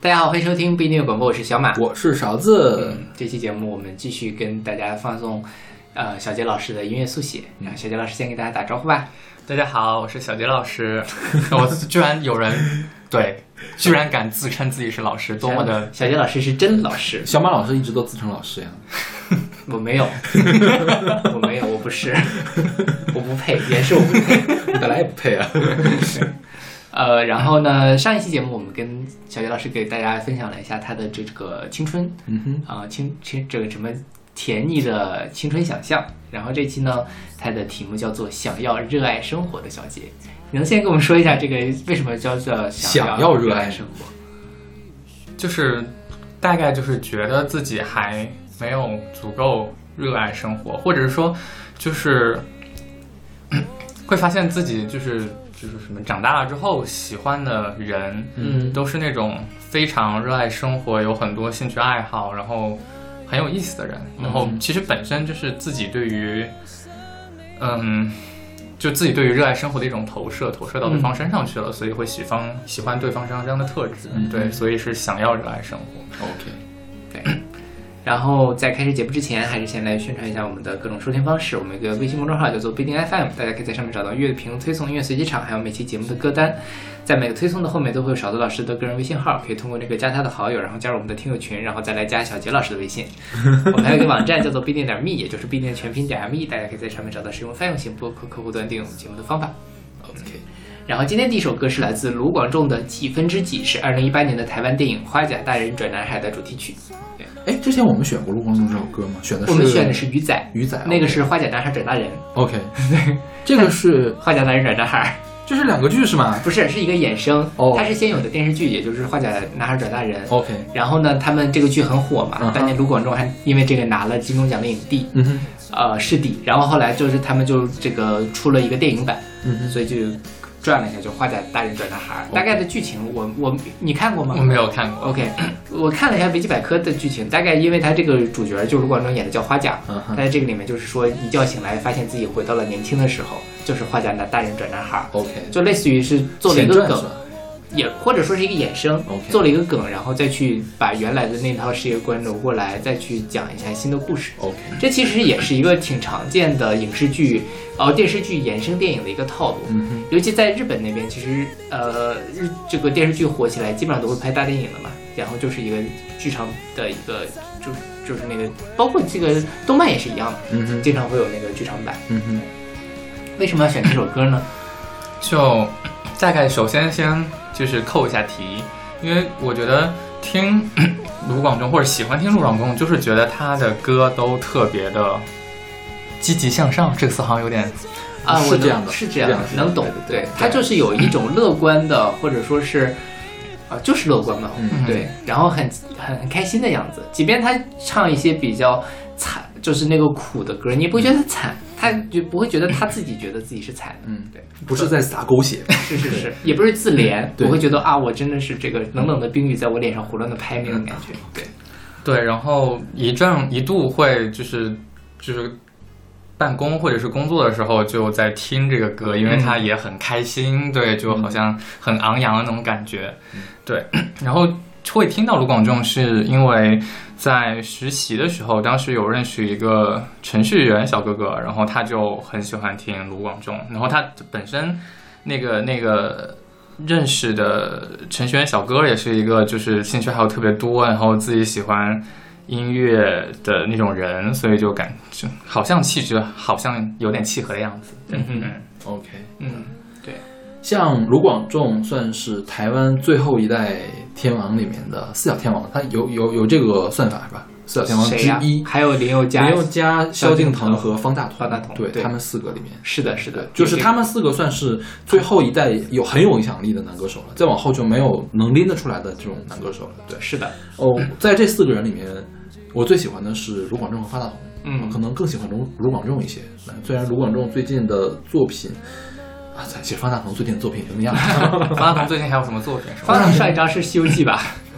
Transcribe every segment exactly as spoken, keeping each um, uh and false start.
大家好，欢迎收听不一定有广播，我是小马， 我是勺子、 嗯、这期节目我们继续跟大家放送呃小杰老师的音乐速写，然后小杰老师先给大家打招呼吧。 大家好，我是小杰老师。我居然有人对，居然敢自称自己是老师，多么的！ 小杰老师是真老师， 小马老师一直都自称老师呀。 我没有，我没有，我不是，我不配，也是我不配， 本来也不配啊。 呃，然后呢，上一期节目我们跟小杰老师给大家分享了一下他的这个青春， 嗯哼， 啊、呃，青青这个什么甜腻的青春想象。然后这期呢，它的题目叫做“想要热爱生活的小杰”。你能先跟我们说一下这个为什么叫做想要热爱生活？ 就是大概就是觉得自己还没有足够热爱生活，或者是说，就是会发现自己就是就是什么长大了之后喜欢的人， 嗯， 都是那种非常热爱生活，有很多兴趣爱好，然后很有意思的人。然后其实本身就是自己对于，嗯。就自己对于热爱生活的一种投射，投射到对方身上去了，嗯、所以会喜欢喜欢对方身上这样的特质， 嗯、 对，所以是想要热爱生活。 OK， 对。然后在开始节目之前，还是先来宣传一下我们的各种收听方式。我们有一个微信公众号叫做不一定 F M， 大家可以在上面找到乐评推送、音乐随机场，还有每期节目的歌单。在每个推送的后面都会有勺子老师的个人微信号，可以通过这个加他的好友，然后加入我们的听友群，然后再来加小杰老师的微信。我们还有一个网站叫做必定点 me， 也就是必定全拼点 me， 大家可以在上面找到使用泛用型播客客户端订阅我们节目的方法。 OK。 然后今天第一首歌是来自卢广仲的《几分之几》，是二零一八年的台湾电影《花甲大人转男孩》的主题曲。 哎，之前我们选过卢广仲这首歌吗？选的是我们选的是鱼仔， 鱼仔， 那个是花甲男孩转大人。 OK， 这个是花甲大人转男孩， 这是两个剧是吗？ 不是，是一个衍生。 哦， 它是先有的电视剧，也就是花甲男孩转大人。 OK， 然后呢，他们这个剧很火嘛， 嗯、 当年卢广仲还因为这个拿了金钟奖的影帝， 嗯哼， 呃，视帝。然后后来就是他们就这个出了一个电影版， 嗯哼， 所以就转了一下，就花甲大人转男孩。大概的剧情我我你看过吗？ 我没有看过。 OK， 我看了一下维基百科的剧情，大概因为他这个主角就是卢广仲演的叫花甲， 嗯、 他在这个里面就是说一觉醒来发现自己回到了年轻的时候，就是花甲大人转男孩。 OK， 就类似于是做了一个梗，也或者说是一个衍生， okay. 做了一个梗，然后再去把原来的那套世界观揉过来，再去讲一下新的故事。 OK， 这其实也是一个挺常见的影视剧，呃，电视剧衍生电影的一个套路。 嗯哼， 尤其在日本那边，其实呃，日这个电视剧火起来，基本上都会拍大电影了嘛。然后就是一个剧场的一个，就就是那个，包括这个动漫也是一样的， 嗯哼， 经常会有那个剧场版。 嗯哼， 为什么要选这首歌呢？ 就大概首先先就是扣一下题，因为我觉得听卢广仲或者喜欢听卢广仲，就是觉得他的歌都特别的积极向上，这个词好像有点啊， 是这样的， 是这样的，能懂。对，他就是有一种乐观的，或者说是啊，就是乐观嘛， 嗯， 对，然后很很很开心的样子。即便他唱一些比较惨，就是那个苦的歌，你也不会觉得惨。他就不会觉得他自己觉得自己是惨的， 嗯， 对， 不是在撒狗血， 是是是，也不是自怜， 不会觉得啊，我真的是这个冷冷的冰雨在我脸上胡乱的拍那种感觉，对， 对，然后一阵一度会就是就是办公或者是工作的时候就在听这个歌，因为他也很开心，嗯、对，就好像很昂扬的那种感觉，嗯、对，然后会听到卢广仲是因为。在实习的时候，当时有认识一个程序员小哥哥，然后他就很喜欢听卢广仲，然后他本身那个那个认识的程序员小哥也是一个就是兴趣爱好特别多，然后自己喜欢音乐的那种人，所以就感觉好像气质好像有点契合的样子。 嗯嗯 ，OK， 嗯，对。 像卢广仲算是台湾最后一代天王里面的四小天王，他有有有这个算法是吧？四小天王之一， 啊、还有林宥嘉、 林宥嘉、萧敬腾和方大同， 方大同， 对， 对他们四个里面， 是的，是的， 就是他们四个算是最后一代有很有影响力的男歌手了，再往后就没有能拎得出来的这种男歌手了。对， 是的。 哦，在这四个人里面，我最喜欢的是卢广仲和方大同， 嗯， 可能更喜欢卢卢广仲一些。虽然卢广仲最近的作品。其实方大同最近的作品怎么样？ 方大同最近还有什么作品？ 方大同上一张是《西游记》吧？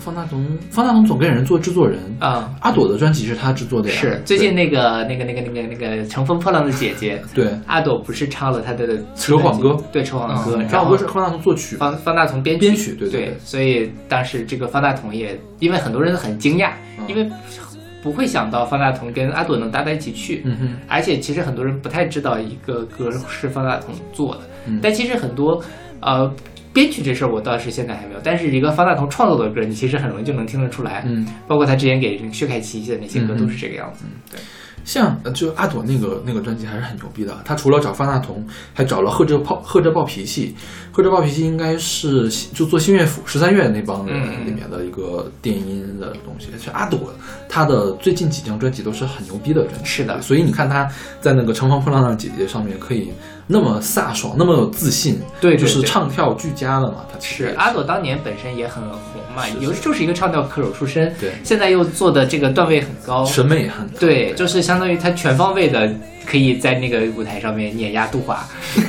方大同，方大同总给人做制作人啊、嗯。 阿朵的专辑是他制作的呀。 是最近那个那个那个那个那个乘风破浪的姐姐， 对， 阿朵不是唱了他的扯谎歌， 对，扯谎歌， 扯谎歌是方大同作曲， 方方大同编编曲，对对对。 所以当时这个方大同也，因为很多人很惊讶， 嗯、 因为不会想到方大同跟阿朵能搭在一起去， 嗯哼。 而且其实很多人不太知道一个歌是方大同做的， 嗯、 但其实很多呃。编曲这事儿我倒是现在还没有，但是一个方大同创作的歌，你其实很容易就能听得出来。 嗯， 包括他之前给薛凯琪的那些歌都是这个样子。 嗯， 对。 像就阿朵那个那个专辑还是很牛逼的，他除了找方大同，还找了贺哲暴贺哲暴脾气，贺哲暴脾气应该是就做新乐府十三乐那帮人里面的一个电音的东西。是、嗯、阿朵他的最近几张专辑都是很牛逼的专辑， 是的。 所以你看他在那个乘风破浪的姐姐上面可以那么飒爽，那么有自信， 对， 对， 对， 就是唱跳俱佳了嘛。他是阿朵当年本身也很红嘛，有就是一个唱跳歌手出身， 对， 现在又做的这个段位很高， 审美也很高， 对，对，就是相当于他全方位的可以在那个舞台上面碾压杜华。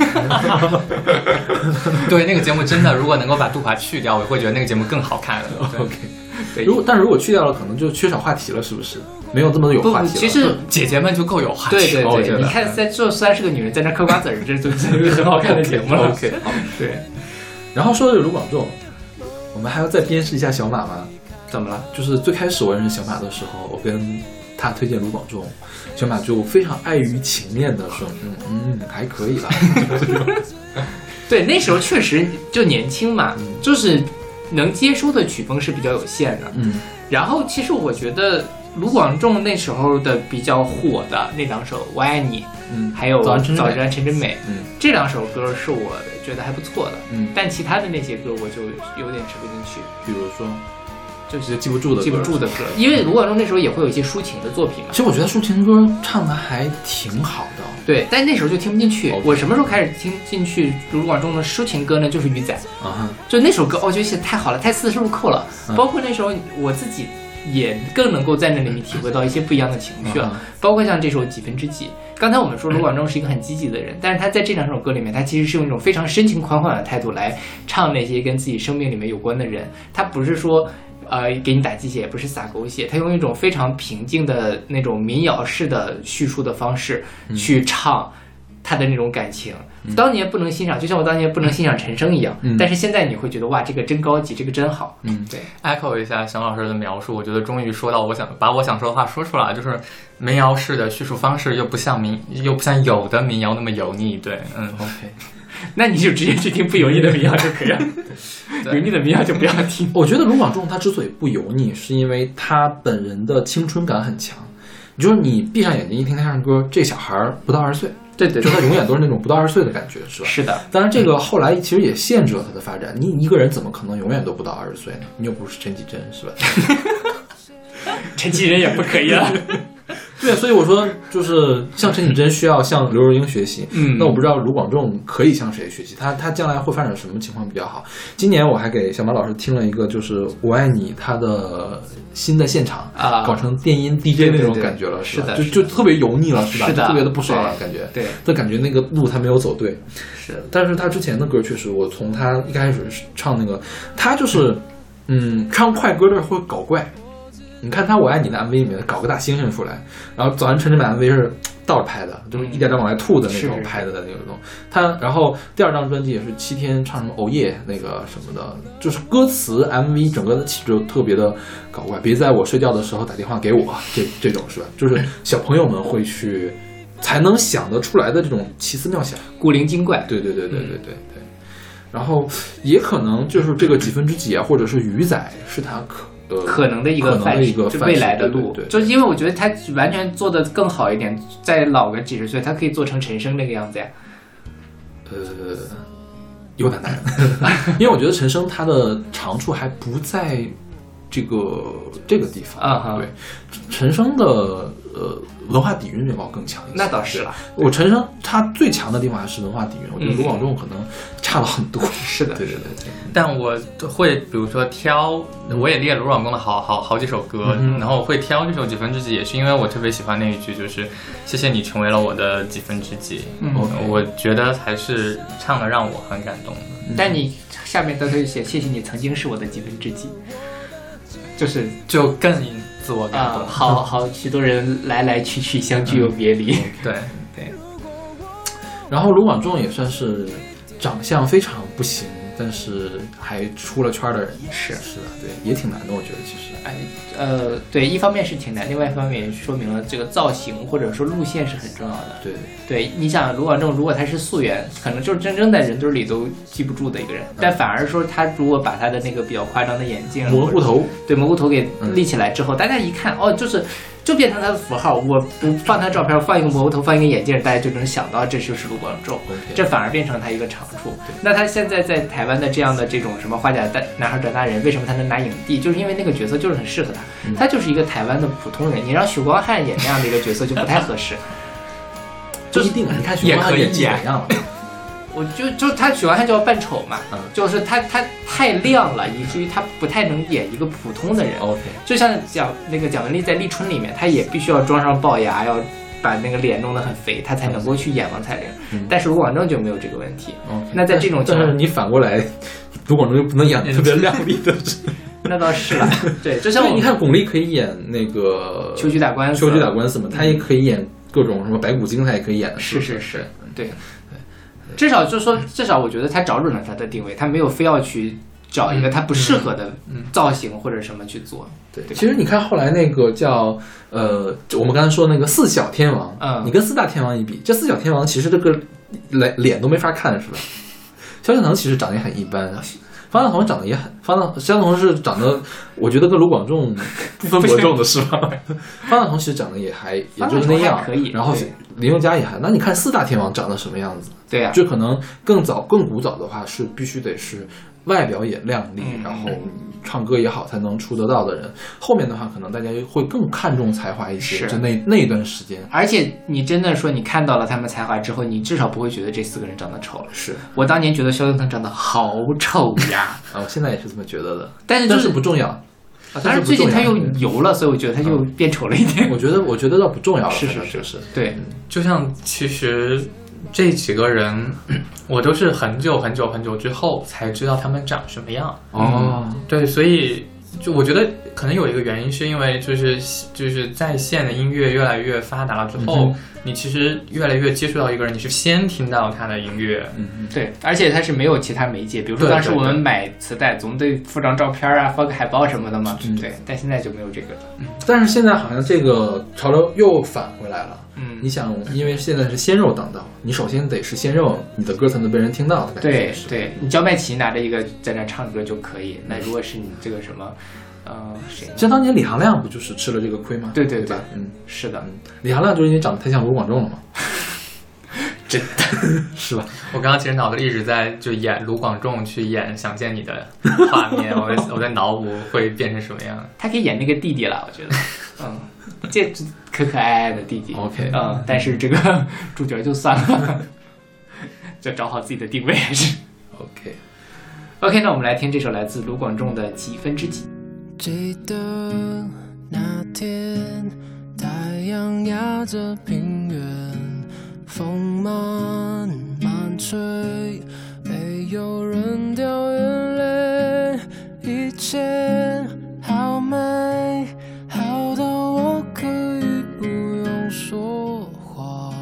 对，那个节目真的，如果能够把杜华去掉，我会觉得那个节目更好看了。 OK， 对，如果但是如果去掉了，可能就缺少话题了，是不是？没有这么有话题了。 其实姐姐们就够有话题。 对对对，你看，在就算是个女人在那嗑瓜子儿，这就是一个很好看的节目了。 OK， 好， 对。 然后说的是卢广仲，我们还要再鞭尸一下小马吗？ 怎么了？ 就是最开始我认识小马的时候，我跟他推荐卢广仲，小马就非常碍于情面的说，嗯嗯，还可以啦。 对，那时候确实就年轻嘛，嗯、就是能接收的曲风是比较有限的。 嗯， 然后其实我觉得卢广仲那时候的比较火的那两首《我爱你》， 嗯， 还有《早早晨陈真美》， 嗯， 这两首歌是我觉得还不错的。 嗯， 但其他的那些歌我就有点吃不进去， 比如说。 就是记不住的记不住的歌，因为卢广仲那时候也会有一些抒情的作品嘛。 其实我觉得抒情歌唱的还挺好的， 对，但那时候就听不进去。 Okay. 我什么时候开始听进去卢广仲的抒情歌呢？就是《鱼仔》 啊， 就那首歌，我觉得写太好了，太丝入扣了。 嗯、 包括那时候我自己也更能够在那里面体会到一些不一样的情绪了。 嗯、 包括像这首《几分之几》，刚才我们说卢广仲是一个很积极的人，但是他在这两首歌里面，他其实是用一种非常深情款款的态度来唱那些跟自己生命里面有关的人，他不是说。呃，给你打鸡血，也不是撒狗血，他用一种非常平静的那种民谣式的叙述的方式去唱他的那种感情。嗯、当年不能欣赏，就像我当年不能欣赏陈升一样，嗯、但是现在你会觉得哇，这个真高级，这个真好。 嗯， 对。 echo 一下沈老师的描述，我觉得终于说到我想把我想说的话说出来，就是民谣式的叙述方式又不像民又不像有的民谣那么油腻。对，嗯 ，OK。 那你就直接去听不油腻的民谣就可以了，油腻的民谣就不要听。 我觉得卢广仲他之所以不油腻，是因为他本人的青春感很强。就是你闭上眼睛一听他唱歌，这小孩不到二十岁， 对对， 就他永远都是那种不到二十岁的感觉，是吧？ 是的。 当然，这个后来其实也限制了他的发展。你一个人怎么可能永远都不到二十岁呢？你又不是陈绮贞，是吧？ 陈绮贞也不可以了。 对，所以我说，就是像陈绮贞需要向刘若英学习， 嗯， 那我不知道卢广仲可以向谁学习，他他将来会发展什么情况比较好？今年我还给小马老师听了一个，就是《我爱你》他的新的现场啊， 搞成电音 D J 那种感觉了， 是的， 就就特别油腻了，是吧？ 是的， 特别的不爽了，感觉， 对， 就感觉那个路他没有走对， 是。 但是他之前的歌确实，我从他一开始唱那个，他就是嗯，唱快歌的会搞怪。你看他《我爱你》的 M V 里面搞个大猩猩出来，然后早安晨晨版 M V 是倒着拍的，就是一点点往外吐的那种拍的那种。他然后第二张专辑也是七天唱什么哦耶那个什么的，就是歌词 M V 整个的气质特别的搞怪。别在我睡觉的时候打电话给我，这这种是吧？就是小朋友们会去才能想得出来的这种奇思妙想、 古灵精怪。 对对对对对对对。嗯、然后也可能就是这个几分之几啊，或者是鱼仔是他可。 可能的一个范式，就未来的路， 对对对对， 就因为我觉得他完全做得更好一点，再老个几十岁，他可以做成陈升那个样子呀。 呃，有点难，因为我觉得陈升他的长处还不在这个这个地方啊。 对，陈升的呃文化底蕴要更强一些。 那倒是了， 我陈升他最强的地方还是文化底蕴，我觉得卢广仲可能差了很多。 是的， 对对对对。 但我会比如说挑，我也列卢广仲的好好好几首歌， 嗯、 然后我会挑这首几分之几，也是因为我特别喜欢那一句，就是谢谢你成为了我的几分之几。 嗯， 我觉得还是唱的让我很感动的。 但你下面都可以写谢谢你曾经是我的几分之几。 就是就更自我感动。 啊，好好许多人来来去去，相聚又别离。 嗯、对对。 然后卢广仲也算是长相非常不行，但是还出了圈的人。 是是的，对，也挺难的，我觉得其实。 哎，呃，对，一方面是挺难，另外一方面也说明了这个造型或者说路线是很重要的。 对对，你想卢广仲如果他是素颜，可能就是真正在人堆里都记不住的一个人，嗯、但反而说他如果把他的那个比较夸张的眼镜蘑菇头， 对蘑菇头给立起来之后，嗯、大家一看哦，就是就变成他的符号。我不放他照片，放一个蘑菇头，放一个眼镜，大家就能想到这就是卢广仲， okay. 这反而变成他一个长处。那他现在在台湾的这样的这种什么花甲男孩转大人，为什么他能拿影帝？就是因为那个角色就是很适合他。 嗯他就是一个台湾的普通人，你让许光汉演那样的一个角色就不太合适。 不一定啊，你看许光汉演技怎样了？ 我就就他许光汉就要扮丑嘛， 嗯、 就是他他太亮了，以至于他不太能演一个普通的人。 OK， 就像蒋那个蒋雯丽在《立春》里面，他也必须要装上龅牙，要把那个脸弄得很肥，他才能够去演王彩玲。嗯、但是卢广仲就没有这个问题。 Okay, 那在这种情况， 但是你反过来，卢广仲又不能演特别亮丽的人。 那倒是了，对，就像你看巩俐可以演那个秋菊打官司， 秋菊打官司嘛，她也可以演各种什么白骨精，她也可以演的， 是是是，对对，至少就说，至少我觉得他找准了他的定位，他没有非要去找一个他不适合的造型或者什么去做。 对，其实你看后来那个叫呃，我们刚才说那个四小天王， 嗯， 你跟四大天王一比，这四小天王其实这个脸脸都没法看出来。萧敬腾其实长得也很一般。方大同长得也很，方大萧敬腾是长得，我觉得跟卢广仲不分伯仲的是吧？方大同其实长得也还，也就是那样， 可以。 然后林宥嘉也还，那你看四大天王长得什么样子？ 对呀、啊， 就可能更早、更古早的话是必须得是外表也靓丽， 嗯、 然后唱歌也好才能出得到的人。后面的话，可能大家会更看重才华一些，就那那一段时间。 而且你真的说你看到了他们才华之后，你至少不会觉得这四个人长得丑了。 是我当年觉得萧敬腾长得好丑呀， 啊，我现在也是这么觉得的。 但是、就是、 但是不重要。 啊、但是最近他又油了，所以我觉得他就变丑了一点。 嗯、我觉得，我觉得倒不重要了。 是是是是， 对， 就像其实这几个人，我都是很久很久很久之后才知道他们长什么样。 哦， 嗯、对，所以就我觉得可能有一个原因是因为就是就是在线的音乐越来越发达了之后。嗯，你其实越来越接触到一个人，你是先听到他的音乐， 嗯， 对，而且他是没有其他媒介，比如说当时我们买磁带总得附张照片啊，放个海报什么的嘛， 嗯， 对，但现在就没有这个了。 嗯，但是现在好像这个潮流又返回来了。 嗯， 你想，因为现在是鲜肉当道，你首先得是鲜肉，你的歌才能被人听到的感觉。 对对，你焦麦琪拿着一个在那唱歌就可以，那如果是你这个什么。呃，谁？ 像当年李行亮不就是吃了这个亏吗？ 对对 对, 对吧？嗯， 是的， 嗯，李行亮就是因为长得太像卢广仲了嘛， 真的是吧？ 我刚刚其实脑子里一直在就演卢广仲去演《想见你》的画面，我在我在脑补会变成什么样。 他可以演那个弟弟了，我觉得，嗯，这可可爱爱的弟弟 ，OK， 嗯，但是这个主角就算了，就找好自己的定位还是 OK。 OK， 那我们来听这首来自卢广仲的《几分之几》。 记得那天，太阳压着平原，风慢慢吹，没有人掉眼泪，一切好美，好到我可以不用说话。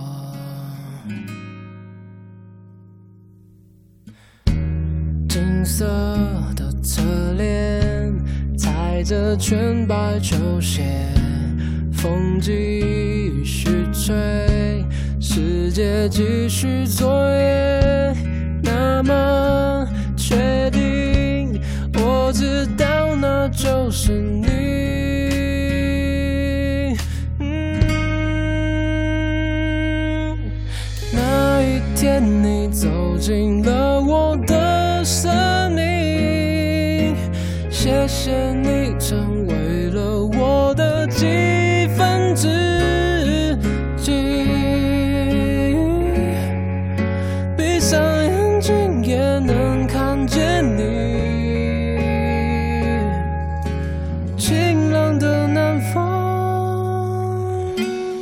金色的侧脸，踩着全白球鞋，风继续吹，世界继续作业。那么确定，我知道那就是你。嗯，那一天你走进了我的生命，谢谢你成为了我的几分之几，闭上眼睛也能看见你，晴朗的南方，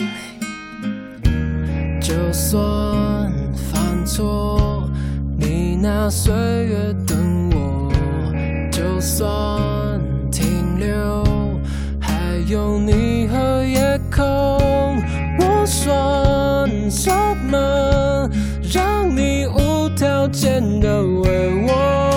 就算犯错，你拿岁月等我，就算停留有你和夜空，我算什么？让你无条件的为我。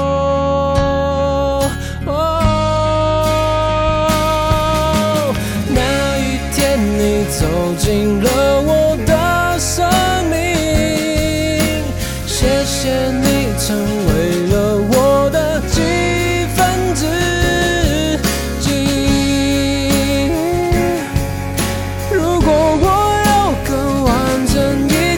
哦，那一天你走进了我的生命，谢谢你成为了我的几分之几。如果我要更完整一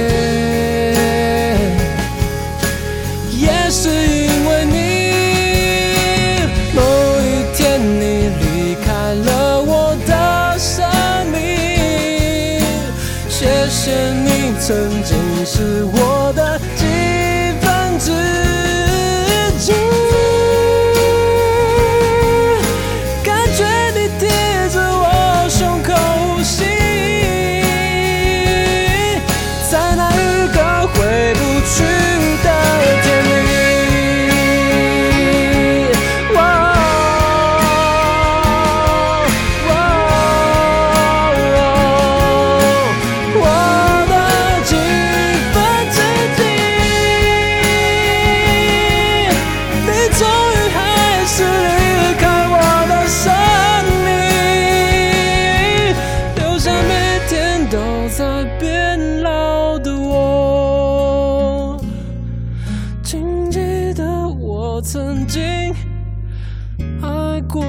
点，也是因为你，某一天你离开了我的生命，谢谢你曾经是我的几分之几。感觉你贴着我胸口呼吸，在那一个回不去的天里。曾经爱过。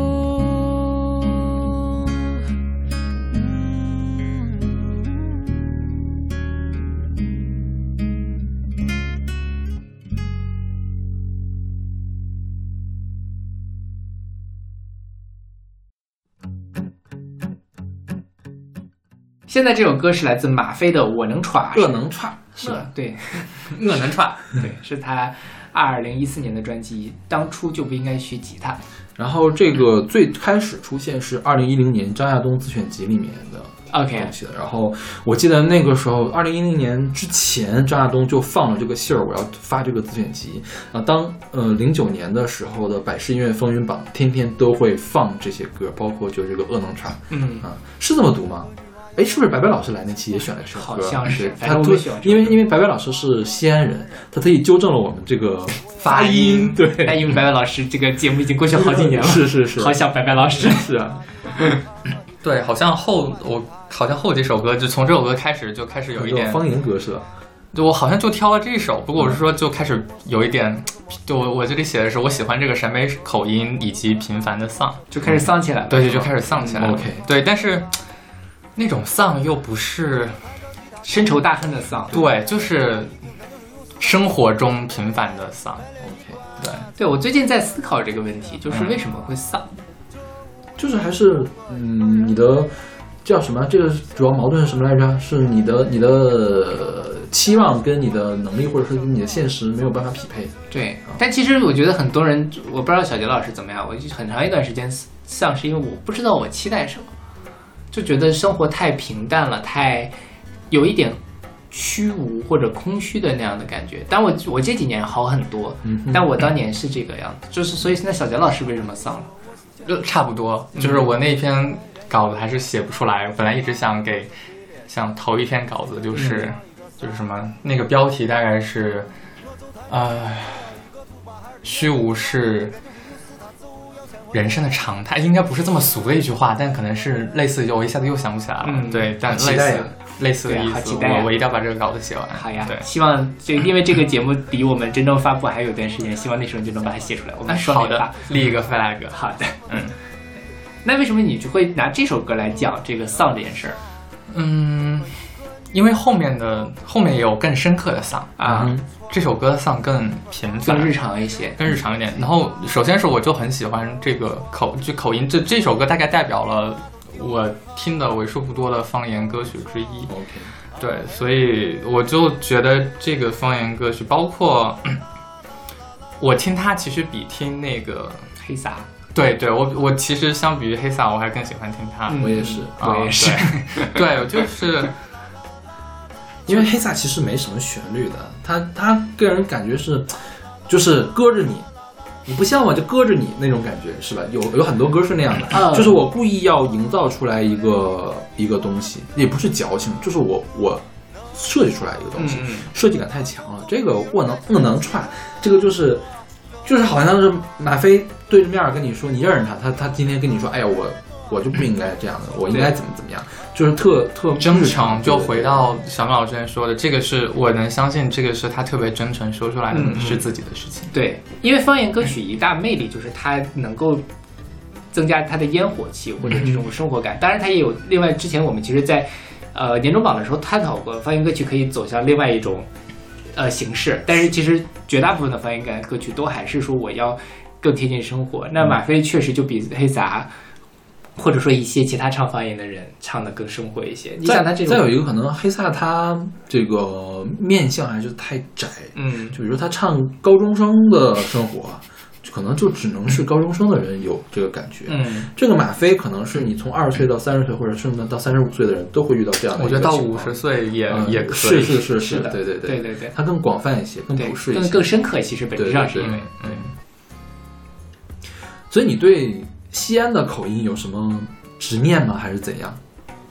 现在这首歌是来自马飞的《我能闯》， 恶能串是吧？对， 我能串， 对，是他二零一四年的专辑，当初就不应该学吉他。 然后这个最开始出现是二零一零年张亚东自选集里面的 OK 东西的。然后我记得那个时候，二零一零年之前，张亚东就放了这个信儿，我要发这个自选集啊。当呃零九年的时候的百事音乐风云榜，天天都会放这些歌，包括就这个恶能串， 嗯啊，是这么读吗？哎，是不是白白老师来那期也选了这首歌？ 好像是， 他对，因为因为白白老师是西安人，他特意纠正了我们这个发音。对， 但因为白白老师这个节目已经过去好几年了， 是是是， 好想白白老师。 是啊， 对，好像后我好像后几首歌就从这首歌开始就开始有一点方言格式了。 就我好像就挑了这一首，不过我是说就开始有一点，就我我这里写的是我喜欢这个陕北口音以及频繁的丧， 就开始丧起来了。 对，就开始丧起来了。 OK， 对，但是。那种丧又不是深仇大恨的丧， 对，就是生活中平凡的丧。OK， 对， 对我最近在思考这个问题，就是为什么会丧？ 嗯、就是还是嗯，你的叫什么？这个主要矛盾是什么来着？是你的你的期望跟你的能力，或者是跟你的现实没有办法匹配。 对，但其实我觉得很多人，我不知道小杰老师怎么样，我很长一段时间丧是因为我不知道我期待什么。就觉得生活太平淡了，太有一点虚无或者空虚的那样的感觉。但我我这几年好很多， 嗯、 但我当年是这个样子，就是所以现在小杰老师为什么丧了？ 就差不多，就是我那篇稿子还是写不出来，本来一直想给想投一篇稿子，就是、嗯、就是什么那个标题大概是呃虚无是人生的常态，应该不是这么俗的一句话，但可能是类似，我一下子又想不起来了。 嗯， 对，但类似类似的意思，我我一定要把这个稿子写完。 好呀， 对， 希望就因为这个节目离我们真正发布还有一段时间，希望那时候你就能把它写出来。我们好的，立一个 flag。 好的，嗯。那为什么你就会拿这首歌来讲这个丧这件事儿？ 嗯，因为后面的后面也有更深刻的丧啊。 嗯，这首歌的丧更平凡， 更日常一些， 更日常一点。然后，首先是我就很喜欢这个口，就口音，这这首歌大概代表了我听的为数不多的方言歌曲之一。 OK， 对，所以我就觉得这个方言歌曲，包括我听它，其实比听那个黑撒。 对对，我我其实相比于黑撒，我还更喜欢听它。 嗯、我也是， 啊、 我也是。 对，对我就是。 因为黑撒其实没什么旋律的，他他个人感觉是，就是搁着你， 你不像我就搁着你那种感觉，是吧？有有很多歌是那样的， 嗯就是我故意要营造出来一个一个东西，也不是矫情，就是我我设计出来一个东西， 嗯设计感太强了。这个我能我能串，这个就是就是好像是马飞对着面跟你说，你认识他，他他今天跟你说，哎呀我。我就不应该这样的，我应该怎么怎么样，就是特特真诚。就回到小马老师之前说的，这个是我能相信，这个是他特别真诚说出来的， 嗯、 是自己的事情。 对，因为方言歌曲一大魅力就是它能够增加它的烟火气或者这种生活感。当然，它也有另外，之前我们其实在呃年终榜的时候探讨过，方言歌曲可以走向另外一种呃形式，但是其实绝大部分的方言感歌曲都还是说我要更贴近生活。那马飞确实就比黑撒。或者说一些其他唱方言的人唱的更生活一些。你想他这种， 再有一个可能，黑撒他这个面相还是太窄， 嗯， 就比如说他唱高中生的生活，可能就只能是高中生的人有这个感觉。 嗯， 这个马飞可能是你从二十岁到三十岁，或者甚至到三十五岁的人都会遇到这样的一个情况。 我觉得到五十岁也、嗯、也可以， 是是是是的， 对对对对对， 它更广泛一些，更普世一些， 更更深刻。其实本质上是因为， 对。所以你对西安的口音有什么执念吗？还是怎样？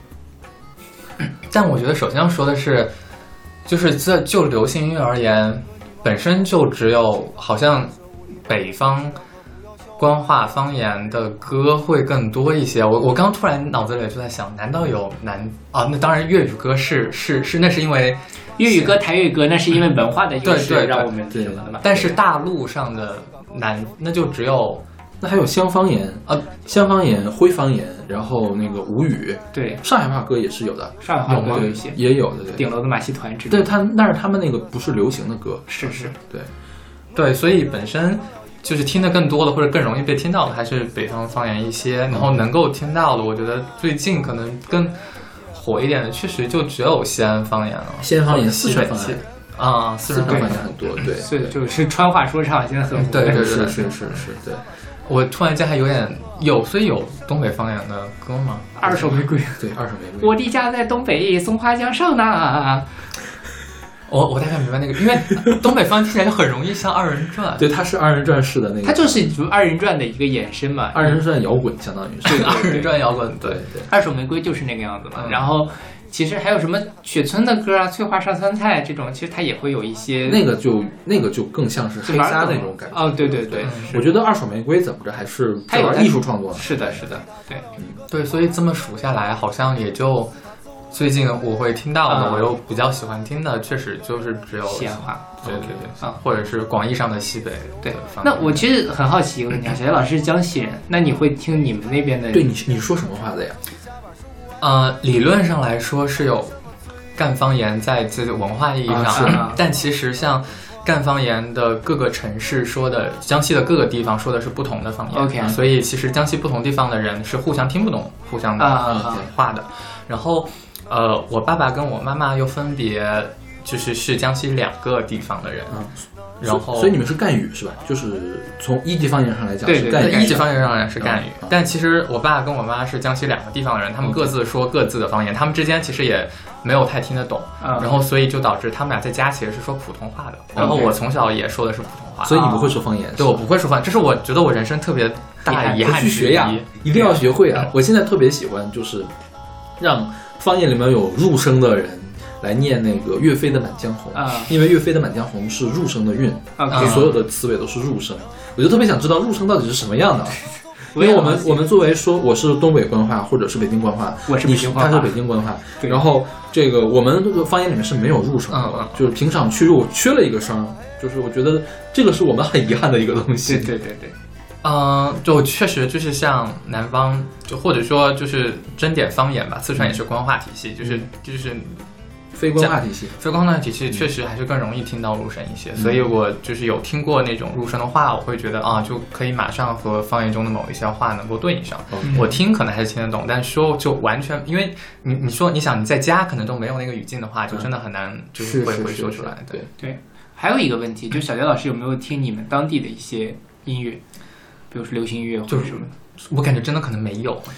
但我觉得首先要说的是，就是在就流行音乐而言，本身就只有好像北方官话方言的歌会更多一些。我我刚突然脑子里就在想，难道有南啊？那当然粤语歌是是是，那是因为粤语歌、台语歌，那是因为文化的优势对对让我们什么的嘛。 但是大陆上的南，那就只有。 那还有湘方言啊，湘方言、徽方言，然后那个吴语， 对， 上海话歌也是有的， 上海话歌有一些也有的，对， 顶楼的马戏团之类的，对，他那是他们那个不是流行的歌， 是是， 对， 对，所以本身就是听得更多的或者更容易被听到的还是北方方言一些，然后能够听到的，我觉得最近可能更火一点的，确实就只有西安方言了， 西安方言、四川方言。 啊，四川方言很多，对， 是就是川话说唱，现在很火， 对对对， 是是是是，对。 我突然间还有点有，所以有东北方言的歌吗？ 二手玫瑰， 对，二手玫瑰。 我的家在东北松花江上呢。 我我大概明白那个，因为东北方言听起来就很容易像二人转。 对，它是二人转式的那个， 它就是二人转的一个衍生嘛。 二人转摇滚相当于是， 对，二人转摇滚，对对。 二手玫瑰就是那个样子嘛，然后。其实还有什么雪村的歌啊，翠花上酸菜这种，其实它也会有一些那个就那个就更像是黑撒那种感觉。 哦，对对对， 我觉得二手玫瑰怎么着还是它有艺术创作。 是的，是的，对， 嗯，对，所以这么数下来，好像也就最近我会听到的，我又比较喜欢听的，确实就是只有西安话， 对对对，啊，或者是广义上的西北。 对，那我其实很好奇一个问题啊，小杰老师是江西人，那你会听你们那边的？ 对，你你说什么话的呀？ 呃，理论上来说是有赣方言在这个文化意义上， 啊、 但其实像赣方言的各个城市说的，江西的各个地方说的是不同的方言。 OK， 所以其实江西不同地方的人是互相听不懂互相的话的。 啊、 然后，呃，我爸爸跟我妈妈又分别就是是江西两个地方的人。 嗯然后， 所以你们是赣语是吧？就是从一级方言上来讲， 对对对， 一级方言上来是赣语。 嗯、 但其实我爸跟我妈是江西两个地方的人，他们各自说各自的方言，他们之间其实也没有太听得懂。 嗯、 然后，所以就导致他们俩在家其实是说普通话的。然后我从小也说的是普通话， 所以你不会说方言？ 对，我不会说方言，这是我觉得我人生特别大的遗憾之一。 去学呀，一定要学会啊！我现在特别喜欢就是让方言里面有入声的人。来念那个岳飞的《满江红》 啊， 因为岳飞的《满江红》是入声的韵， 啊， 所有的词尾都是入声。我就特别想知道入声到底是什么样的，因为我们我们作为说我是东北官话或者是北京官话， 我是北京官话， 他是北京官话，然后这个我们方言里面是没有入声的， 嗯、 就是平场去入缺了一个声，就是我觉得这个是我们很遗憾的一个东西。 对对对对。 嗯，就确实就是像南方，就或者说就是针点方言吧，四川也是官话体系，就是就是。 非官话体系， 非官话体系确实还是更容易听到入声一些，嗯、所以我就是有听过那种入声的话，我会觉得啊，就可以马上和方言中的某一些话能够对应上。 嗯、 我听可能还是听得懂，但说就完全，因为你你说你想你在家可能都没有那个语境的话，就真的很难就是会会说出来。 对对，还有一个问题，就小杰老师有没有听你们当地的一些音乐，比如说流行音乐或者什么？ 我感觉真的可能没有。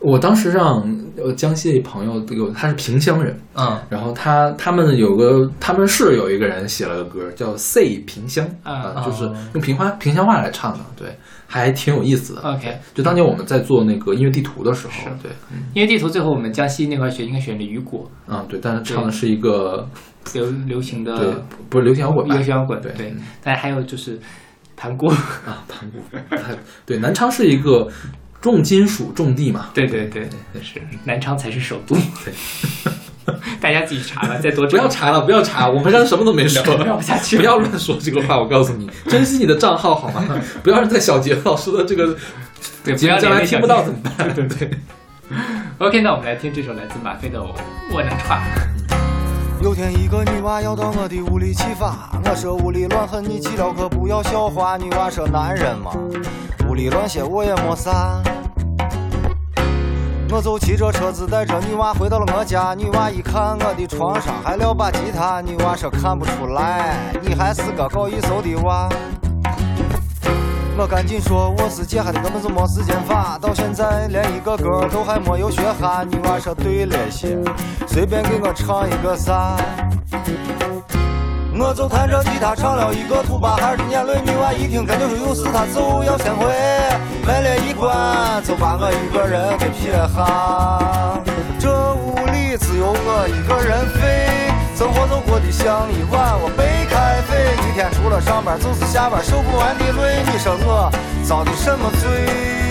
我当时让呃江西的朋友有他是萍乡人， 嗯， 然后他他们有个他们市有一个人写了个歌叫《say 萍乡》 啊呃，就是用平话平乡话来唱的，对，还挺有意思的。 OK， 就当年我们在做那个音乐地图的时候， 是对， 因为地图最后我们江西那块学应该选的雨果， 嗯对，但是唱的是一个流流行的对，不是流行摇滚吧， 流行摇滚， 对对嗯， 但还有就是盘古， 啊，盘古，它对，南昌是一个重金属重地嘛， 对对对，是南昌才是首都，大家自己查吧，再多不要查了，不要查，我们刚才什么都没说， 聊不下去了不要乱说这个话，我告诉你，珍惜你的账号好吗？不要在小杰老师的这个对，不要将来连累小杰听不到怎么办？对对。 OK， 那我们来听这首来自马飞的《我能闯》。 有天一个女娃要到我的屋里启发，我说屋里乱很，你起了可不要笑话。女娃说男人嘛，屋里乱些我也没啥。我就骑着车子带着女娃回到了我家，女娃一看我的床上还撂把吉他，女娃说看不出来，你还是个搞艺术的娃。我赶紧说我是姐孩子，根本就没时间发，到现在连一个歌都还没有学哈。女娃说对了些，随便给我唱一个啥。我就弹着吉他唱了一个土巴孩的眼泪，女娃一听感觉有事，她就要先回，门帘一关就把我一个人给撇下。这屋里只有我一个人飞，生活就过得像一碗我白开水，一天除了上班就是下班，受不完的累，你说我遭的什么罪？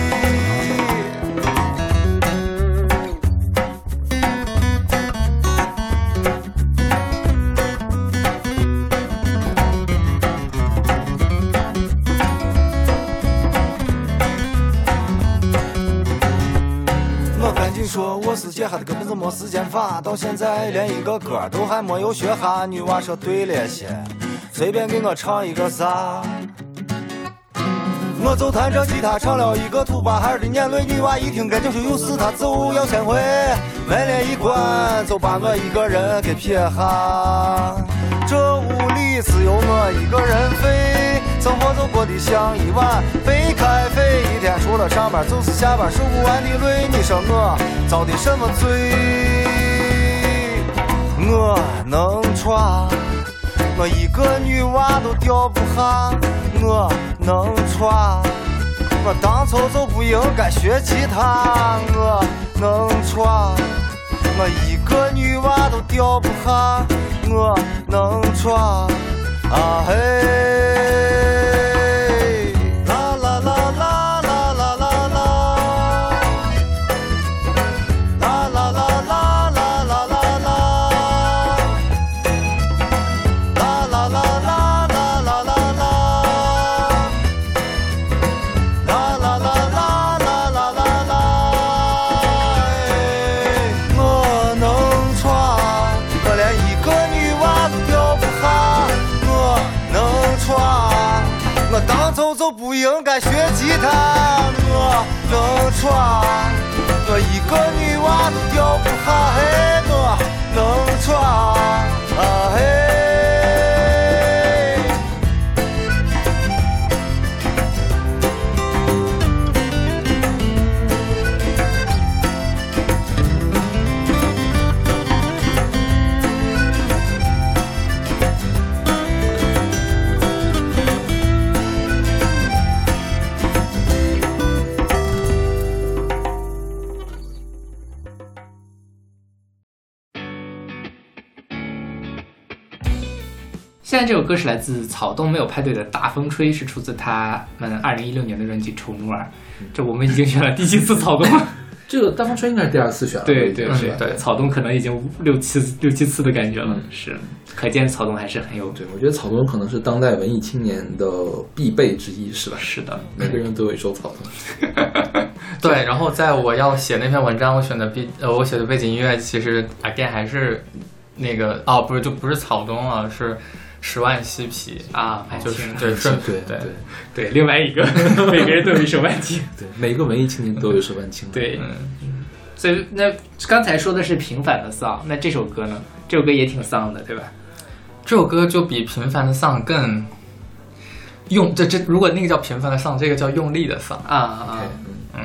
说我是姐孩子根本就没时间发，到现在连一个歌都还没有学哈。女娃说对了些，随便给我唱一个啥。我就弹着吉他唱了一个土巴孩的眼泪，女娃一听感觉是有事，她就要先回，门帘一关就把我一个人给撇下。这屋里只有我一个人飞，生活就过得像一碗白开水，一天除了上班就是下班，受不完的累，你说我遭的什么罪？我能闯，我一个女娃都吊不下。我能闯，我当初就不应该学吉他。我能闯，我一个女娃都吊不下。我能闯，啊嘿，啦啦啦啦啦啦啦啦，啦啦啦啦啦啦啦啦，啦啦啦啦啦啦啦啦，啦啦啦啦啦啦啦啦，我能闯，我连一个女娃都吊不下。我能闯，我当初就不应该学吉他。我能闯，我一个女娃都吊不下。嘿，我能闯，啊嘿。 现在这首歌是来自草东没有派对的大风吹，是出自他们二零一六年的专辑《丑奴儿》。这我们已经选了第几次草东了？ 这个大风吹应该是第二次选了， 对对对嗯对，草东可能已经六七六七次的感觉了，是，可见草东还是很有。 对，我觉得草东可能是当代文艺青年的必备之一，是吧？ 是的， 每个人都有一首草东。 对，然后在我要写那篇文章，我选的背呃，我写的背景音乐其实 again 还是那个哦，不是，就不是草东了，是十万嬉皮啊， 就是对顺对对对对，另外一个每个人都有一首万青， 对，每个文艺青年都有一首万青。 对， 嗯， 所以那刚才说的是平凡的丧，那这首歌呢？这首歌也挺丧的，对吧？ 这首歌就比平凡的丧更用这这，如果那个叫平凡的丧，这个叫用力的丧啊啊啊！ 嗯， 对，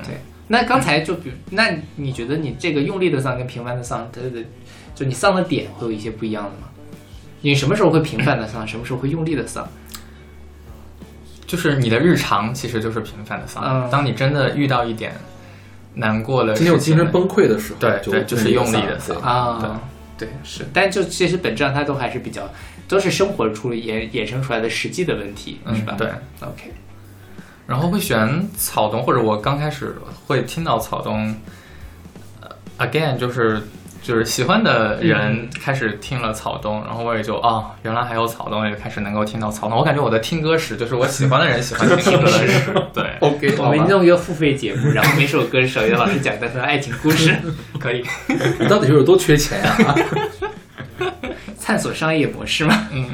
那刚才就比如，那你觉得你这个用力的丧跟平凡的丧，它的就你丧的点会有一些不一样的吗？你什么时候会平凡的丧，什么时候会用力的丧？ 就是你的日常其实就是平凡的丧， 嗯、 当你真的遇到一点难过的事情， 今天有精神崩溃的时候， 对对，就是用力的丧啊，对是，但就其实本质上它都还是比较都是生活出衍衍生出来的实际的问题， 嗯、 是吧？ 对 ，OK。 然后会选草东，或者我刚开始会听到草东、呃、，again 就是就是喜欢的人开始听了草东，嗯、然后我也就哦，原来还有草东，也开始能够听到草东。我感觉我的听歌史就是我喜欢的人喜欢听歌史，对。 OK， 我们弄一个付费节目，然后每首歌小叶老师讲的他的爱情故事，可以。 你到底是有多缺钱啊？ 探索商业模式嘛， 嗯，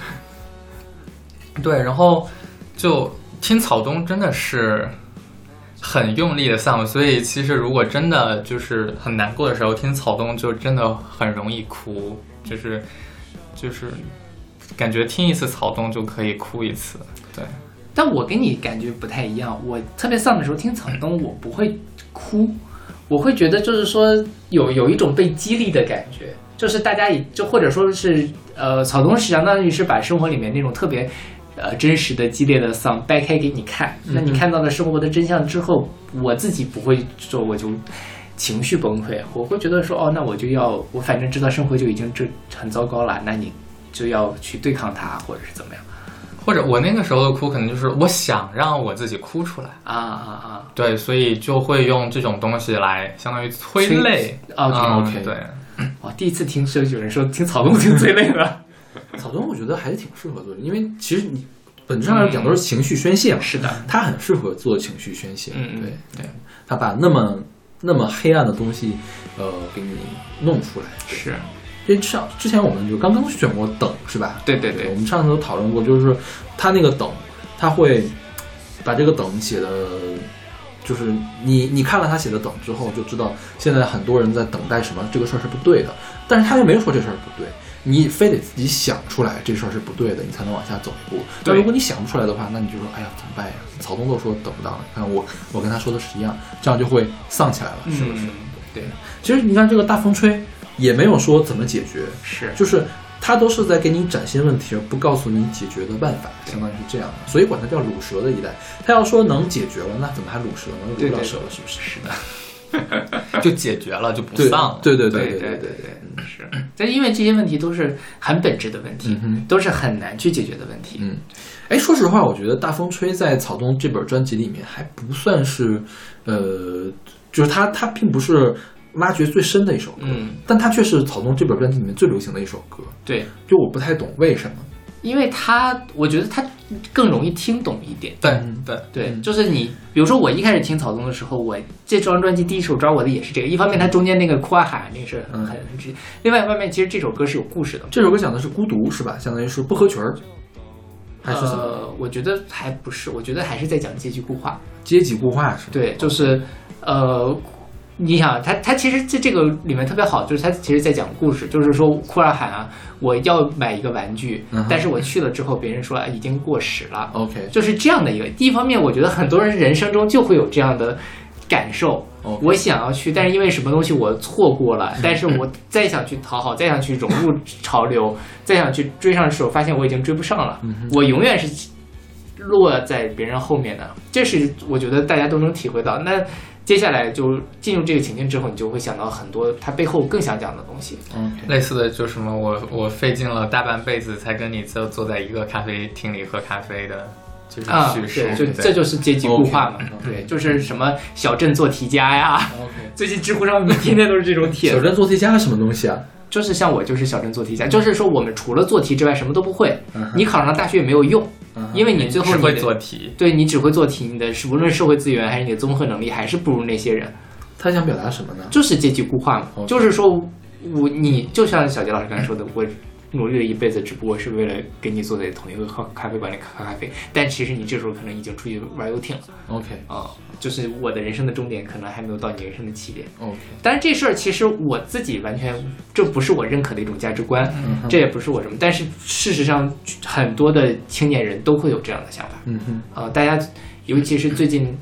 对，然后就。听草东真的是很用力的丧，所以其实如果真的就是很难过的时候听草东，就真的很容易哭，就是就是感觉听一次草东就可以哭一次。对， 但我跟你感觉不太一样，我特别丧的时候听草东，我不会哭，我会觉得就是说有有一种被激励的感觉，就是大家也就或者说是呃，草东是相当于是把生活里面那种特别。呃，真实的、激烈的丧掰开给你看，那你看到了生活的真相之后，我自己不会说我就情绪崩溃，我会觉得说，哦，那我就要，我反正知道生活就已经这很糟糕了，那你就要去对抗它，或者是怎么样。 或者我那个时候的哭，可能就是我想让我自己哭出来啊啊啊！ 对，所以就会用这种东西来相当于催泪。 OK OK，、嗯、对。 哦，第一次听说有人说听草东听催泪了。 草东我觉得还是挺适合做的，因为其实你本质上来讲都是情绪宣泄嘛， 嗯、是的， 他很适合做情绪宣泄， 嗯对对， 他把那么那么黑暗的东西，呃，给你弄出来， 是。 因为上之前我们就刚刚选过等是吧？ 对对对， 我们上次都讨论过，就是他那个等，他会把这个等写的。就是你你看了他写的等之后，就知道现在很多人在等待什么，这个事儿是不对的。但是他又没有说这事儿不对，你非得自己想出来这事儿是不对的，你才能往下走一步。但如果你想不出来的话，那你就说哎呀怎么办呀？草东都说等不到了，看我我跟他说的是一样，这样就会丧起来了，是不是？ 嗯、对。 其实你看这个大风吹也没有说怎么解决， 是就是他都是在给你展现问题，而不告诉你解决的办法，相当于是这样的，所以管它叫鲁蛇的一代。他要说能解决了，那怎么还鲁蛇呢？鲁不了蛇了，是不是？ 是的， 就解决了，就不丧了。 对对对对对对对，是。但因为这些问题都是很本质的问题， 嗯、 都是很难去解决的问题。 嗯，哎，说实话，我觉得《大风吹》在草东这本专辑里面还不算是，呃，就是他他并不是。挖掘最深的一首歌， 嗯， 但它却是草东这本专辑里面最流行的一首歌。 对， 就我不太懂为什么， 因为它，我觉得它更容易听懂一点。 对对对，嗯、就是你，比如说我一开始听草东的时候，我这张专辑第一首抓我的也是这个。一方面，它中间那个哭啊喊那个是很很很直；另外一方面，其实这首歌是有故事的。 这首歌讲的是孤独，是吧？相当于是不合群儿，还是什么？ 呃，我觉得还不是，我觉得还是在讲阶级固化。 阶级固化是吧？ 对，就是呃。你想，他他其实这这个里面特别好，就是他其实在讲故事，就是说哭啊喊啊，我要买一个玩具， 嗯、 但是我去了之后，别人说、啊、已经过时了。 OK， 就是这样的一个。第一方面，我觉得很多人人生中就会有这样的感受， okay. 我想要去，但是因为什么东西我错过了，但是我再想去讨好，再想去融入潮流，再想去追上的时候，发现我已经追不上了， 嗯、 我永远是落在别人后面的。这是我觉得大家都能体会到。那接下来就进入这个情境之后，你就会想到很多他背后更想讲的东西。 嗯， 类似的就什么我我费尽了大半辈子才跟你坐坐在一个咖啡厅里喝咖啡的，就是叙事。 啊、对，就这就是阶级固化嘛。Okay, 对，就是什么小镇做题家呀。 OK， 最近知乎上面天天都是这种帖子。 小镇做题家是什么东西啊？ 就是像我就是小镇做题家，就是说我们除了做题之外什么都不会， 嗯、 你考上大学也没有用。因为你最后你只会做题， 对你只会做题，你的无论社会资源还是你的综合能力，还是不如那些人。 他想表达什么呢？ 就是阶级固化嘛， okay. 就是说我你就像小杰老师刚才说的，我努力了一辈子，只不过是为了跟你坐在同一个咖啡馆里喝咖啡，但其实你这时候可能已经出去玩游艇了。 OK 啊、呃，就是我的人生的终点可能还没有到你人生的起点。 OK， 但是这事儿其实我自己完全这不是我认可的一种价值观， 嗯、 这也不是我什么，但是事实上很多的青年人都会有这样的想法。 嗯哼， 呃，大家尤其是最近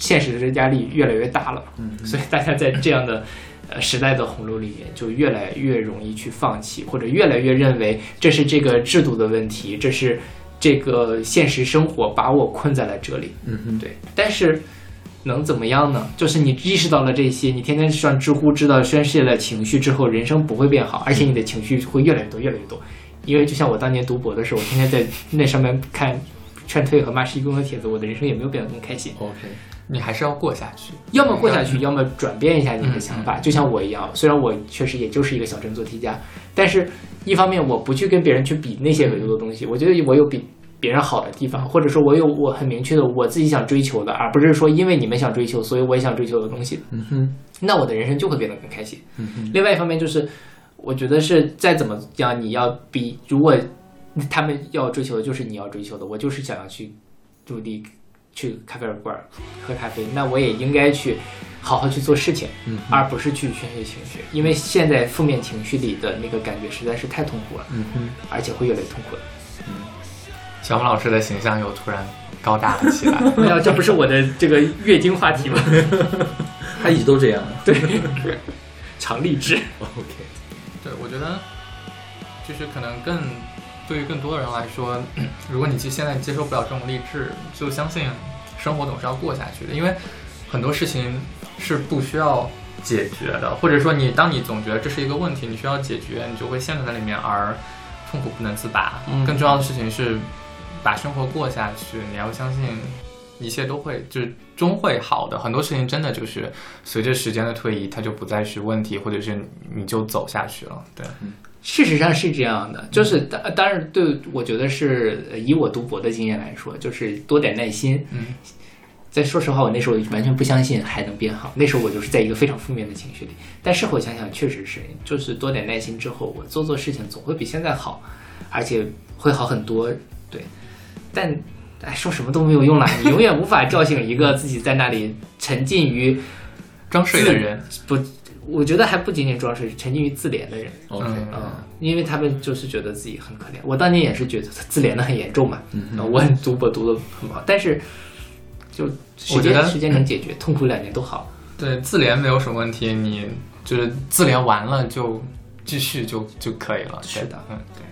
现实的压力越来越大了， 嗯， 所以大家在这样的呃时代的洪流里面，就越来越容易去放弃，或者越来越认为这是这个制度的问题，这是这个现实生活把我困在了这里。 嗯哼， 对，但是能怎么样呢？就是你意识到了这些，你天天上知乎知道宣泄了情绪之后，人生不会变好，而且你的情绪会越来越多，越来越多。因为就像我当年读博的时候，我天天在那上面看劝退和骂世纪公的帖子，我的人生也没有变得更开心。 OK， 你还是要过下去， 要么过下去，要么转变一下你的想法。就像我一样，虽然我确实也就是一个小镇做题家，但是一方面我不去跟别人去比那些维度的东西，我觉得我有比别人好的地方，或者说我有我很明确的我自己想追求的，而不是说因为你们想追求，所以我也想追求的东西。 嗯哼， 那我的人生就会变得更开心。 嗯哼， 另外一方面就是，我觉得是再怎么样，你要比如果他们要追求的就是你要追求的，我就是想要去驻地去咖啡馆喝咖啡，那我也应该去好好去做事情， 嗯， 而不是去宣泄情绪，因为现在负面情绪里的那个感觉实在是太痛苦了， 嗯哼， 而且会越来越痛苦的。 小马老师的形象又突然高大了起来。 没有，这不是我的这个月经话题吗？ 他一直都这样。 对，常励志。 OK， 对，我觉得就是可能更对于更多的人来说，如果你现在接受不了这种励志，就相信生活总是要过下去的，因为很多事情是不需要解决的，或者说你当你总觉得这是一个问题，你需要解决，你就会陷在里面而痛苦不能自拔。 嗯， 更重要的事情是把生活过下去，你要相信一切都会就是终会好的。很多事情真的就是随着时间的推移，它就不再是问题，或者是你就走下去了。对， 事实上是这样的，就是当当然对，我觉得是以我读博的经验来说，就是多点耐心。 嗯， 在说实话，我那时候完全不相信还能变好，那时候我就是在一个非常负面的情绪里。但事后想想，确实是，就是多点耐心之后，我做做事情总会比现在好，而且会好很多。对，但哎，说什么都没有用了，你永远无法叫醒一个自己在那里沉浸于装睡的人。 不，我觉得还不仅仅装睡，沉浸于自怜的人。 OK， 嗯，因为他们就是觉得自己很可怜。我当年也是觉得自怜的很严重嘛， 嗯我很读博读的很好，但是就时我觉得间时间能解决，痛苦两年都好。 对，自怜没有什么问题，你就是自怜完了就继续就就可以了。 是的， 嗯， 对。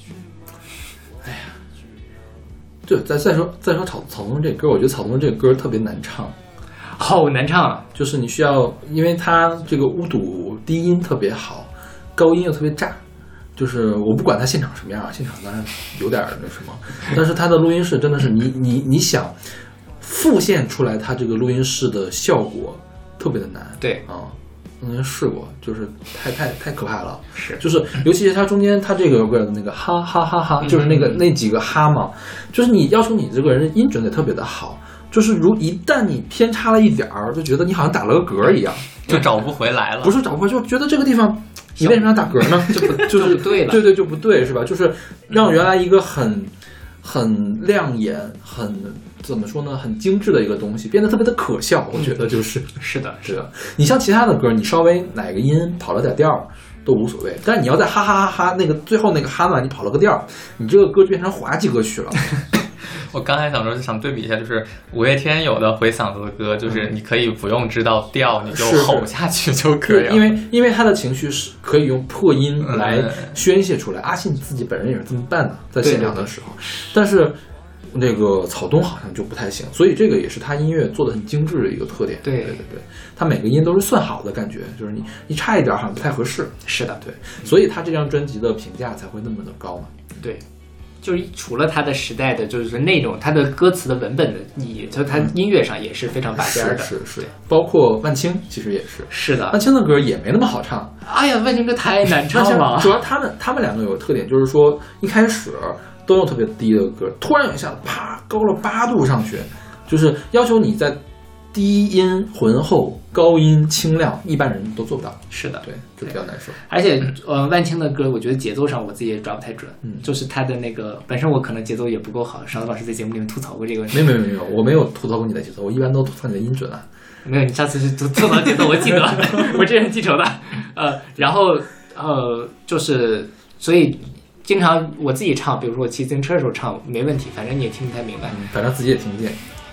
对，再再说再说草草东这歌，我觉得草东这歌特别难唱， 好难唱啊！ 就是你需要，因为它这个乌堵低音特别好，高音又特别炸。就是我不管他现场什么样，现场当然有点那什么，但是他的录音室真的是你你你想复现出来他这个录音室的效果特别的难。 对啊，嗯，试过，就是太太太可怕了。 是， 就是尤其是它中间它这个有个那个哈哈哈哈，就是那个嗯那几个哈嘛，就是你要求你这个人音准得特别的好，就是如一旦你偏差了一点儿，就觉得你好像打了个嗝一样， 就找不回来了。 不是找不回，就觉得这个地方你为什么要打嗝呢？就不就是就不对了对对就不对是吧？就是让原来一个很很亮眼、很怎么说呢，很精致的一个东西变得特别的可笑。我觉得就是是的， 是的。你像其他的歌，你稍微哪个音跑了点调儿都无所谓，但是你要在哈哈哈哈那个最后那个哈嘛，你跑了个调儿，你这个歌就变成滑稽歌曲了。 我刚才想说，就想对比一下，就是五月天有的回嗓子的歌，就是你可以不用知道调，你就是吼下去就可以了。 因为因为他的情绪是可以用破音来嗯宣泄出来。阿信自己本人也是这么办的，在现场的时候，但是那个草东好像就不太行，所以这个也是他音乐做的很精致的一个特点。 对对对对，他每个音都是算好的感觉，就是你你差一点好像不太合适。 是的， 对，所以他这张专辑的评价才会那么的高嘛。 对。就是除了他的时代的，就是那种他的歌词的文本的意义，就他音乐上也是非常拔尖的。 是是是，包括万青其实也是。 是的， 万青的歌也没那么好唱。 哎呀，万青歌太难唱了。 主要他们他们两个有个特点，就是说一开始都用特别低的歌，突然有一下啪高了八度上去，就是要求你在低音浑厚、高音清亮，一般人都做不到。 是的， 对，就比较难受。 而且，呃，万青的歌，我觉得节奏上我自己也抓不太准。 嗯， 就是他的那个本身我可能节奏也不够好。勺子老师在节目里面吐槽过这个问题。 没有没有没有，我没有吐槽过你的节奏，我一般都吐槽你的音准啊。 没有，你上次是吐吐槽节奏，我记得，我这人记仇的。呃，然后呃，就是所以经常我自己唱，比如说我骑自行车的时候唱没问题，反正你也听不太明白。 嗯，反正自己也听不见。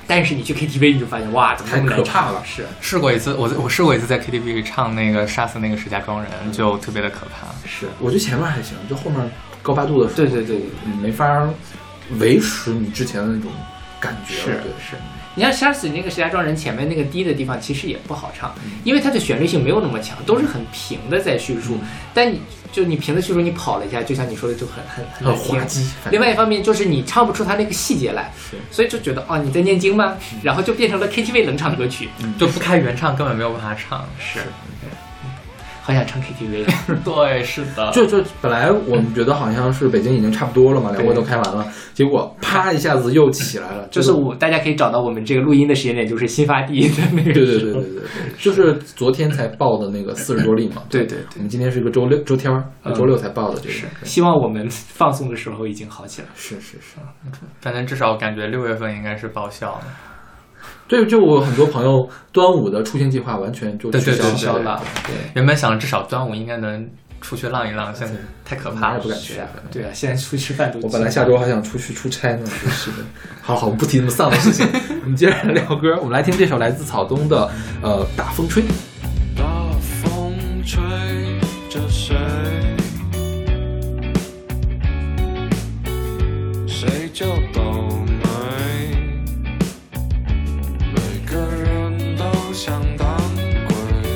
但是你去 K T V 你就发现哇，怎么那么难唱了？是试过一次，我我试过一次在 K T V 里唱那个杀死那个石家庄人，就特别的可怕。 是，我觉得前面还行，就后面高八度的时候， 对对对， 你没法维持你之前的那种感觉了。 是对是。你像杀死那个石家庄人前面那个低的地方其实也不好唱，因为它的旋律性没有那么强，都是很平的在叙述。但你就你平的叙述，你跑了一下，就像你说的，就很很很滑稽。 另外一方面就是你唱不出它那个细节来，所以就觉得哦你在念经吗？然后就变成了 K T V 冷场歌曲， 就不开原唱根本没有办法唱。 是。好想唱 K T V 对，是的。 就就本来我们觉得好像是北京已经差不多了嘛，两会都开完了，结果啪一下子又起来了。 就是我大家可以找到我们这个录音的时间点，就是新发地的那个。 对对对对对对，就是昨天才报的那个四十多例嘛。 对对对， 我们今天是一个周六周天儿，周六才报的这个。 是，希望我们放送的时候已经好起来。 是是是， 反正至少感觉六月份应该是报销的。 对，就我很多朋友端午的出行计划完全就取消了。 对，原本想至少端午应该能出去浪一浪，现在太可怕了， 不敢去。 对啊，现在出去吃饭都…… 我本来下周还想出去出差呢，真是的。好好，我们不提那么丧的事情，我们接着聊歌。我们来听这首来自草东的呃《大风吹》。 大风吹着谁？谁就倒霉。每个人都想当鬼，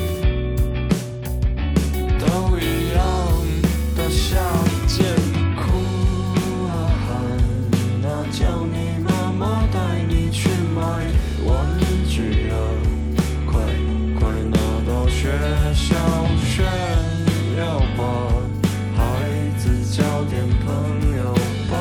都一样的下贱，哭啊喊啊，叫你妈妈带你去买玩具啊，快快拿到学校炫耀吧，孩子交点朋友吧。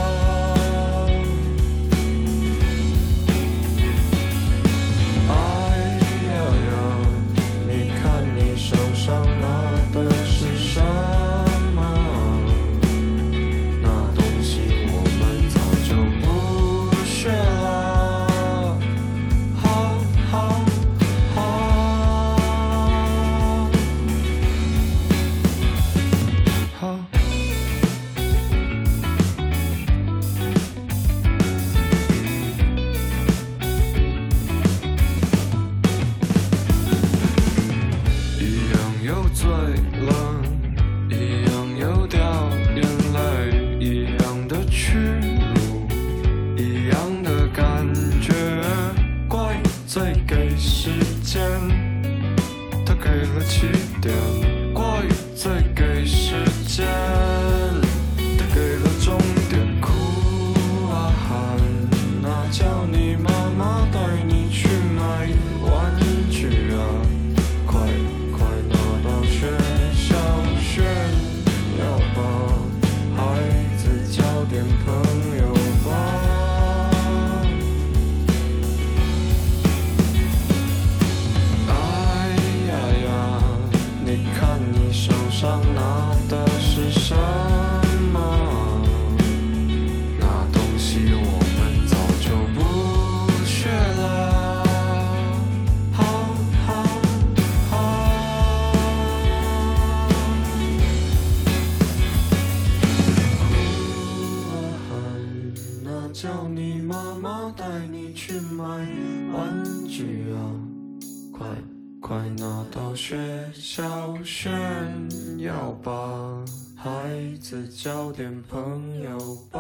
交点朋友吧。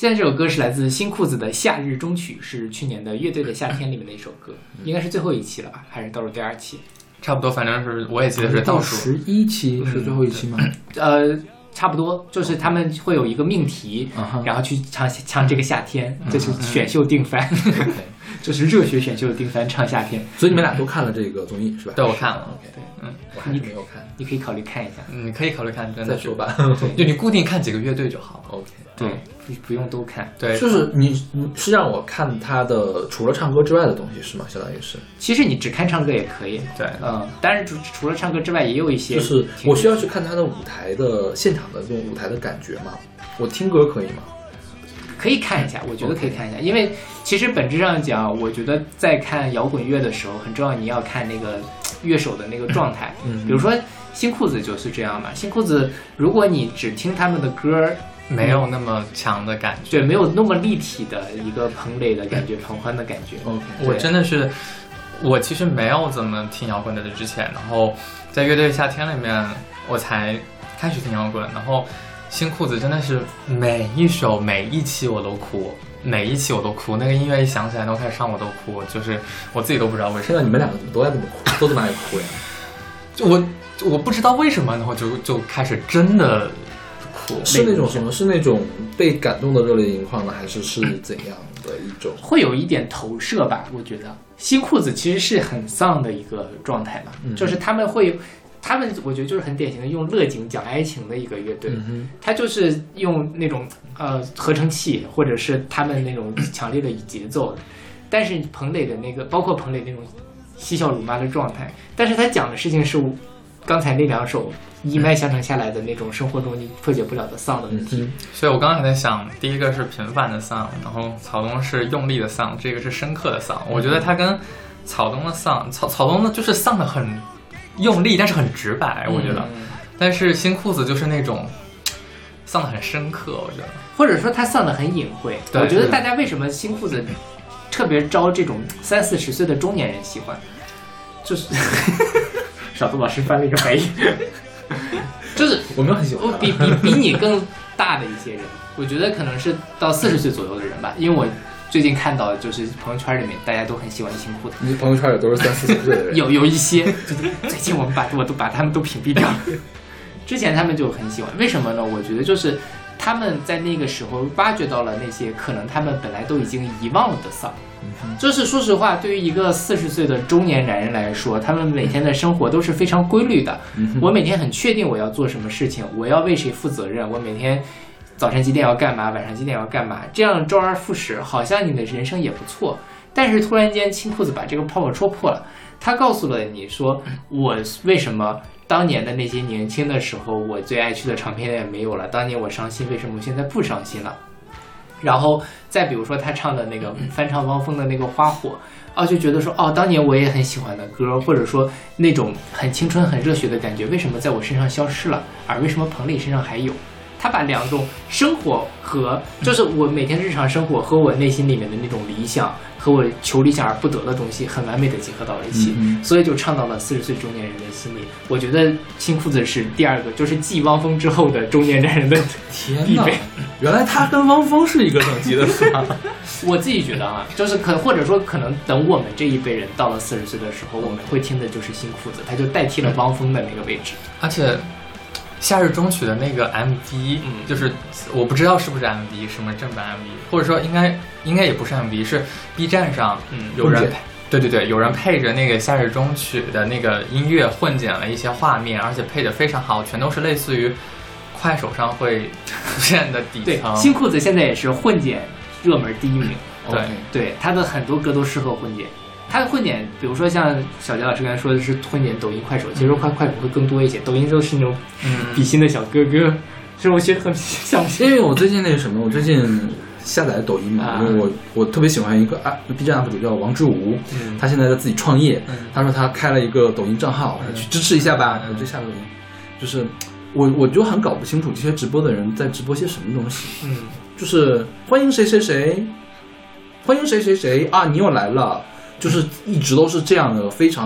现在这首歌是来自新裤子的《夏日中曲》，是去年的乐队的夏天里面的一首歌，应该是最后一期了吧，还是倒数第二期？ 差不多，反正是我也记得是倒数十一期是最后一期吗？ 呃，差不多，就是他们会有一个命题， 嗯、 然后去唱唱这个夏天，这是选秀定番，嗯、就是热血选秀定番唱夏天。 所以你们俩都看了这个综艺是吧？ 对，我看了。 OK， 对， 嗯，我还是没有看。 你可以考虑看一下， 嗯，可以考虑看，真的再说吧。 就你固定看几个乐队就好。 OK， 对，不不用都看。 对， 就是你你是让我看他的除了唱歌之外的东西是吗？相当于是。 其实你只看唱歌也可以。 对， 嗯，当然除除了唱歌之外，也有一些。 就是我需要去看他的舞台的现场的这种舞台的感觉吗？我听歌可以吗？ 可以看一下，我觉得可以看一下，因为其实本质上讲，我觉得在看摇滚乐的时候，很重要，你要看那个乐手的那个状态。 嗯， 比如说新裤子就是这样嘛，新裤子，如果你只听他们的歌， 没有那么强的感觉， 对，没有那么立体的一个彭磊的感觉，彭欢的感觉。 OK， 我真的是，我其实没有怎么听摇滚的之前，然后在乐队夏天里面，我才开始听摇滚，然后。新裤子真的是每一首每一期我都哭，每一期我都哭，那个音乐一响起来，都开始唱我都哭，就是我自己都不知道为什么。 现在你们两个怎么都在这么哭，都这么爱哭呀？ 就我我不知道为什么，然后就就开始真的哭。 是那种什么？是那种被感动的热泪盈眶呢，还是是怎样的一种？ 会有一点投射吧，我觉得新裤子其实是很丧的一个状态嘛，嗯、就是他们会。他们我觉得就是很典型的用乐景讲哀情的一个乐队， 嗯、 他就是用那种呃合成器或者是他们那种强烈的节奏，但是彭磊的那个包括彭磊那种嬉笑辱骂的状态，但是他讲的事情是刚才那两首一脉相承下来的那种生活中你破解不了的丧的问题。 嗯、 所以我刚刚还在想，第一个是平凡的丧，然后草东是用力的丧，这个是深刻的丧。我觉得他跟草东的丧，草草东的就是丧的很。用力，但是很直白，我觉得。嗯、但是新裤子就是那种丧得很深刻，我觉得。 或者说他丧得很隐晦。我觉得大家为什么新裤子特别招这种三四十岁的中年人喜欢，就是少东老师翻了一个白眼，就是我没有很喜欢， 比比比你更大的一些人，我觉得可能是到四十岁左右的人吧，因为我。最近看到就是朋友圈里面大家都很喜欢新裤子， 你朋友圈里都是三四十岁的人， 有有一些，就是最近我们把我都把他们都屏蔽掉了。之前他们就很喜欢，为什么呢？我觉得就是他们在那个时候挖掘到了那些可能他们本来都已经遗忘了的丧。 嗯、 就是说实话，对于一个四十岁的中年男人来说，他们每天的生活都是非常规律的。 嗯、 我每天很确定我要做什么事情，我要为谁负责任，我每天。早晨几点要干嘛，晚上几点要干嘛，这样周而复始，好像你的人生也不错。但是突然间新裤子把这个泡泡戳破了，他告诉了你说，我为什么当年的那些年轻的时候我最爱去的唱片店没有了，当年我伤心，为什么我现在不伤心了。然后再比如说他唱的那个翻唱汪峰的那个花火，哦，就觉得说哦，当年我也很喜欢的歌，或者说那种很青春很热血的感觉，为什么在我身上消失了，而为什么彭磊身上还有。他把两种生活和就是我每天日常生活和我内心里面的那种理想和我求理想而不得的东西很完美的结合到了一起， 嗯、 所以就唱到了四十岁中年人的心里。我觉得新裤子是第二个，就是继汪峰之后的中年男人的天哪，原来他跟汪峰是一个等级的是吧？ 我自己觉得啊，就是可或者说可能等我们这一辈人到了四十岁的时候，我们会听的就是新裤子，他就代替了汪峰的那个位置， 而且。夏日中曲的那个 M V，、嗯、就是我不知道是不是 M V， 什么正版 M V， 或者说应该应该也不是 M V， 是 B 站上有人、嗯、对对对，有人配着那个夏日中曲的那个音乐混剪了一些画面，而且配得非常好，全都是类似于快手上会出现的底层。 对，新裤子现在也是混剪热门第一名， 嗯、对、 okay. 对，他的很多歌都适合混剪。他的混剪，比如说像小杰老师刚才说的是混剪抖音、快手，其实快快手会更多一些。抖音都是那种比心的小哥哥，是我觉得很像。 因为我最近那个什么，我最近下载抖音嘛， 啊、 因为我我特别喜欢一个啊 B 站 U P 主叫王志武， 嗯、 他现在在自己创业， 嗯、 他说他开了一个抖音账号， 嗯、 去支持一下吧。我就下抖音，就是我我就很搞不清楚这些直播的人在直播些什么东西。 嗯， 就是欢迎谁谁谁，欢迎谁谁谁啊，你又来了。就是一直都是这样的非常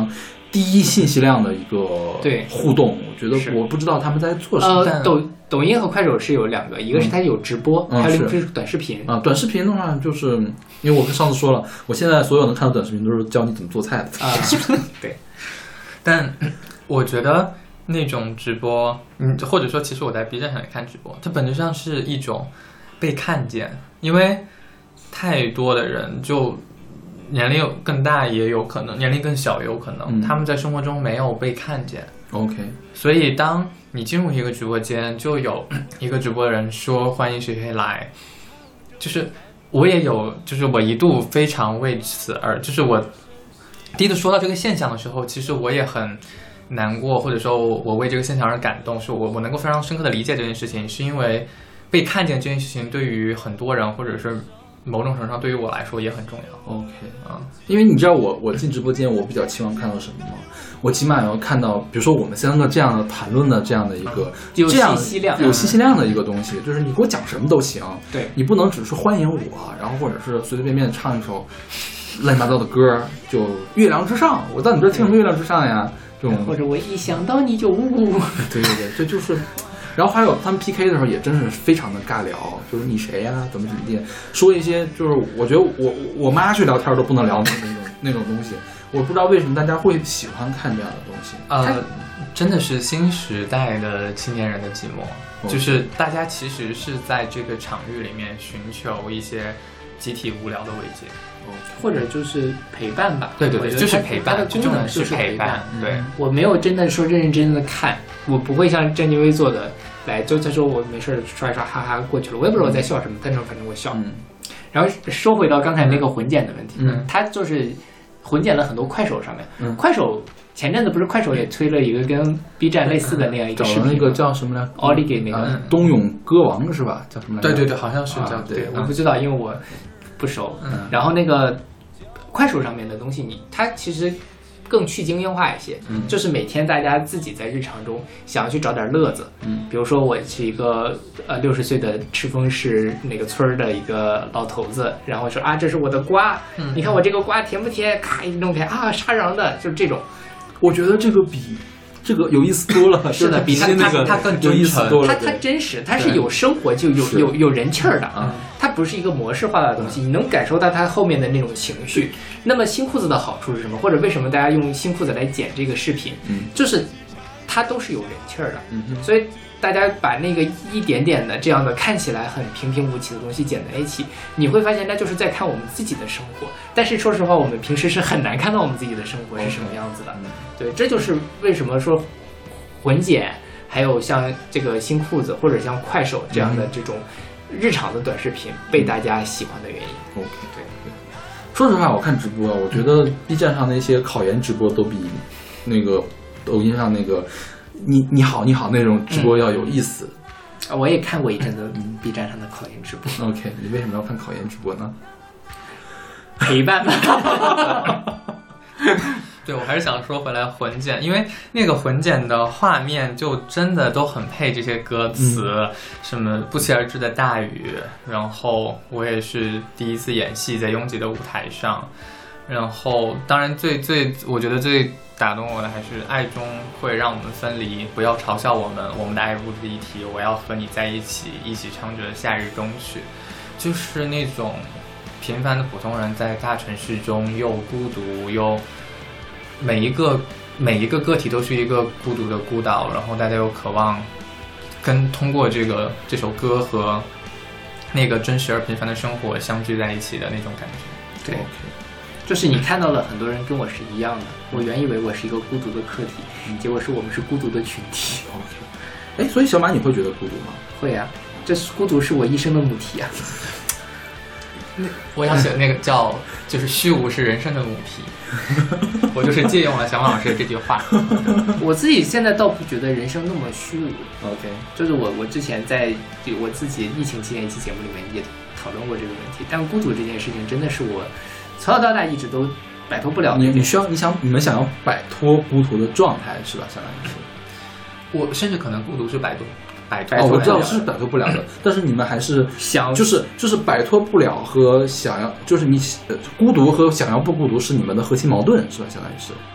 低信息量的一个对互动，我觉得是我不知道他们在做什么。 呃，抖抖音和快手是有两个，一个是它有直播， 嗯还有一个是是短视频。 啊，短视频的话，就是因为我上次说了，我现在所有能看到短视频都是教你怎么做菜的。 啊，对， 但我觉得那种直播，嗯，或者说其实我在 B 站上也看直播，它本质上是一种被看见，因为太多的人就年龄更大也有可能，年龄更小也有可能， 嗯他们在生活中没有被看见。 OK， 所以当你进入一个直播间，就有一个直播的人说欢迎谁谁来，就是我也有，就是我一度非常为此而，就是我第一次说到这个现象的时候，其实我也很难过，或者说我为这个现象而感动，是我我能够非常深刻的理解这件事情，是因为被看见这件事情对于很多人，或者是某种程度上对于我来说也很重要。 OK 啊， 因为你知道我我进直播间，我比较期望看到什么吗？我起码要看到，比如说我们三个这样的谈论的这样的一个有这样信息量有信息量的一个东西，就是你给我讲什么都行， 对你不能只是欢迎我，然后或者是随随便便唱一首乱七八糟的歌，就月亮之上，我到你这儿听什么月亮之上呀？这种或者我一想到你就呜呜。 对对对，这就是。然后还有他们 P K 的时候也真是非常的尬聊，就是你谁呀、啊，怎么怎么地，说一些就是我觉得我我妈去聊天都不能聊的那种那种东西，我不知道为什么大家会喜欢看这样的东西。 呃，真的是新时代的青年人的寂寞， 哦就是大家其实是在这个场域里面寻求一些集体无聊的慰藉， 或者就是陪伴吧。 对对对，就是我觉得它陪伴， 它的功能就是陪伴。对， 我没有真的说认认真真的看，我不会像郑敬威做的来，就他说我没事刷一刷，哈哈过去了，我也不知道我在笑什么，但是反正我笑。 嗯， 然后说回到刚才那个混剪的问题， 嗯， 他就是混剪了很多快手上面， 嗯， 快手前阵子不是快手也推了一个跟 B 站类似的那样一个视频， 找了那个叫什么来， 奥利给那个、 嗯、冬泳歌王是吧？叫什么来着？ 对对对，好像是叫、 啊、对， 我不知道，因为我不熟。 嗯， 然后那个快手上面的东西你，你它其实更去精英化一些， 嗯， 就是每天大家自己在日常中想要去找点乐子， 嗯， 比如说我是一个呃六十岁的赤峰市那个村的一个老头子，然后说啊这是我的瓜， 嗯， 你看我这个瓜甜不甜？咔一弄开啊沙瓤的，就是这种。 我觉得这个比这个有意思多了， 是的，比他那个他更有意思多了， 它它真实，它是有生活就有有有人气儿的啊，它不是一个模式化的东西，你能感受到它后面的那种情绪。那么新裤子的好处是什么？或者为什么大家用新裤子来剪这个视频？ 嗯， 就是它都是有人气儿的， 嗯， 所以大家把那个一点点的这样的看起来很平平无奇的东西剪在一起，你会发现那就是在看我们自己的生活。但是说实话，我们平时是很难看到我们自己的生活是什么样子的。对，这就是为什么说混剪，还有像这个新裤子或者像快手这样的这种日常的短视频被大家喜欢的原因。 OK， 对对。说实话，我看直播，我觉得 B 站上那些考研直播都比那个抖音上那个你你好你好那种直播要有意思。 嗯，我也看过一阵子 B 站上的考研直播。 OK， 你为什么要看考研直播呢？ 陪伴吧。 对，我还是想说回来混剪，因为那个混剪的画面就真的都很配这些歌词，嗯，什么不期而至的大雨，然后我也是第一次演戏在拥挤的舞台上，然后当然最最我觉得最打动我的还是爱中会让我们分离，不要嘲笑我们，我们的爱不值一提，我要和你在一起，一起唱着夏日冬曲，就是那种平凡的普通人在大城市中又孤独又每一个每一个个体都是一个孤独的孤岛，然后大家又渴望跟通过这个这首歌和那个真实而平凡的生活相聚在一起的那种感觉。 对， okay. 就是你看到了很多人跟我是一样的，我原以为我是一个孤独的客体，嗯，结果是我们是孤独的群体。 OK， 哎，所以小马你会觉得孤独吗？ 会啊，这是孤独是我一生的母题啊。 我想写的那个叫就是虚无是人生的母题，我就是借用了小马老师的这句话。 我自己现在倒不觉得人生那么虚无。 OK， 就是我我之前在我自己疫情期间一期节目里面也讨论过这个问题，但孤独这件事情真的是我从小到大一直都摆脱不了的。 你你需要你想你们想要摆脱孤独的状态是吧？相当于是， 我甚至可能孤独是摆脱。摆脱哦，我知道是摆脱不了的，但是你们还是想， 就是就是摆脱不了和想要，就是你、呃、孤独和想要不孤独是你们的核心矛盾，是吧？相当于是。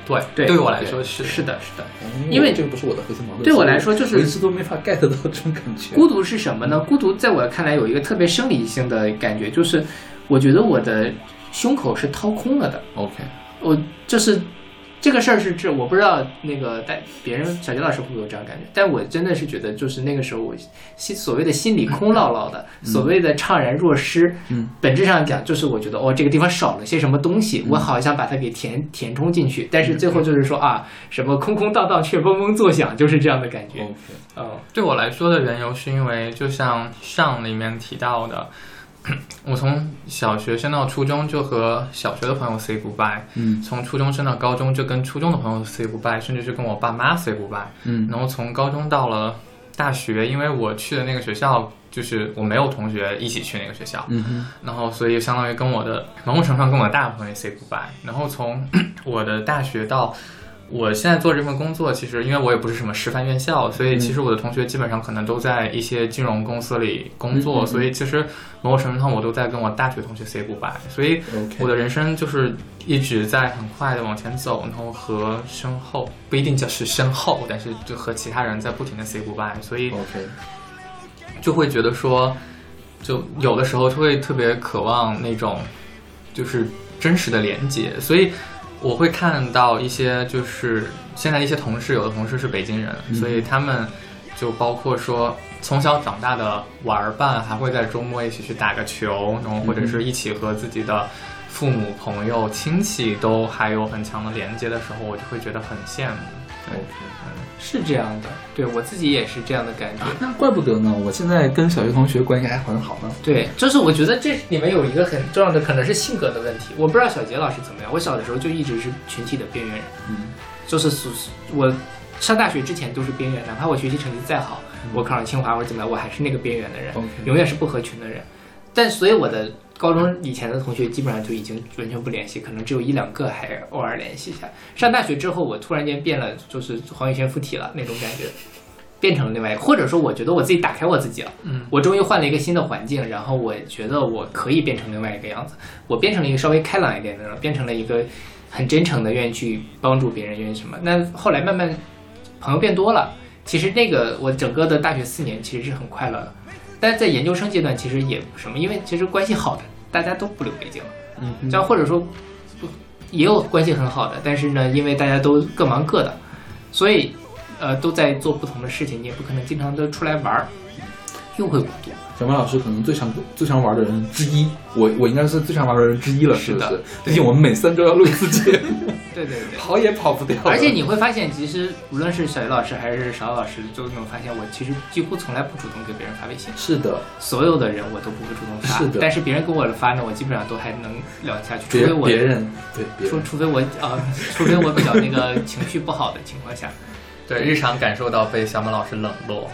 对， 对对我来说是是的，是的。 嗯因为这个不是我的核心矛盾， 对我来说就是我一直都没法 get 到这种感觉。 孤独是什么呢？孤独在我看来有一个特别生理性的感觉，就是我觉得我的胸口是掏空了的。 OK， 我就是这个事儿是这，我不知道那个但别人小杰老师会不会有这样感觉，但我真的是觉得就是那个时候我心所谓的心里空落落的， 嗯、 所谓的怅然若失， 嗯， 本质上讲就是我觉得哦这个地方少了些什么东西，嗯、我好想把它给填填充进去，但是最后就是说啊什么空空荡荡却嗡嗡作响，就是这样的感觉。 OK， 嗯， 对我来说的缘由是因为就像上里面提到的。我从小学升到初中就和小学的朋友 say goodbye， 嗯， 从初中升到高中就跟初中的朋友 say goodbye， 甚至是跟我爸妈 say goodbye， 嗯， 然后从高中到了大学，因为我去的那个学校就是我没有同学一起去那个学校， 嗯哼， 然后所以相当于跟我的某种程度上跟我的大朋友 say goodbye， 然后从我的大学到我现在做这份工作，其实因为我也不是什么师范院校，所以其实我的同学基本上可能都在一些金融公司里工作， 嗯嗯嗯所以其实某种程度上我都在跟我大学同学 say goodbye， 所以我的人生就是一直在很快的往前走，然后和身后不一定就是身后，但是就和其他人在不停的 say goodbye， 所以 OK 就会觉得说，就有的时候就会特别渴望那种就是真实的连接，所以我会看到一些就是现在一些同事，有的同事是北京人， 嗯、 所以他们就包括说从小长大的玩伴，还会在周末一起去打个球，然后或者是一起和自己的父母、朋友、亲戚都还有很强的连接的时候，我就会觉得很羡慕。 OK， 嗯，是这样的，对我自己也是这样的感觉。 啊、那怪不得呢，我现在跟小学同学关系还很好呢。 对，就是我觉得这里面有一个很重要的，可能是性格的问题。我不知道小杰老师怎么样，我小的时候就一直是群体的边缘人， 嗯， 就是我上大学之前都是边缘，哪怕我学习成绩再好，嗯、我考上清华或者怎么样，我还是那个边缘的人， okay. 永远是不合群的人。但所以我的高中以前的同学基本上就已经完全不联系，可能只有一两个还偶尔联系一下。上大学之后，我突然间变了，就是黄宇轩附体了那种感觉，变成了另外一个，或者说我觉得我自己打开我自己了， 嗯， 我终于换了一个新的环境，然后我觉得我可以变成另外一个样子，我变成了一个稍微开朗一点的人，变成了一个很真诚的愿意去帮助别人，愿意什么。那后来慢慢朋友变多了，其实那个我整个的大学四年其实是很快乐的。但是在研究生阶段其实也不什么，因为其实关系好的大家都不留北京了， 嗯， 这样或者说也有关系很好的，但是呢，因为大家都各忙各的，所以呃都在做不同的事情，你也不可能经常都出来玩，又会孤独。 小马老师可能最常最常玩的人之一，我我应该是最常玩的人之一了，是不是？毕竟我们每三周要录一次节目， 对对对， 跑也跑不掉。 而且你会发现，其实无论是小叶老师还是邵老师，都能发现我其实几乎从来不主动给别人发微信。 是的， 所有的人我都不会主动发， 是的。 但是别人给我发呢，我基本上都还能聊下去，除非我别人对别人， 除除非我啊、呃，除非我比较那个情绪不好的情况下， 对，日常感受到被小马老师冷落。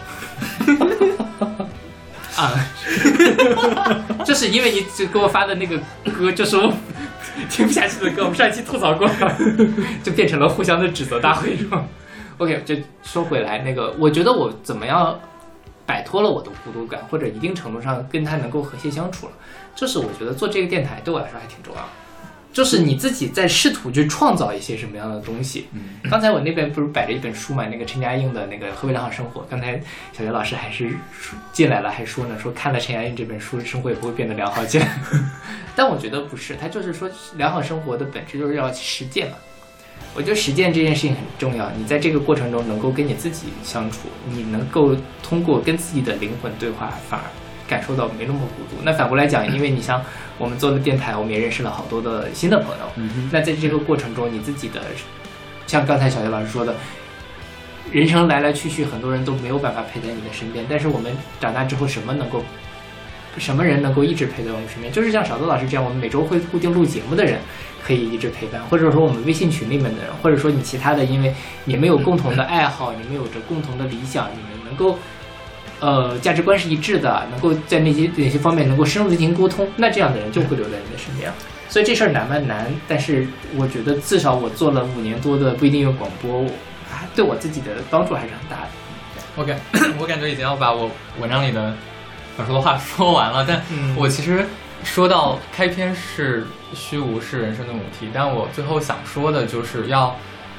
啊，就是因为你只给我发的那个歌，就是我听不下去的歌，我们上一期吐槽过了，就变成了互相的指责大会，是吧 ？OK， 就说回来，那个，我觉得我怎么样摆脱了我的孤独感，或者一定程度上跟他能够和谐相处了，就是我觉得做这个电台对我来说还挺重要的。就是你自己在试图去创造一些什么样的东西。嗯，刚才我那边不是摆着一本书嘛，那个陈嘉映的那个《何为良好生活》。刚才小学老师还是进来了，还说呢，说看了陈嘉映这本书，生活也不会变得良好起来。但我觉得不是，他就是说，良好生活的本质就是要实践嘛。我觉得实践这件事情很重要，你在这个过程中能够跟你自己相处，你能够通过跟自己的灵魂对话，反而感受到没那么孤独。那反过来讲，因为你像我们做的电台，我们也认识了好多的新的朋友。嗯、那在这个过程中，你自己的，像刚才小学老师说的，人生来来去去，很多人都没有办法陪在你的身边。但是我们长大之后，什么能够，什么人能够一直陪在我们身边？就是像少多老师这样，我们每周会固定录节目的人，可以一直陪伴，或者说我们微信群里面的人，或者说你其他的，因为你们有共同的爱好，你们有着共同的理想，你们能够。呃，价值观是一致的，能够在那些哪些方面能够深入的进行沟通，那这样的人就会留在你的身边。所以这事儿难吗？难，但是我觉得至少我做了五年多的不一定用广播，我对我自己的帮助还是很大的。 我感我感觉已经要把我文章里的想说的话说完了，但我其实说到开篇是虚无是人生的母题，但我最后想说的就是要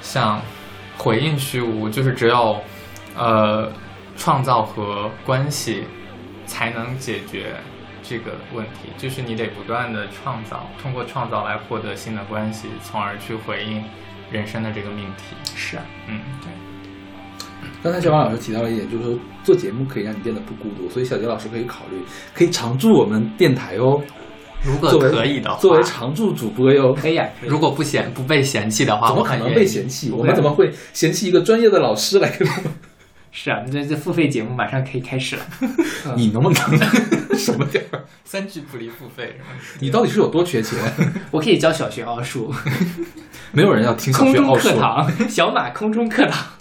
像回应虚无，就是只有呃创造和关系才能解决这个问题，就是你得不断的创造，通过创造来获得新的关系，从而去回应人生的这个命题。 是啊， 嗯， 对。 刚才小王老师提到了一点，就是说做节目可以让你变得不孤独，所以小杰老师可以考虑，可以常驻我们电台哦。 如果可以的话， 作为常驻主播哟， 可以啊。可以如果不嫌不被嫌弃的话， 怎么可能被嫌弃？我们怎么会嫌弃一个专业的老师来跟我们？ 是啊，这这付费节目马上可以开始了。 你能不能什么点儿？ 三句不离付费是吗？ 你到底是有多缺钱？ 我可以教小学奥数， 没有人要听小空中学奥数。 课堂，小马空中课堂。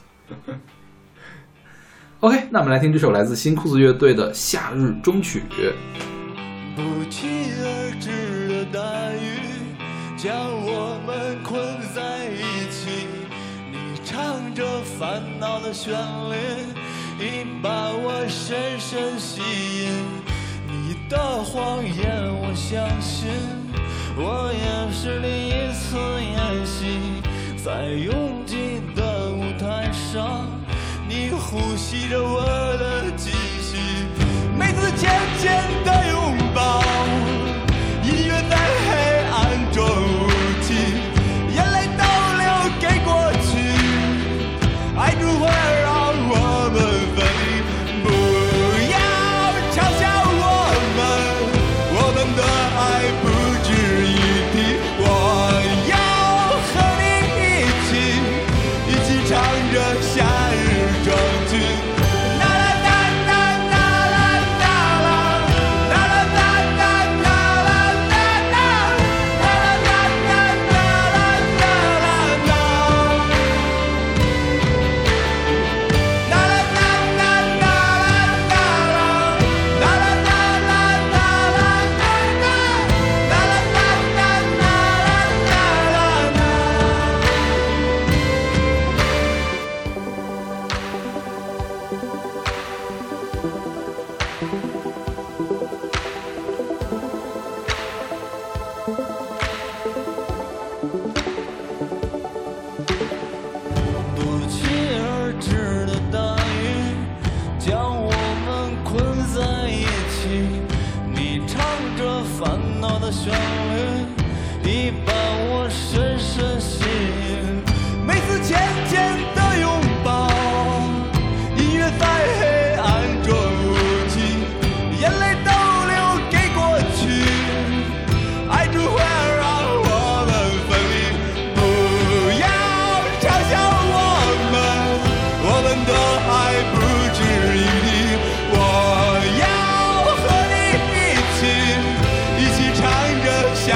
OK， 那我们来听这首来自新裤子乐队的《夏日中曲》。 不期而至的大雨将我们困在一起，你唱着烦恼的旋律，已把我深深吸引。你的谎言我相信，我也是第一次演戏，在拥挤的舞台上，你呼吸着我的气息，每次渐渐的拥抱，音乐在黑暗中无情，眼泪都流给过去，爱只会让我们分离。不要嘲笑我们，我们的爱不值一提。我要和你一起，一起唱着夏日中曲。旋律已把我深深吸引，每次渐渐的拥抱，音乐在黑暗中无情，眼泪都流给过去，爱只会让我们分离。不要嘲笑我们，我们的爱不值一提。我要和你一起，一起唱着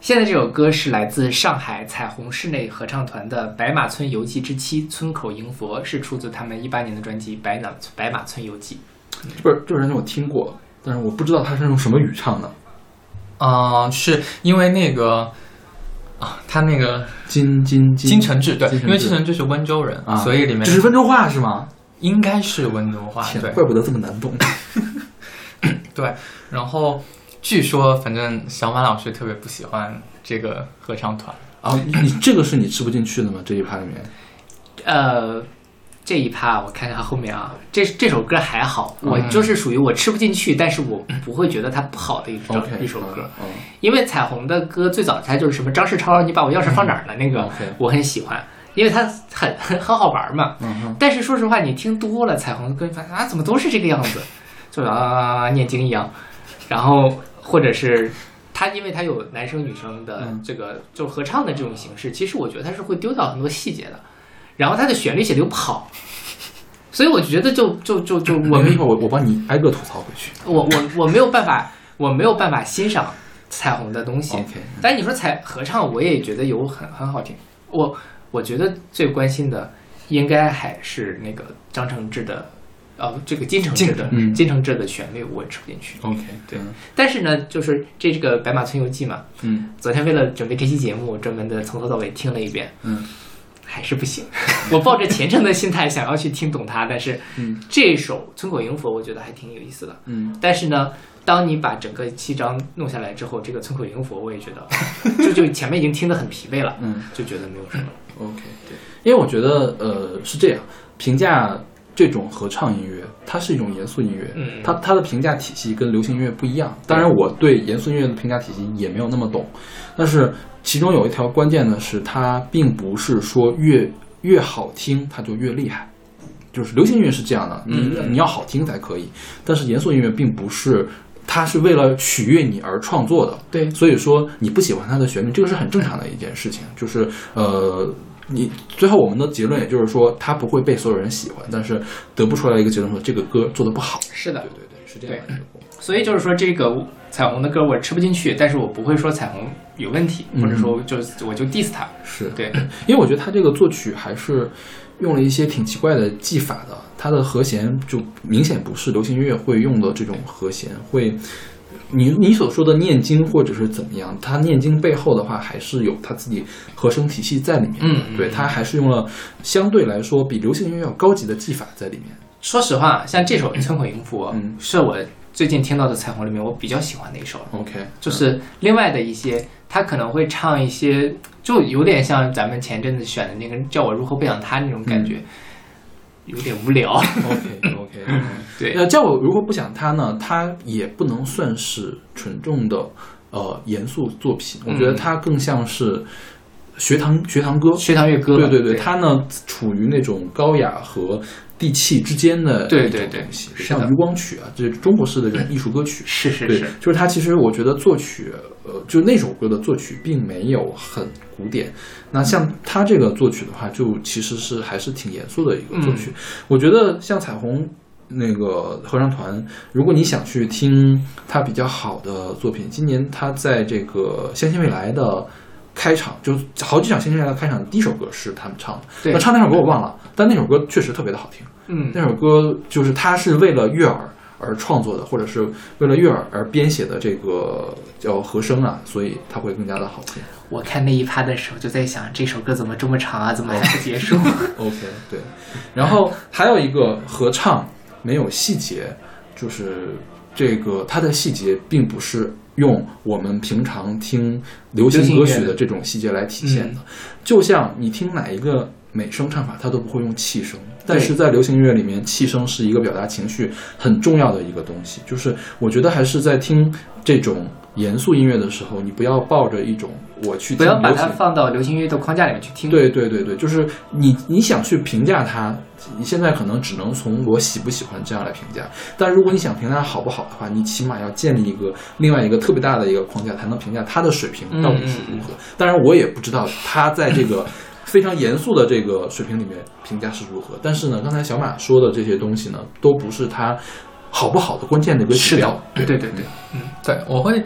现在这首歌是来自上海彩虹室内合唱团的《白马村游记之七村口迎佛》，是出自他们一八年的专辑《白马白马村游记》。 不是，这首歌我听过，但是我不知道他是用什么语唱的。 啊、呃，是因为那个啊，他那个金金金承志，对， 金承志因为金承志是温州人， 啊、 所以里面这是温州话是吗？ 应该是温州话，对， 怪不得这么难懂。 对，然后据说反正小马老师特别不喜欢这个合唱团啊，你你这个是你吃不进去的吗？这一趴里面， 呃，这一趴我看看后面啊，这这首歌还好，我就是属于我吃不进去，但是我不会觉得它不好的一首、 okay, 一首歌、 嗯， 因为彩虹的歌最早它就是什么张世超，你把我钥匙放哪儿了、嗯、那个， okay. 我很喜欢。因为它很很很好玩嘛， 嗯、 但是说实话，你听多了彩虹的歌，你发现啊，怎么都是这个样子，就啊念经一样，然后或者是它，因为它有男生女生的这个、嗯、就合唱的这种形式，其实我觉得它是会丢掉很多细节的，然后它的旋律写的又不好，所以我觉得就就就就我一会儿我我帮你挨个吐槽回去， 我我我没有办法，我没有办法欣赏彩虹的东西。 Okay, 但是你说彩合唱，我也觉得有很很好听，我。我觉得最关心的应该还是那个张承志的，呃，这个金承志的、嗯、金承志的旋律，我也吃不进去。 OK， 对。但是呢，就是这这个《白马村游记》嘛， 嗯， 昨天为了准备这期节目，专门的从头到尾听了一遍， 嗯， 还是不行。我抱着虔诚的心态想要去听懂它，但是， 嗯， 这首《村口迎佛》我觉得还挺有意思的， 嗯， 但是呢。当你把整个七章弄下来之后，这个村口迎佛我也觉得，就就前面已经听得很疲惫了， 嗯， 就觉得没有什么。 OK， 对，因为我觉得呃是这样，评价这种合唱音乐，它是一种严肃音乐， 嗯， 它它的评价体系跟流行音乐不一样。当然，我对严肃音乐的评价体系也没有那么懂，但是其中有一条关键的是，它并不是说越越好听它就越厉害。就是流行音乐是这样的，你嗯你要好听才可以，但是严肃音乐并不是。它是为了取悦你而创作的， 对， 所以说你不喜欢它的旋律，这个是很正常的一件事情。就是呃，你最后我们的结论也就是说，它不会被所有人喜欢，但是得不出来一个结论说这个歌做得不好。 是的， 对对对，是这样的一个过程。 所以就是说，这个彩虹的歌我吃不进去，但是我不会说彩虹有问题，或者说就我就 diss 它。 是对， 因为我觉得它这个作曲还是用了一些挺奇怪的技法的，它的和弦就明显不是流行音乐会用的这种和弦，会你你所说的念经或者是怎么样，它念经背后的话还是有它自己和声体系在里面的， 嗯， 对，它还是用了相对来说比流行音乐要高级的技法在里面。 说实话，像这首《村口迎佛》， 嗯， 是我最近听到的彩虹里面我比较喜欢的一首。 OK， 就是另外的一些，他可能会唱一些，就有点像咱们前阵子选的那个叫我如何不想他那种感觉，嗯，有点无聊。 OK OK， 对， 那叫我如何不想他呢？他也不能算是纯正的呃严肃作品，我觉得他更像是学堂学堂歌， 学堂乐歌。 对对对， 对， 他呢处于那种高雅和地气之间的对对对， 像余光曲啊，这是中国式的这种艺术歌曲。 是是是，就是他其实我觉得作曲，呃，就那首歌的作曲并没有很古典。那像他这个作曲的话，就其实是还是挺严肃的一个作曲。嗯，我觉得像彩虹那个合唱团，如果你想去听他比较好的作品，今年他在这个相信未来的开场，就好几场新生代的开场，第一首歌是他们唱的。那唱那首歌我忘了，但那首歌确实特别的好听。 嗯， 那首歌就是他是为了悦耳而创作的，或者是为了悦耳而编写的这个叫和声啊，所以它会更加的好听。 我看那一趴的时候就在想，这首歌怎么这么长啊？怎么还不结束 ？OK， 对。然后还有一个合唱没有细节，就是这个它的细节并不是用我们平常听流行歌曲的这种细节来体现的，嗯，就像你听哪一个美声唱法，它都不会用气声，但是在流行音乐里面，气声是一个表达情绪很重要的一个东西。就是我觉得还是在听这种严肃音乐的时候，你不要抱着一种我去听不要把它放到流行音乐的框架里面去听。 对对对对，就是你你想去评价它，你现在可能只能从我喜不喜欢这样来评价。但如果你想评价它好不好的话，你起码要建立一个另外一个特别大的一个框架，才能评价它的水平到底是如何。嗯嗯，当然，我也不知道它在这个非常严肃的这个水平里面评价是如何。但是呢，刚才小马说的这些东西呢，都不是它好不好的关键的一个指标。 对对对对， 嗯，对，我会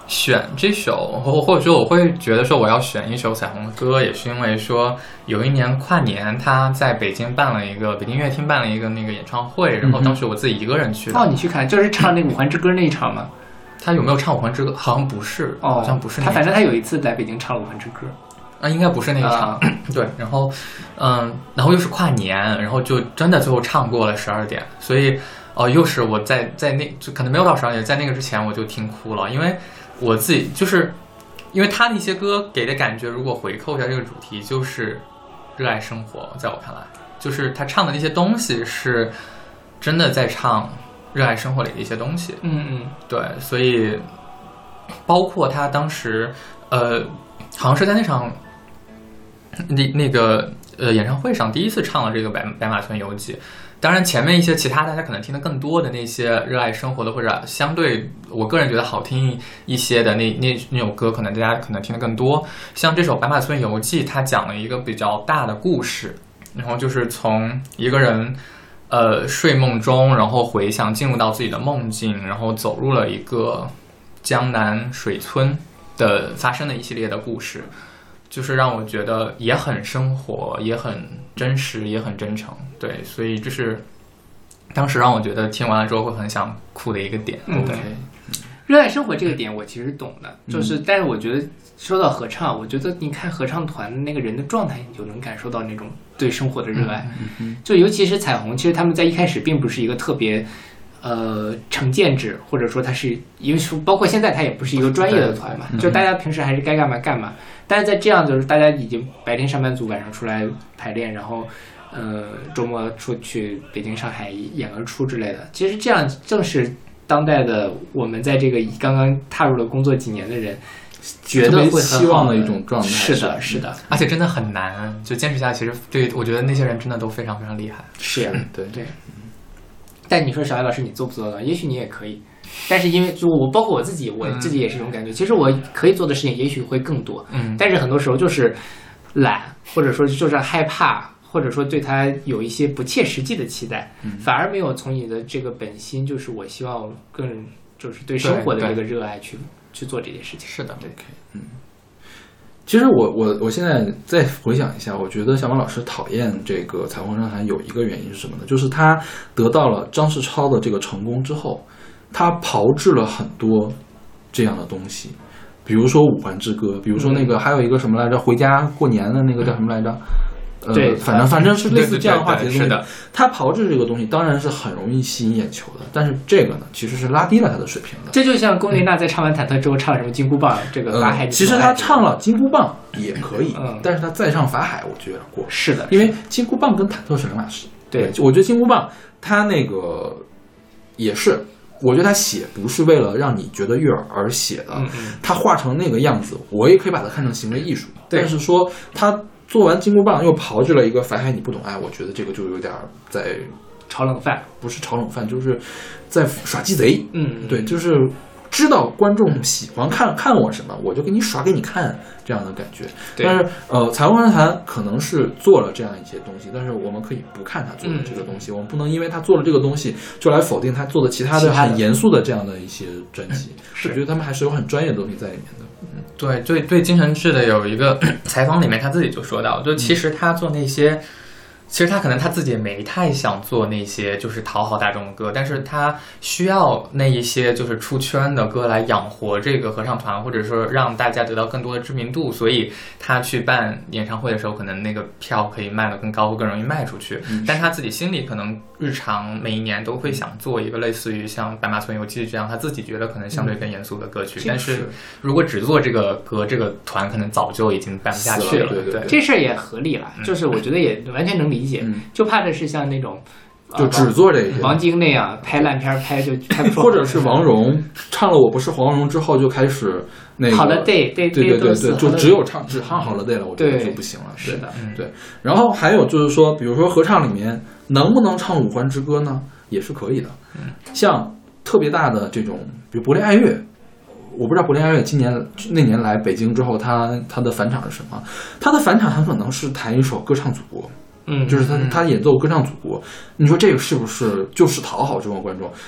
选这首，或或者说我会觉得说我要选一首彩虹的歌，也是因为说有一年跨年他在北京办了一个北京音乐厅办了一个那个演唱会，然后当时我自己一个人去的。 哦，你去看，就是唱那个五环之歌那一场吗？ 他有没有唱五环之歌？好像不是， 哦， 好像不是那一场。 他反正他有一次来北京唱了五环之歌。 啊，应该不是那一场， 啊、 对，然后，嗯，然后又是跨年，然后就真的最后唱过了十二点，所以，哦、呃，又是我在在那就可能没有到十二点，在那个之前我就听哭了，因为我自己就是因为他的一些歌给的感觉，如果回扣一下这个主题，就是热爱生活，在我看来，就是他唱的那些东西是真的在唱热爱生活里的一些东西， 嗯嗯， 对，所以包括他当时，呃，好像是在那场。那那个呃演唱会上第一次唱了这个白白马村游记，当然前面一些其他大家可能听得更多的那些热爱生活的或者相对我个人觉得好听一些的那那那首歌，可能大家可能听得更多。像这首白马村游记，它讲了一个比较大的故事，然后就是从一个人呃睡梦中，然后回想进入到自己的梦境，然后走入了一个江南水村的发生的一系列的故事。就是让我觉得也很生活，也很真实，也很真诚，对，所以这是当时让我觉得听完了之后会很想哭的一个点。 嗯， 对， 热爱生活这个点我其实懂的，就是，但是我觉得说到合唱，我觉得你看合唱团的那个人的状态，你就能感受到那种对生活的热爱。 嗯、 就尤其是彩虹，其实他们在一开始并不是一个特别。呃，成建制，或者说它是因为包括现在它也不是一个专业的团嘛，就大家平时还是该干嘛干嘛。但是在这样就是大家已经白天上班族，晚上出来排练，然后呃周末出去北京、上海演个出之类的。其实这样正是当代的我们在这个刚刚踏入了工作几年的人，觉得会很希望的一种状态。 是的，是的， 而且真的很难，就坚持下来。其实对我觉得那些人真的都非常非常厉害。 是呀、啊， 对对。但你说小艾老师你做不做到？也许你也可以，但是因为就我包括我自己，我自己也是这种感觉。嗯、其实我可以做的事情也许会更多， 嗯， 但是很多时候就是懒，或者说就是害怕，或者说对他有一些不切实际的期待， 嗯、 反而没有从你的这个本心，就是我希望更就是对生活的这个热爱去去做这件事情。 是的 ，OK， 嗯。其实我我我现在再回想一下，我觉得小马老师讨厌这个彩虹合唱团有一个原因是什么呢？就是他得到了张世超的这个成功之后，他炮制了很多这样的东西，比如说五环之歌，比如说那个、嗯、还有一个什么来着，回家过年的那个叫什么来着？呃， 对， 反正反正是类似这样的话题的东西。 是的， 他炮制这个东西当然是很容易吸引眼球的，但是这个呢，其实是拉低了他的水平的。 这就像龚琳娜在唱完忐忑之后唱什么金箍棒，这个法海、 嗯。其实他唱了金箍棒也可以， 嗯， 但是他再唱法海，我觉得过。 是的， 因为金箍棒跟忐忑是两码事。 对， 我觉得金箍棒他那个也是，我觉得他写不是为了让你觉得悦耳而写的， 嗯嗯， 他画成那个样子，我也可以把它看成行为艺术。但是说他。做完金箍棒又炮制了一个法海你不懂爱，我觉得这个就有点在炒冷饭， 不是炒冷饭，就是在耍鸡贼。 嗯， 对，就是知道观众喜欢看看我什么，我就给你耍给你看这样的感觉。但是呃，彩虹合唱团可能是做了这样一些东西，但是我们可以不看他做的这个东西，嗯、我们不能因为他做了这个东西就来否定他做的其他的很严肃的这样的一些专辑。我觉得他们还是有很专业的东西在里面的。 嗯，对对对，金城志的有一个采访里面他自己就说到，就其实他做那些。嗯，其实他可能他自己也没太想做那些就是讨好大众的歌，但是他需要那一些就是出圈的歌来养活这个合唱团，或者说让大家得到更多的知名度，所以他去办演唱会的时候，可能那个票可以卖得更高，会更容易卖出去。嗯、但他自己心里可能日常每一年都会想做一个类似于像《白马村游记》这样，他自己觉得可能相对更严肃的歌曲。嗯、但是如果只做这个歌，这个团可能早就已经办不下去了。 对对对， 这事儿也合理了，就是我觉得也完全能理解。嗯，就怕的是像那种， 就只做这些， 王晶那样拍烂片拍就拍不出， 或者是王蓉唱了《我不是黄蓉》之后就开始那个好了 day， 对对对对对，就只有唱只唱好了 day 了，我觉得就不行了。 是的， 对。然后还有就是说，比如说合唱里面能不能唱五环之歌呢？也是可以的。像特别大的这种，比如柏林爱乐。我不知道柏林爱乐今年那年来北京之后，他他的返场是什么？他的返场很可能是弹一首歌唱祖国。 嗯， 就是他他演奏歌唱祖国，你说这个是不是就是讨好这帮观众？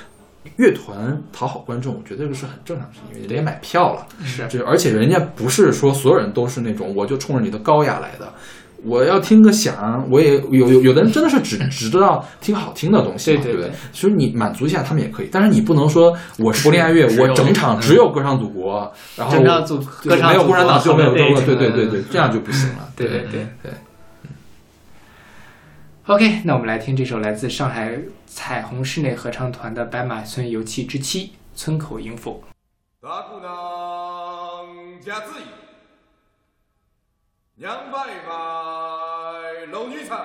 乐团讨好观众，我觉得这个是很正常的事情，因为人家买票了， 是就而且人家不是说所有人都是那种我就冲着你的高雅来的。我要听个响，我也有有有的人真的是只只知道听好听的东西嘛， 对对对不对？所以你满足一下他们也可以，但是你不能说我是柏林爱乐，我整场只有歌唱祖国，然后整场组歌唱没有共产党就没有中国， 对对对对对，这样就不行了。 对对对对。 OK， 那我们来听这首来自上海彩虹室内合唱团的《白马村游憩之七》村口迎佛。 大姑娘家子怡，娘拜拜老女才，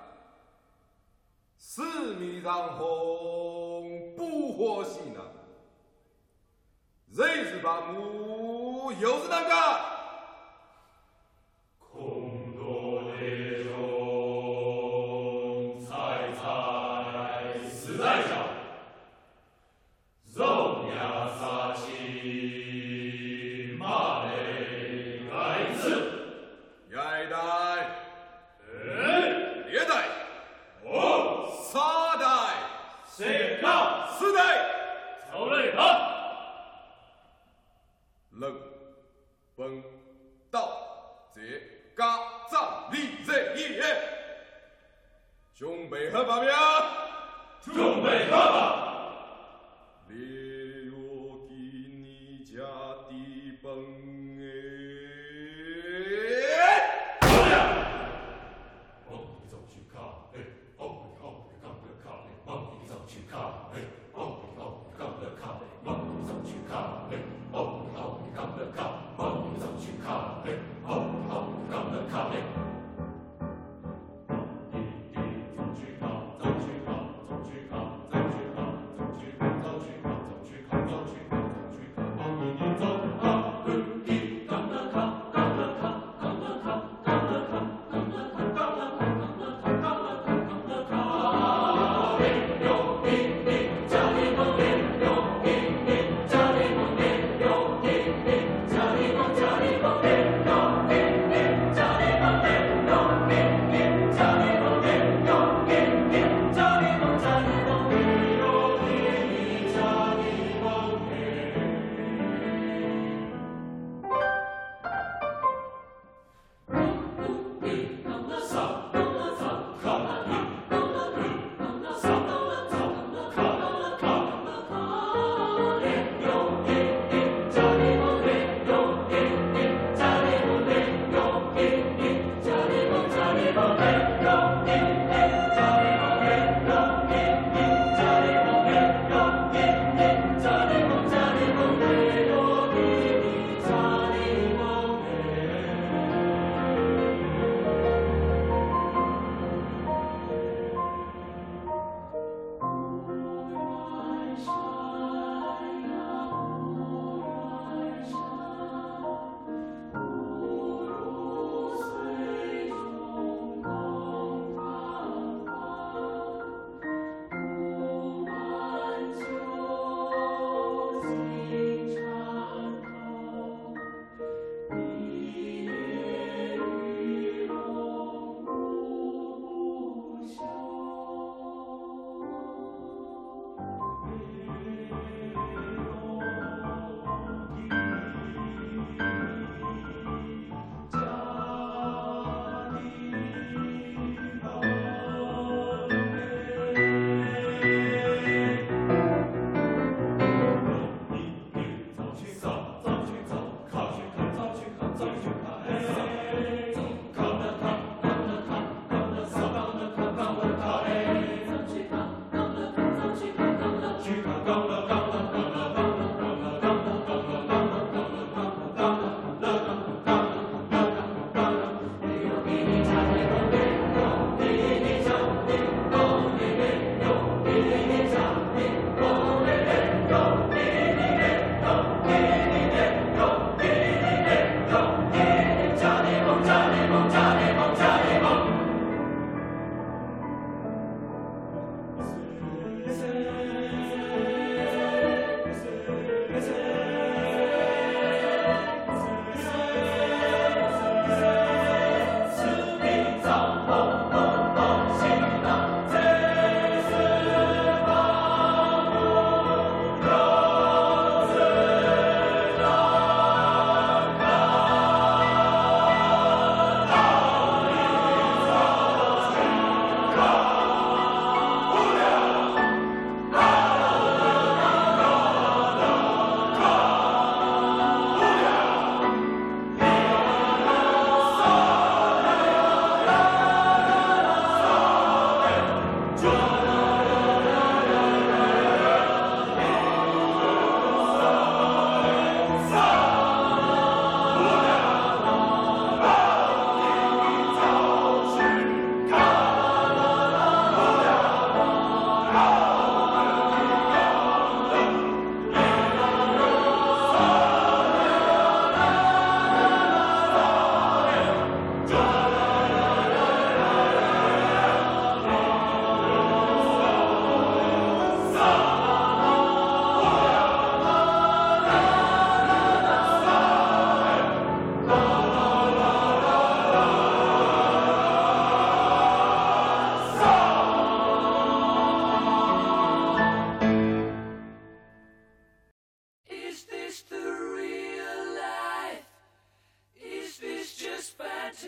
四面上红不火西南，谁是把母又是哪个？空多的中，彩彩实在上，肉呀撒气，马嘞盖子，一代，哎，二代，哦，三代，四代，四代，朝内看，人本道这家长立这一业，准备好吧没有？准备好吧。列我给你家的本哎。好了。往里走去看，哎，往里往里看不看，往里走去看，哎，往里往里看不看，往里走去看，哎，往里往里看不看，往里走去看，哎，往里往里看不看，哎。往里走去看，走去看，走去看，走去看。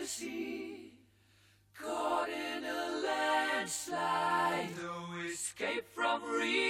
sea, caught in a landslide, no escape from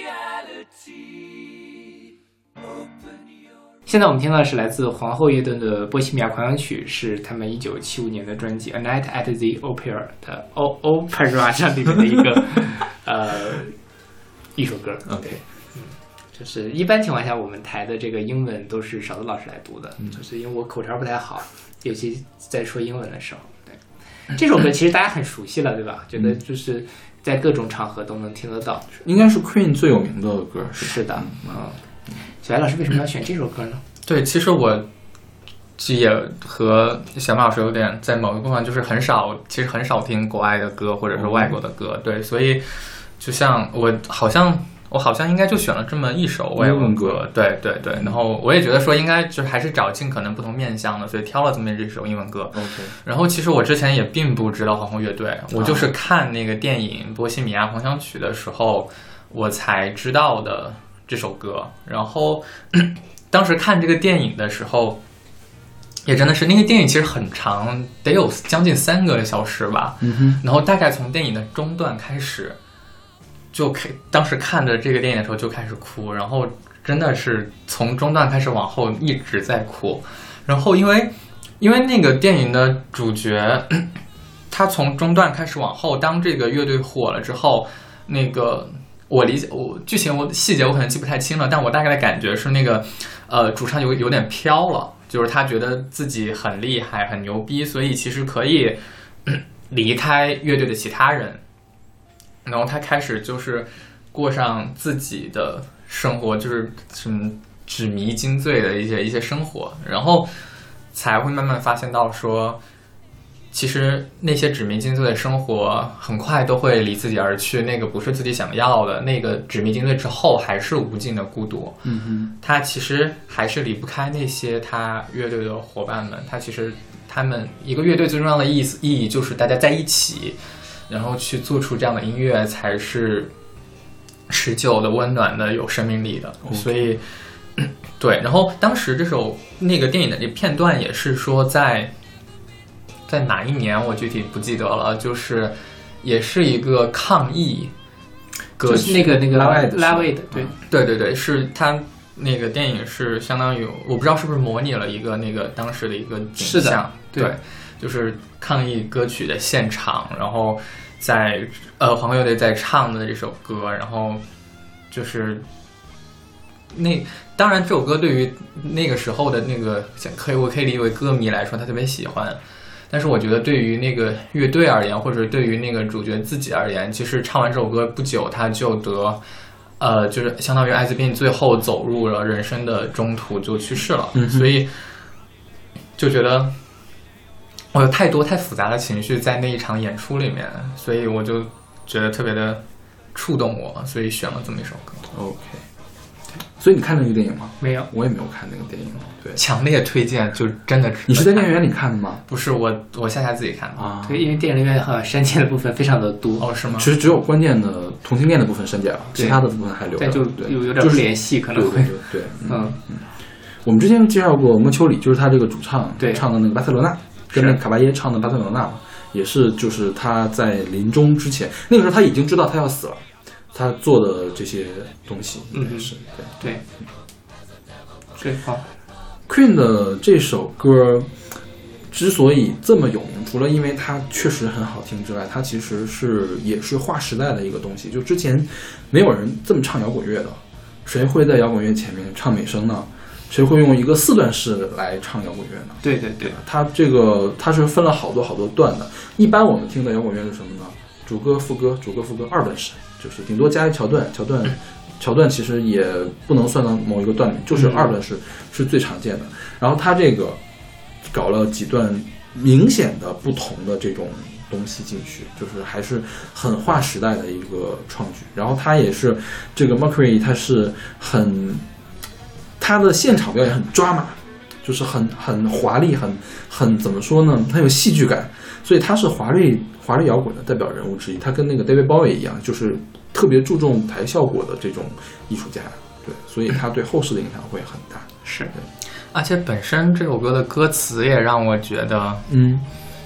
reality. Open your...现在我们听到的是来自皇后乐队的《波西米亚狂想曲》，是他们一九七五年的专辑《A Night at the Opera》的 O Opera 上里面的一个呃一首歌。 OK。 就是一般情况下，我们台的这个英文都是勺子老师来读的， 嗯、 就是因为我口条不太好，尤其在说英文的时候。对，这首歌其实大家很熟悉了，对吧？觉得就是在各种场合都能听得到。 应该是 Queen 最有名的歌，是是的。嗯，小白老师为什么要选这首歌呢？ 对，其实我也和小马老师有点在某一部分就是很少，其实很少听国外的歌或者是外国的歌，嗯、对，所以就像我好像。我好像应该就选了这么一首外文歌，对对对，然后我也觉得说应该就是还是找尽可能不同面向的，所以挑了这么一首英文歌。 OK， 然后其实我之前也并不知道皇后乐队，我就是看那个电影《波西米亚狂想曲》的时候，我才知道的这首歌。然后当时看这个电影的时候，也真的是那个电影其实很长，得有将近三个小时吧。 嗯哼， 然后大概从电影的中段开始。就开，当时看着这个电影的时候就开始哭，然后真的是从中段开始往后一直在哭，然后因为因为那个电影的主角，他从中段开始往后，当这个乐队火了之后，那个我理解我剧情我细节我可能记不太清了，但我大概的感觉是那个呃主唱有有点飘了，就是他觉得自己很厉害很牛逼，所以其实可以离开乐队的其他人。然后他开始就是过上自己的生活，就是什么纸迷金醉的一些一些生活，然后才会慢慢发现到说，其实那些纸迷金醉的生活很快都会离自己而去，那个不是自己想要的，那个纸迷金醉之后还是无尽的孤独。 嗯哼， 他其实还是离不开那些他乐队的伙伴们，他其实他们一个乐队最重要的意思意义就是大家在一起。然后去做出这样的音乐才是持久的、温暖的、有生命力的。Okay. 所以，对。然后当时这首那个电影的这片段也是说在在哪一年我具体不记得了，就是也是一个抗议歌曲， 那个那个拉外的拉外的，对对对对，是他那个电影是相当于我不知道是不是模拟了一个那个当时的一个景象， 对。 对就是抗议歌曲的现场，然后在呃皇后乐队在唱的这首歌，然后就是那当然这首歌对于那个时候的那个可以我可以理解为歌迷来说他特别喜欢，但是我觉得对于那个乐队而言，或者对于那个主角自己而言，其实唱完这首歌不久他就得呃就是相当于艾滋病，最后走入了人生的中途就去世了， 嗯、 所以就觉得。我有太多太复杂的情绪在那一场演出里面，所以我就觉得特别的触动我，所以选了这么一首歌。 OK， 所以你看那个电影吗？ 没有， 我也没有看那个电影。对， 强烈推荐，就真的。 你是在电影院里看的吗？ 不是，我我下下自己看的啊。 对，因为电影院好像删减的部分非常的多。 哦，是吗？ 其实只有关键的同性恋的部分删减了，其他的部分还留着。 但就有有点不联系，可能会。 对对对， 嗯嗯。我们之前介绍过莫丘里，就是他这个主唱， 对， 唱的那个巴塞罗那。跟那卡巴耶唱的巴塞罗那嘛，也是就是他在临终之前，那个时候他已经知道他要死了，他做的这些东西应该是、 嗯、对对。对，好。 Queen 的这首歌之所以这么有名，除了因为它确实很好听之外，它其实是也是划时代的一个东西。就之前没有人这么唱摇滚乐的，谁会在摇滚乐前面唱美声呢？谁会用一个四段式来唱摇滚乐呢？ 对对对， 它这个它是分了好多好多段的。一般我们听的摇滚乐是什么呢？主歌、副歌、主歌、副歌，二段式，就是顶多加一桥段，桥段，桥段其实也不能算到某一个段里，就是二段式是最常见的。然后它这个搞了几段明显的不同的这种东西进去，就是还是很划时代的一个创举。然后它也是这个 Mercury， 它是很。他的现场表演很抓马，就是很很华丽，很很怎么说呢？很有戏剧感，所以他是华丽华丽摇滚的代表人物之一。他跟那个 David Bowie 一样，就是特别注重舞台效果的这种艺术家。对，所以他对后世的影响会很大。 是，而且本身这首歌的歌词也让我觉得， 嗯，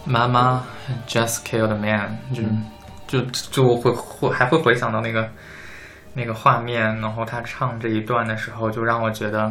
妈妈 just killed a man， 就、 嗯、 就就会会还会回想到那个那个画面，然后他唱这一段的时候，就让我觉得，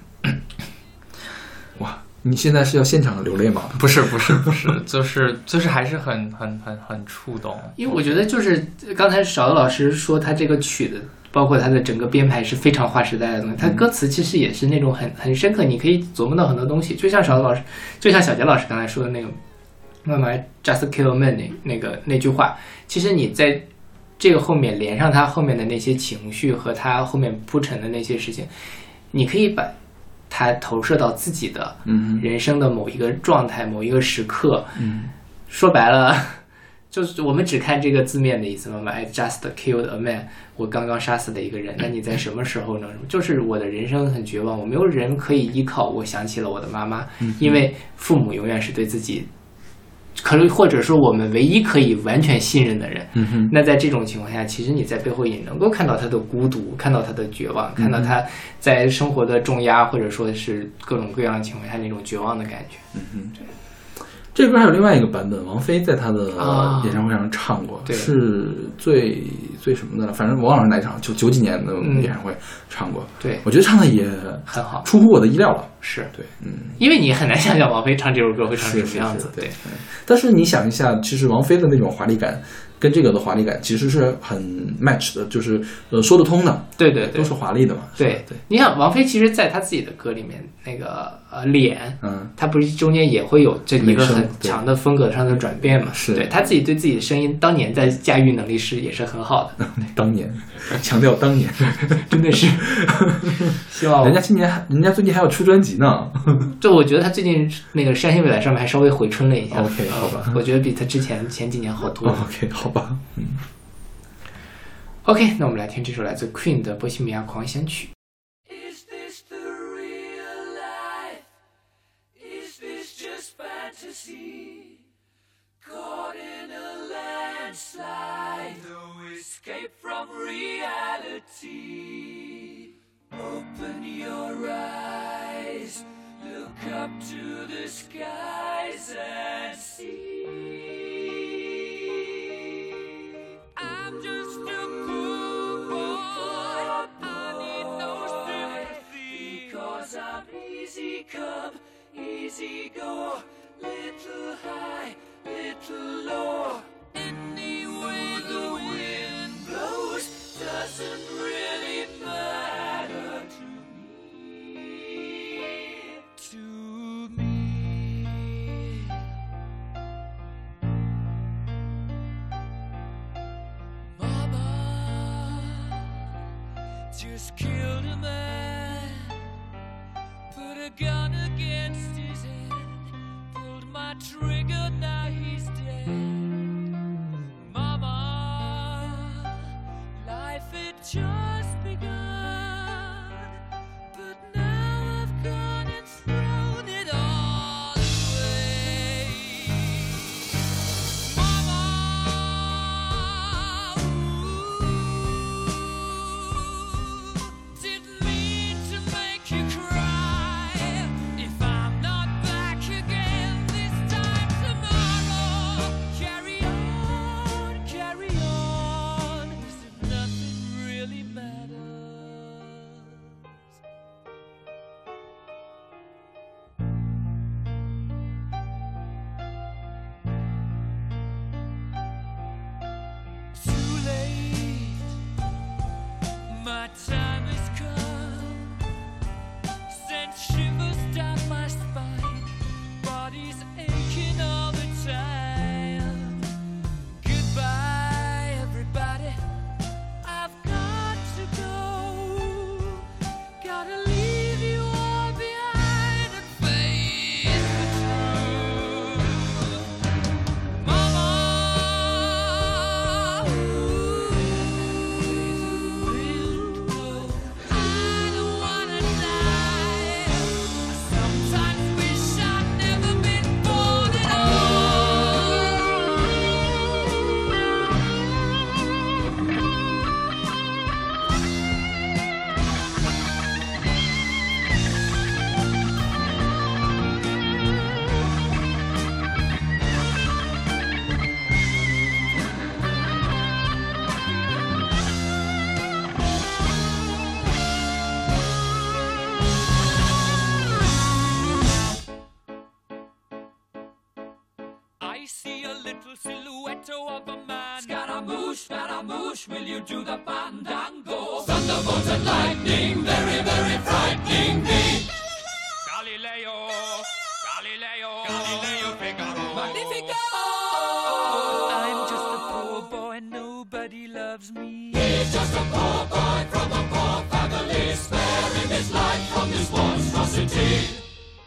哇，你现在是要现场流泪吗？ 不是不是不是，就是就是还是很很很很触动。 因为我觉得就是刚才小的老师说他这个曲的。包括它的整个编排是非常划时代的东西，它歌词其实也是那种很很深刻，你可以琢磨到很多东西。就像小的老师，就像小杰老师刚才说的那个“妈妈 just kill a man” 那那个那句话，其实你在这个后面连上他后面的那些情绪和他后面铺陈的那些事情，你可以把它投射到自己的人生的某一个状态、某一个时刻。 嗯， 说白了。就是我们只看这个字面的意思嘛 ，I just killed a man， 我刚刚杀死了一个人。那你在什么时候呢？就是我的人生很绝望，我没有人可以依靠。我想起了我的妈妈，因为父母永远是对自己，可能或者说我们唯一可以完全信任的人。 嗯哼。 那在这种情况下，其实你在背后也能够看到他的孤独，看到他的绝望，看到他在生活的重压或者说是各种各样的情况下那种绝望的感觉。 嗯哼，对。这歌还有另外一个版本，王菲在她的演唱会上唱过， 啊、 是最最什么的，反正我忘了是哪场，九九几年的演唱会唱过。 嗯、对， 我觉得唱的也很好， 出乎我的意料了。 是对，嗯， 因为你很难想象王菲唱这首歌会唱成什么样子。 对，嗯，但是你想一下，其实王菲的那种华丽感跟这个的华丽感其实是很 match 的，就是呃说得通的。 对对对， 都是华丽的嘛。 对对， 你想王菲其实在她自己的歌里面那个呃脸， 嗯， 她不是中间也会有这一个很强的风格上的转变嘛？ 是， 对她自己对自己的声音当年在驾驭能力是也是很好的。 当年强调当年， 真的是希望人家今年还人家最近还要出专辑呢。 就我觉得他最近那个山新未来上面还稍微回春了一下。 OK， 好吧， 我觉得比他之前前几年好多了。 OK， 好吧，嗯。 OK， 那我们来听这首来自 Queen 的《波西米亚狂想曲》。 Is this the real life? Is this just fantasy? Caught in a landslide, no escape from reality. Open your eyes, look up to the skies and see. I'm just a poor boy, I need no sympathy, 'cause I'm easy come, easy go, little high, little low. Any way the wind blows doesn't really matter to me, to me. Mama just killed a man, put a gun against his head, pulled my trigger, now he's dead. Mama, life had just begun, but now I've gone and thrown it all away. Mama, ooh, didn't mean to make you cry. motto of a man. Scaramouche, Scaramouche, will you do the fandango? Thunderbolt and lightning, very, very frightening me. Galileo, Galileo, Galileo Figaro. Magnifico! I'm just a poor boy, nobody loves me. He's just a poor boy from a poor family, sparing his life from this monstrosity.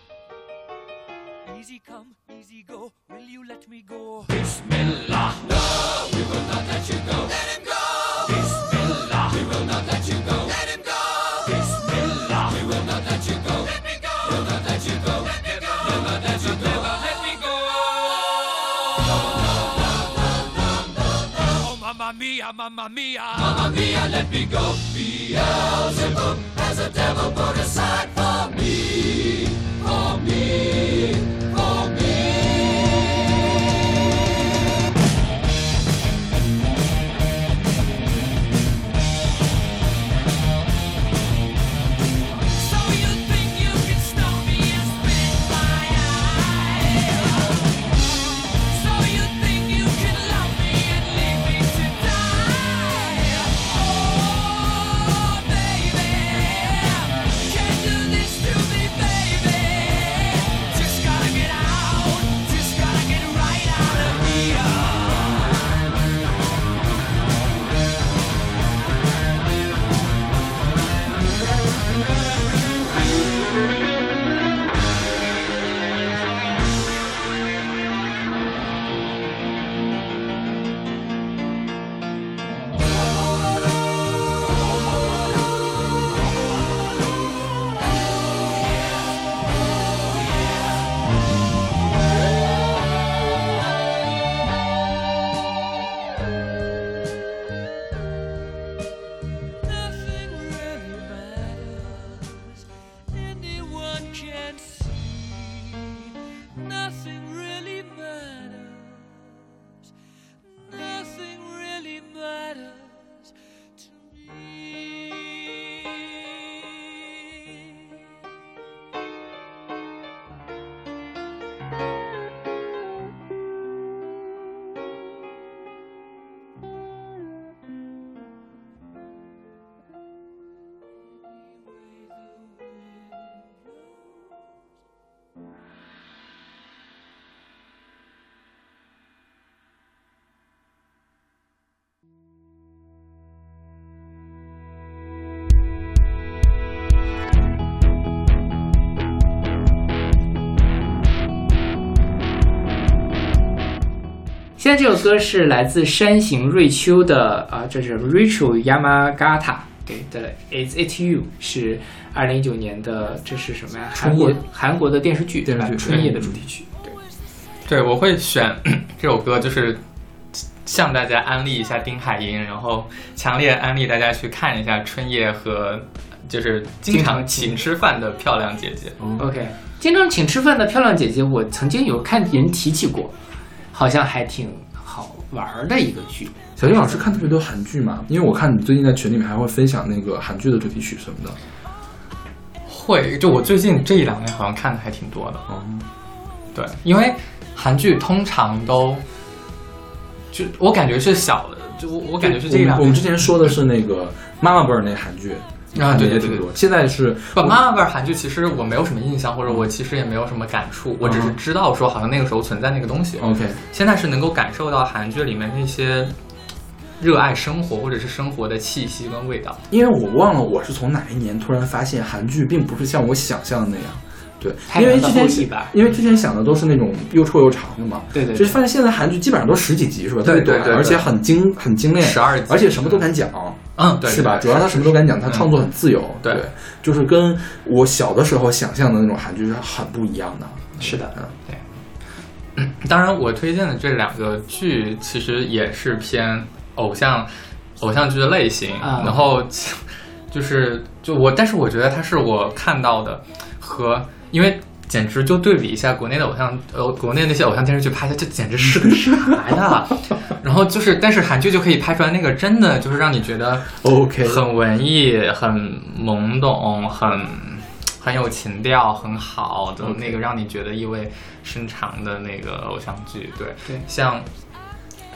Easy come, easy go, will you let me go? Bismillah, no, we will not let you go. Let him go! Bismillah, we will not let you go. Let him go! Bismillah, we will not let you go. Let me go! We'll not let you go. Let me go! We'll not let you go. Let me go! No, no, no, no, no, no, no. Oh, mamma mia, mamma mia. Mamma mia, let me go. Beelzebub has a devil put aside for me, for me, for me. 现在这首歌是来自山形瑞秋的啊、呃，这是 Rachel Yamagata 对的 Is It You 是二零一九年的，这是什么呀？韩国韩国的电视剧对吧？春夜的主题曲。对， 对，我会选这首歌，就是向大家安利一下丁海寅，然后强烈安利大家去看一下春夜和就是经常请吃饭的漂亮姐姐。 嗯、OK， 经常请吃饭的漂亮姐姐，我曾经有看人提起过。好像还挺好玩的一个剧。 小金老师看特别多韩剧嘛？因为我看你最近在群里面还会分享那个韩剧的主题曲什么的。 会，就我最近这一两年好像看的还挺多的。 嗯， 对，因为韩剧通常都，就我感觉是小的，就我我感觉是这一两年。 我们之前说的是那个妈妈辈儿那韩剧。 啊，对对对对， 现在是不妈妈辈韩剧，其实我没有什么印象，或者我其实也没有什么感触，我只是知道说好像那个时候存在那个东西。 OK， 现在是能够感受到韩剧里面那些热爱生活或者是生活的气息跟味道。 因为我忘了我是从哪一年突然发现韩剧并不是像我想象的那样。对，因为之前因为之前想的都是那种又臭又长的嘛， 对对， 就是发现现在韩剧基本上都十几集是吧？ 对对对， 而且很精很精炼， 十二集， 而且什么都敢讲， 嗯，对， 是吧？主要他什么都敢讲，他创作很自由， 对， 就是跟我小的时候想象的那种韩剧是很不一样的。 是的，嗯，对。当然，我推荐的这两个剧其实也是偏偶像偶像剧的类型， 啊、 然后就是就我，但是我觉得它是我看到的和。因为简直就对比一下国内的偶像，呃，国内那些偶像电视剧拍的，这简直是个啥呀？然后就是，但是韩剧就可以拍出来那个真的就是让你觉得 OK， 很文艺、很懵懂、很很有情调、很好的那个，让你觉得意味深长的那个偶像剧。对， 对， 像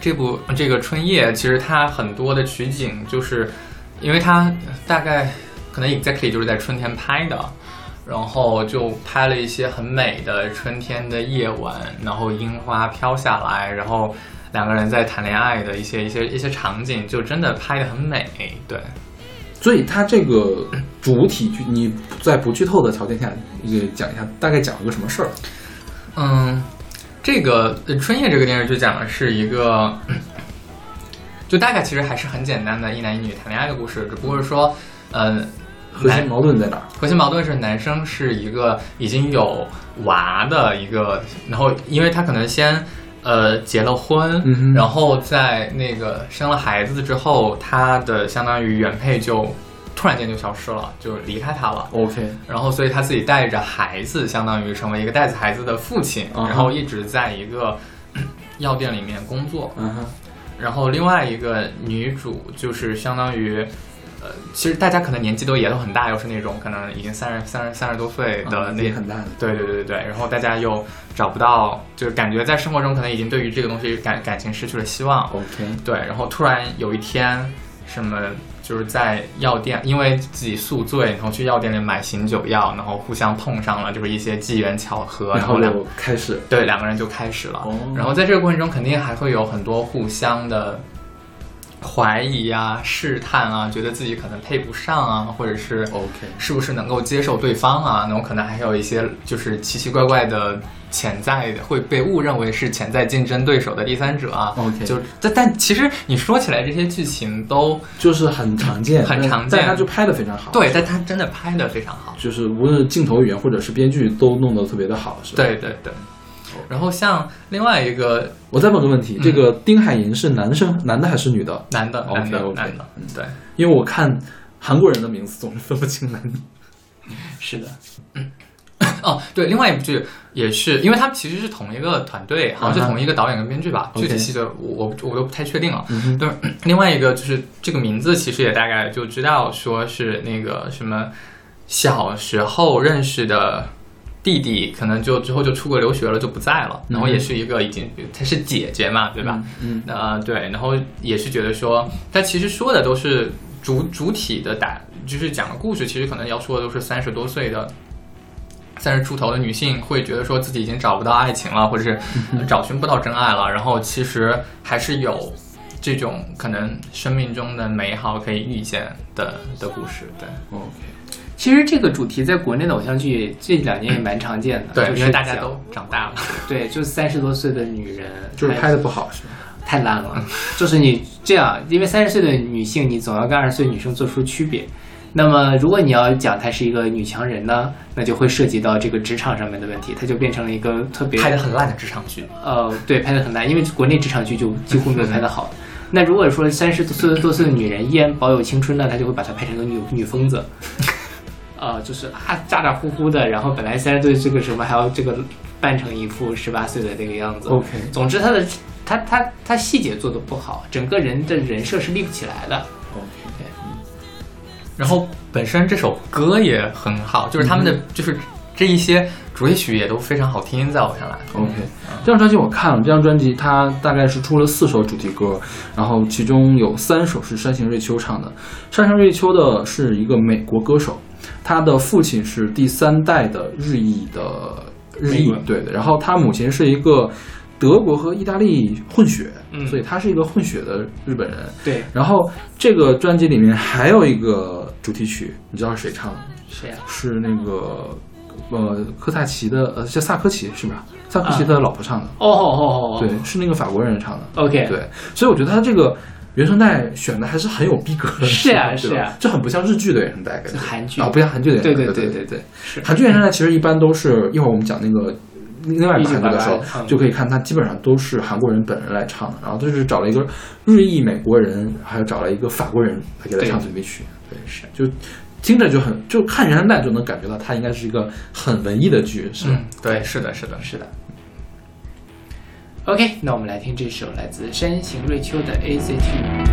这部这个春夜，其实它很多的取景就是因为它大概可能 exactly 就是在春天拍的，然后就拍了一些很美的春天的夜晚，然后樱花飘下来，然后两个人在谈恋爱的一些一些一些场景，就真的拍得很美。对， 所以它这个主体剧，你在不剧透的条件下，也讲一下大概讲了个什么事儿？ 嗯，这个《春夜》这个电视剧讲的是一个，就大概其实还是很简单的一男一女谈恋爱的故事，只不过是说，呃， 核心矛盾在哪儿？ 核心矛盾是男生是一个已经有娃的一个，然后因为他可能先呃结了婚， 嗯、 然后在那个生了孩子之后，他的相当于原配就突然间就消失了，就离开他了。 OK， 然后所以他自己带着孩子，相当于成为一个带着孩子的父亲， uh-huh. 然后一直在一个药店里面工作。 嗯哼。 然后另外一个女主就是相当于，呃，其实大家可能年纪都也都很大，又是那种可能已经三十三十三十多岁的那、 嗯、很大的。 对对对对对。然后大家又找不到，就是感觉在生活中可能已经对于这个东西感感情失去了希望。 OK。 对，然后突然有一天，什么就是在药店，因为自己宿醉，然后去药店里买醒酒药，然后互相碰上了，就是一些机缘巧合， 然后两就开始， 对，两个人就开始了。 哦、 然后在这个过程中，肯定还会有很多互相的怀疑啊、试探啊，觉得自己可能配不上啊，或者是 OK 是不是能够接受对方啊，然后可能还有一些就是奇奇怪怪的潜在的会被误认为是潜在竞争对手的第三者啊。 OK， 就但但其实你说起来这些剧情都就是很常见， 很常见， 但他就拍得非常好。 对，但他真的拍得非常好， 就是无论是镜头语言或者是编剧都弄得特别的好，是吧？ 对对对。然后像另外一个， 我再问个问题， 嗯、 这个丁海寅是男生男的还是女的？ 男的， OK 男的 OK， 男的，嗯，对， 因为我看韩国人的名字总是分不清男女。 是的，嗯，哦，对，另外一部剧也是，因为他们其实是同一个团队，好像是同一个导演跟编剧吧， uh-huh. 具体细的我我我都不太确定了。 嗯、 对，另外一个就是这个名字其实也大概就知道，说是那个什么小时候认识的弟弟，可能就之后就出国留学了，就不在了。然后也是一个已经，她是姐姐嘛，对吧？ 嗯， 呃，对，然后也是觉得说，他其实说的都是主主体的打，就是讲的故事，其实可能要说的都是三十多岁的。三十出头的女性会觉得说自己已经找不到爱情了，或者是找寻不到真爱了，然后其实还是有这种可能生命中的美好可以遇见的的故事。对 ，OK。 其实这个主题在国内的偶像剧这两年也蛮常见的， 对， 就是因为大家都长大了。 对，就是三十多岁的女人， 就是拍的不好是吗？ 太烂了。就是你这样，因为三十岁的女性，你总要跟二十岁女生做出区别。那么，如果你要讲她是一个女强人呢，那就会涉及到这个职场上面的问题，它就变成了一个特别拍得很烂的职场剧。 呃，对，拍得很烂，因为国内职场剧就几乎没有拍得好的。那如果说三十多多岁的女人依然保有青春呢，她就会把她拍成个女女疯子。呃，就是啊，咋咋呼呼的，然后本来三十岁这个什么还要这个扮成一副十八岁的这个样子。 OK， 总之他的他他他细节做的不好，整个人的人设是立不起来的。 OK， 对。 然后本身这首歌也很好，就是他们的、嗯、就是这一些主题曲也都非常好听，在我看来。 OK， 这张专辑我看了，这张专辑它大概是出了四首主题歌，然后其中有三首是山形瑞秋唱的。山形瑞秋的是一个美国歌手。他的父亲是第三代的日裔的日裔，对的。然后他母亲是一个德国和意大利混血， 嗯， 所以他是一个混血的日本人。 对。 然后这个专辑里面还有一个主题曲，你知道是谁唱的？ 谁啊？ 是那个呃科萨奇的呃叫萨科齐是吧？萨科齐的老婆唱的。 哦哦哦哦。 对，是那个法国人唱的。 OK。 对，所以我觉得他这个。原声带选的还是很有逼格的， 是呀、啊、是呀、啊， 这很不像日剧的原声带，感觉韩剧啊，不像韩剧的原声带， 对对对对对， 是韩剧原声带其实一般都是一会儿我们讲那个另外一个韩剧的时候，就可以看它基本上都是韩国人本人来唱的，然后就是找了一个日裔美国人，还有找了一个法国人来给他唱主题曲，对，是就听着就很就看原声带就能感觉到它应该是一个很文艺的剧，是吧？ 嗯，对，是的，是的， 是的。OK， 那我们来听这首来自山形瑞秋的 A C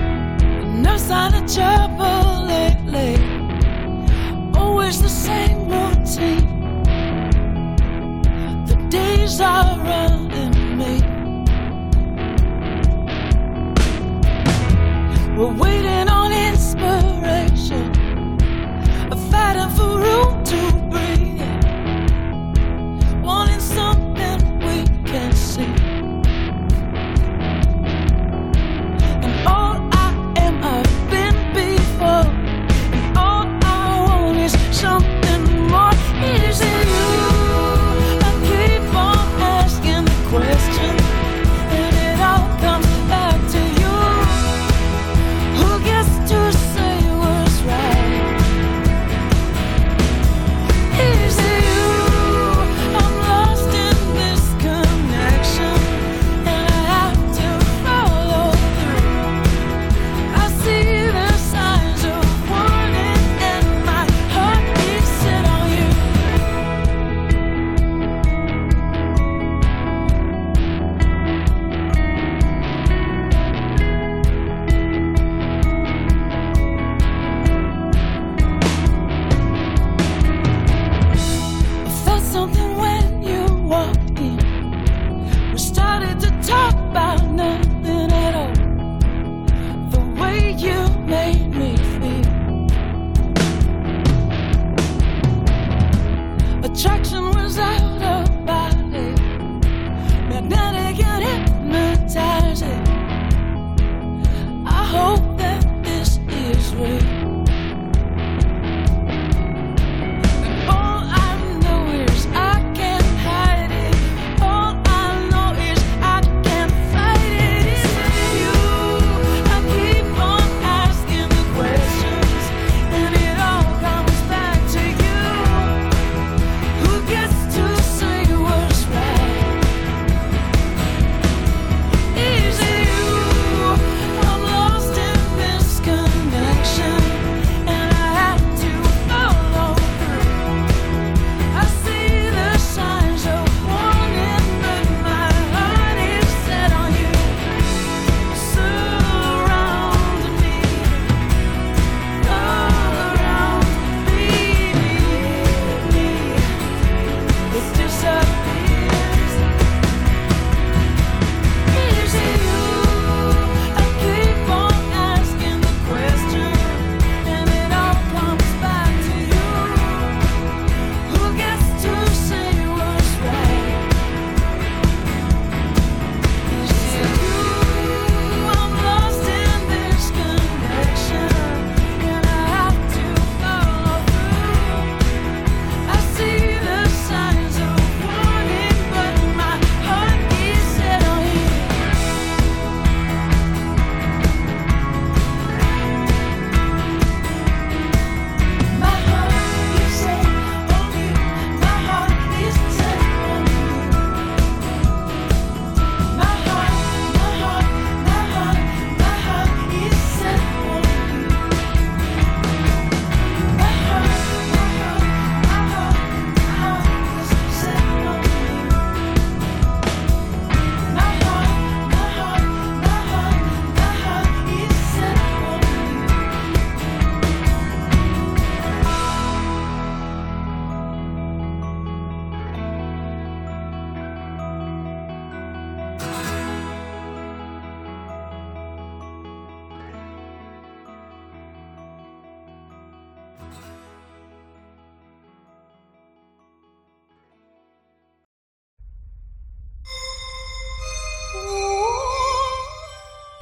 T。No sign of trouble lately. Always the same routine. The days are running me.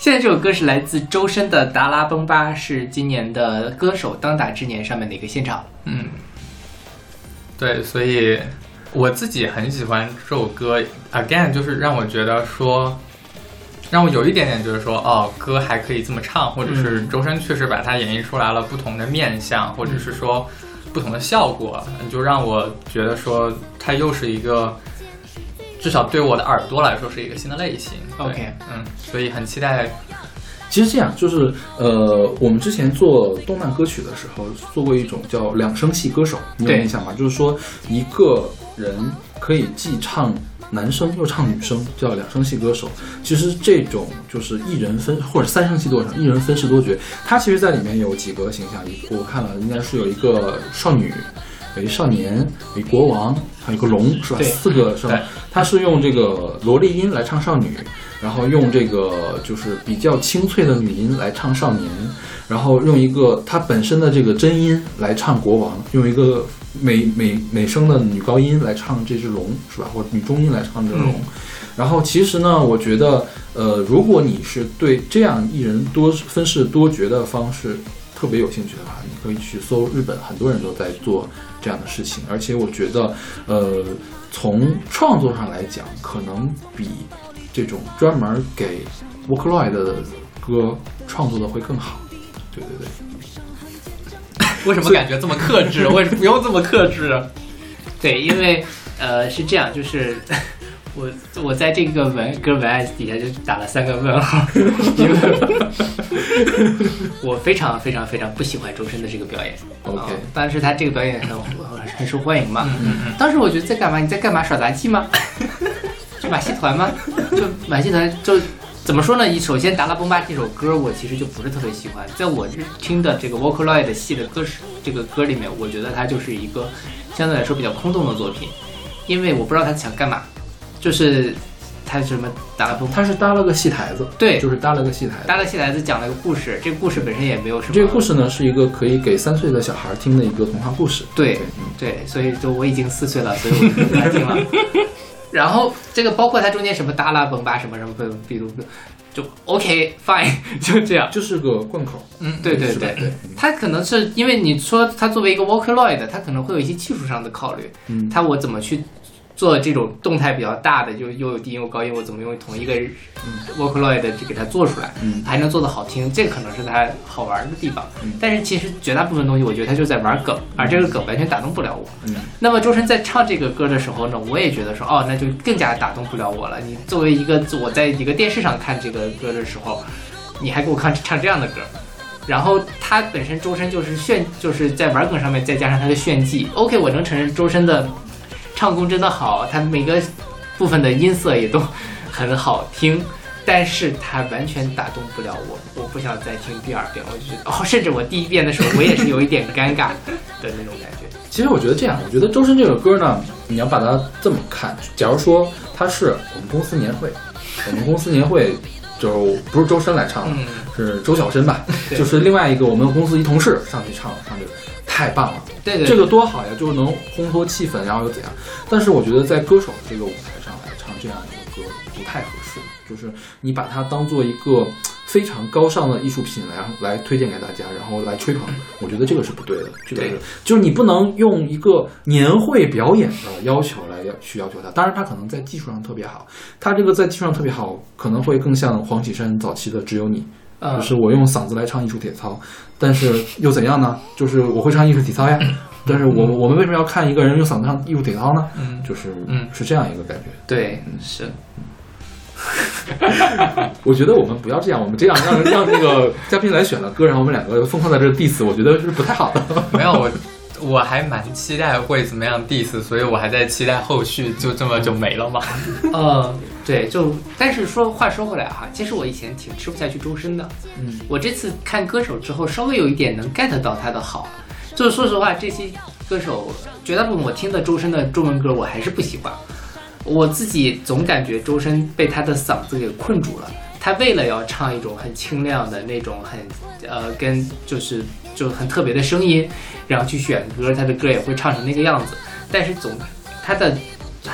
现在这首歌是来自周深的《达拉崩吧》，是今年的歌手当打之年上面的一个现场。 嗯，对，所以我自己很喜欢这首歌。Again， 就是让我觉得说，让我有一点点就是说，哦，歌还可以这么唱，或者是周深确实把它演绎出来了不同的面相，或者是说不同的效果，就让我觉得说，它又是一个。至少对我的耳朵来说是一个新的类型。 OK， 嗯，所以很期待。 其实这样就是呃，我们之前做动漫歌曲的时候做过一种叫两声系歌手，你有印象吗？就是说一个人可以既唱男生又唱女生，叫两声系歌手。其实这种就是一人分或者三声系多少，一人分饰多角。他其实在里面有几个形象，我看了应该是有一个少女。有一少年，有一国王，还有一个龙，是吧？四个是吧？他是用这个萝莉音来唱少女，然后用这个就是比较清脆的女音来唱少年，然后用一个他本身的这个真音来唱国王，用一个美美美声的女高音来唱这只龙，是吧？或者女中音来唱这只龙。嗯、然后其实呢，我觉得，呃，如果你是对这样一人多分饰多角的方式特别有兴趣的话，你可以去搜日本，很多人都在做这样的事情，而且我觉得，呃，从创作上来讲，可能比这种专门给 Vocaloid 的歌创作的会更好。对对对。为什么感觉这么克制？为什么不用这么克制？ 对，因为呃是这样，就是我我在这个文歌文案底下就打了三个问号，因为我非常非常非常不喜欢周深的这个表演。 OK，、 呃、但是他这个表演很很受欢迎嘛。嗯嗯、当时我觉得在干嘛？你在干嘛？耍杂技吗？就马戏团吗？就马戏团就怎么说呢？首先《达拉崩吧》这首歌我其实就不是特别喜欢，在我听的这个 Vocaloid 系的歌这个歌里面，我觉得它就是一个相对来说比较空洞的作品，因为我不知道他想干嘛。就是他什么搭了， 他是搭了个戏台子， 对， 就是搭了个戏台子， 搭了戏台子讲了个故事。这个故事本身也没有什么。 这个故事呢，是一个可以给三岁的小孩听的一个童话故事。 对，对，嗯、对，所以就我已经四岁了，所以我就不太听了。然后这个包括它中间什么达拉崩吧什么什么，比如就 OK fine 就这样， 就是个贯口。 嗯，对对对对，它可能是因为你说它作为一个 Vocaloid， 它可能会有一些技术上的考虑。嗯，它我怎么去做这种动态比较大的，就又有低音又高音，我怎么用同一个 Vocaloid 就给它做出来，嗯，还能做得好听，这可能是它好玩的地方。嗯，但是其实绝大部分东西，我觉得它就在玩梗，而这个梗完全打动不了我。嗯，那么周深在唱这个歌的时候呢，我也觉得说，哦，那就更加打动不了我了。你作为一个我在一个电视上看这个歌的时候，你还给我看唱这样的歌。然后他本身周深就是炫，就是在玩梗上面再加上他的炫技。OK， 我能承认周深的唱功真的好，他每个部分的音色也都很好听，但是他完全打动不了我，我不想再听第二遍，我就觉得哦，甚至我第一遍的时候我也是有一点尴尬的那种感觉。 其实我觉得这样，我觉得周深这个歌呢，你要把它这么看，假如说他是我们公司年会，我们公司年会就不是周深来唱的，嗯、是周小深吧，就是另外一个我们公司一同事上去唱唱这个。太棒了， 对对， 这个多好呀，就是能烘托气氛，然后又怎样？但是我觉得在歌手的这个舞台上来唱这样一个歌不太合适，就是你把它当做一个非常高尚的艺术品来来推荐给大家，然后来吹捧，我觉得这个是不对的。这个是就是你不能用一个年会表演的要求来要去要求他。当然，他可能在技术上特别好，他这个在技术上特别好，可能会更像黄绮珊早期的《只有你》。就是我用嗓子来唱艺术体操，但是又怎样呢？就是我会唱艺术体操呀，但是我我们为什么要看一个人用嗓子唱艺术体操呢？嗯，就是嗯是这样一个感觉。 对，是。 我觉得我们不要这样，我们这样让让那个嘉宾来选了歌，然后我们两个疯狂在这 diss， 我觉得是不太好的。 没有我。我还蛮期待会怎么样 diss， 所以我还在期待后续就这么就没了嘛。 呃，对，就但是说话说回来哈，其实我以前挺吃不下去周深的。嗯，我这次看歌手之后，稍微有一点能 get 到他的好。就是说实话，这些歌手绝大部分我听的周深的中文歌，我还是不喜欢。我自己总感觉周深被他的嗓子给困住了。他为了要唱一种很清亮的那种很呃跟就是就很特别的声音，然后去选歌，他的歌也会唱成那个样子。但是总他的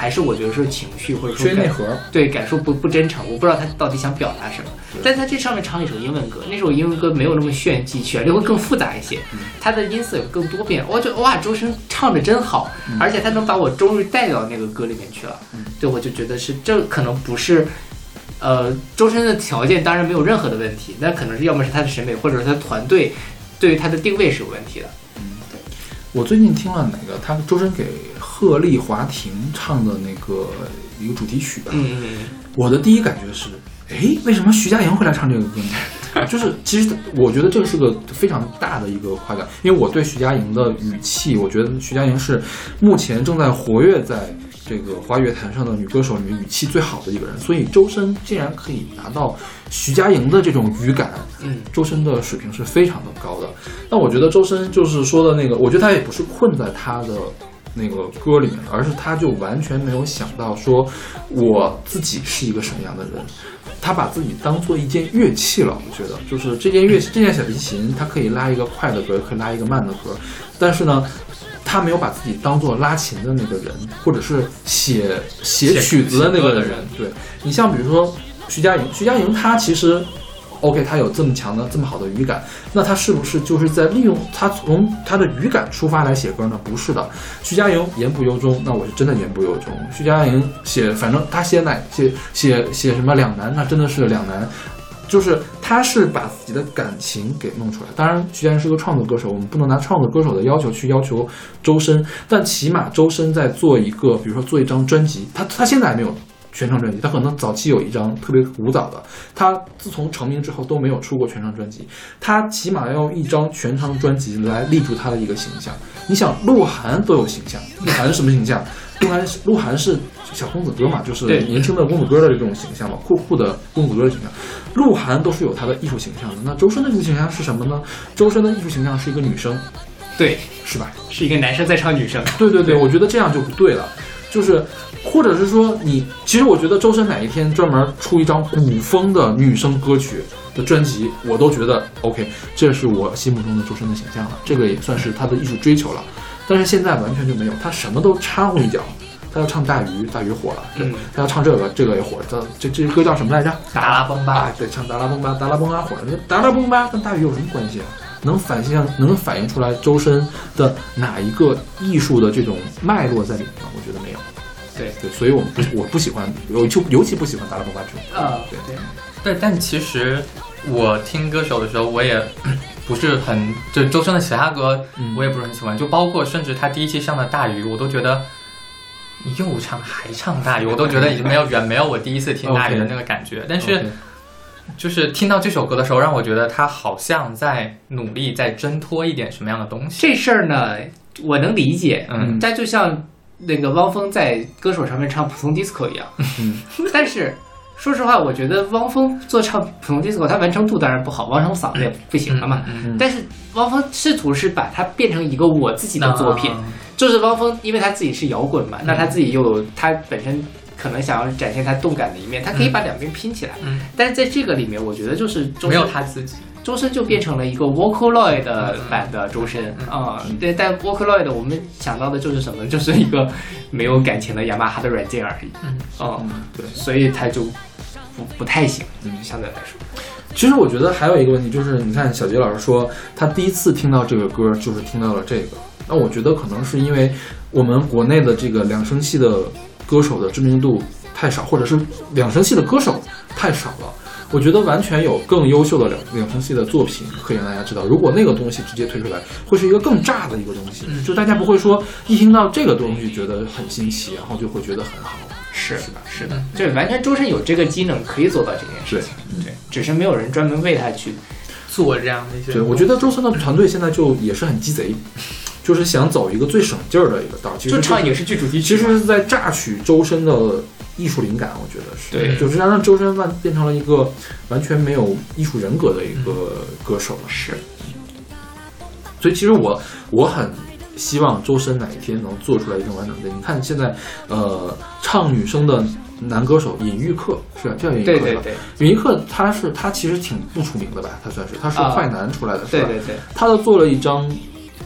还是我觉得是情绪或者说感缺内核。 对，感受不不真诚，我不知道他到底想表达什么。但他这上面唱一首英文歌，那首英文歌没有那么炫技，旋律会更复杂一些，它的音色有更多变。我觉得哇，周深唱的真好，而且他能把我终于带到那个歌里面去了。对，我就觉得是这可能不是。呃，周深的条件当然没有任何的问题，那可能是要么是他的审美，或者是他团队对于他的定位是有问题的。 嗯，对。我最近听了哪个他周深给鹤唳华亭唱的那个一个主题曲吧， 嗯嗯嗯， 我的第一感觉是，哎，为什么徐佳莹会来唱这个歌呢？就是其实我觉得这个是个非常大的一个夸奖，因为我对徐佳莹的语气，我觉得徐佳莹是目前正在活跃在这个华语乐坛上的女歌手里面语气最好的一个人，所以周深竟然可以拿到徐佳莹的这种语感， 嗯， 周深的水平是非常的高的。但我觉得周深就是说的那个，我觉得他也不是困在他的那个歌里面，而是他就完全没有想到说我自己是一个什么样的人，他把自己当做一件乐器了。我觉得就是这件乐器，这件小提琴，它可以拉一个快的歌，可以拉一个慢的歌，但是呢，他没有把自己当做拉琴的那个人，或者是写写曲子的那个人。对，你像比如说徐佳莹，徐佳莹她其实 OK， 她有这么强的这么好的语感，那她是不是就是在利用她从她的语感出发来写歌呢？不是的，徐佳莹言不由衷，那我是真的言不由衷。徐佳莹写，反正她写哪写写写什么两难，那真的是两难。就是他是把自己的感情给弄出来，当然徐佳莹是个创作歌手，我们不能拿创作歌手的要求去要求周深，但起码周深在做一个，比如说做一张专辑，他他现在还没有全张专辑，他可能早期有一张特别古早的，他自从成名之后都没有出过全张专辑，他起码要用一张全张专辑来立住他的一个形象。你想鹿晗都有形象，鹿晗是什么形象？鹿晗鹿晗是小公子哥嘛，就是年轻的公子哥的这种形象嘛，酷酷的公子哥的形象。鹿晗都是有他的艺术形象的，那周深的艺术形象是什么呢？周深的艺术形象是一个女生， 对， 是吧？ 是一个男生在唱女生。 对对对，我觉得这样就不对了。就是或者是说你，其实我觉得周深哪一天专门出一张古风的女生歌曲的专辑，我都觉得 OK， 这是我心目中的周深的形象了，这个也算是他的艺术追求了。但是现在完全就没有，他什么都掺和一脚。他要唱大鱼，大鱼火了。对，嗯、他要唱这个，这个也火了。这这歌叫什么来着？ 达拉崩吧。 啊，对，唱达拉崩吧，达拉崩吧火了。达拉崩吧跟大鱼有什么关系啊？能反映能反映出来周深的哪一个艺术的这种脉络在里面？我觉得没有。 对对，所以我不我不喜欢，我就尤其不喜欢达拉崩吧这种。 啊， 对对对，但其实我听歌手的时候，我也不是很就周深的其他歌，我也不是很喜欢，嗯、就包括甚至他第一期上的大鱼，我都觉得。你又唱还唱大鱼，我都觉得已经没有远没有我第一次听大鱼的那个感觉。Okay. 但是，就是听到这首歌的时候，让我觉得他好像在努力在挣脱一点什么样的东西。 这事儿呢，我能理解，嗯，但就像那个汪峰在歌手上面唱普通 disco 一样，嗯，但是。说实话，我觉得汪峰做唱普通 disco， 他完成度当然不好，汪峰嗓子也不行了嘛。嗯嗯嗯、但是汪峰试图是把它变成一个我自己的作品，嗯、就是汪峰，因为他自己是摇滚嘛，嗯、那他自己又有他本身可能想要展现他动感的一面，他可以把两边拼起来。嗯、但是在这个里面，我觉得就是周深没有他自己。 周深就变成了一个 Vocaloid 版的周深啊、嗯，对，但 Vocaloid 我们想到的就是什么？就是一个没有感情的雅马哈的软件而已。嗯，嗯对，所以他就不不太行，嗯，相对来说。 其实我觉得还有一个问题就是，你看小杰老师说他第一次听到这个歌就是听到了这个，那我觉得可能是因为我们国内的这个两声系的歌手的知名度太少，或者是两声系的歌手太少了。我觉得完全有更优秀的两两声系的作品可以让大家知道，如果那个东西直接推出来，会是一个更炸的一个东西，嗯、就大家不会说一听到这个东西觉得很新奇，然后就会觉得很好， 是是吧？是的，对，完全周深有这个机能可以做到这件事情，对，对，只是没有人专门为他去做这样的一些。 对，我觉得周深的团队现在就也是很鸡贼。就是想走一个最省劲儿的一个道，其实就唱影视剧主题曲， 其实是在榨取周深的艺术灵感，我觉得是， 对， 就是让周深万变成了一个完全没有艺术人格的一个歌手了， 是。 所以其实我我很希望周深哪一天能做出来一个完整的。你看现在呃唱女生的男歌手尹玉克是吧？叫尹玉克吧？ 对对对， 尹玉克他是他其实挺不出名的吧？他算是他是快男出来的， 啊、是吧？对对对， 他都做了一张。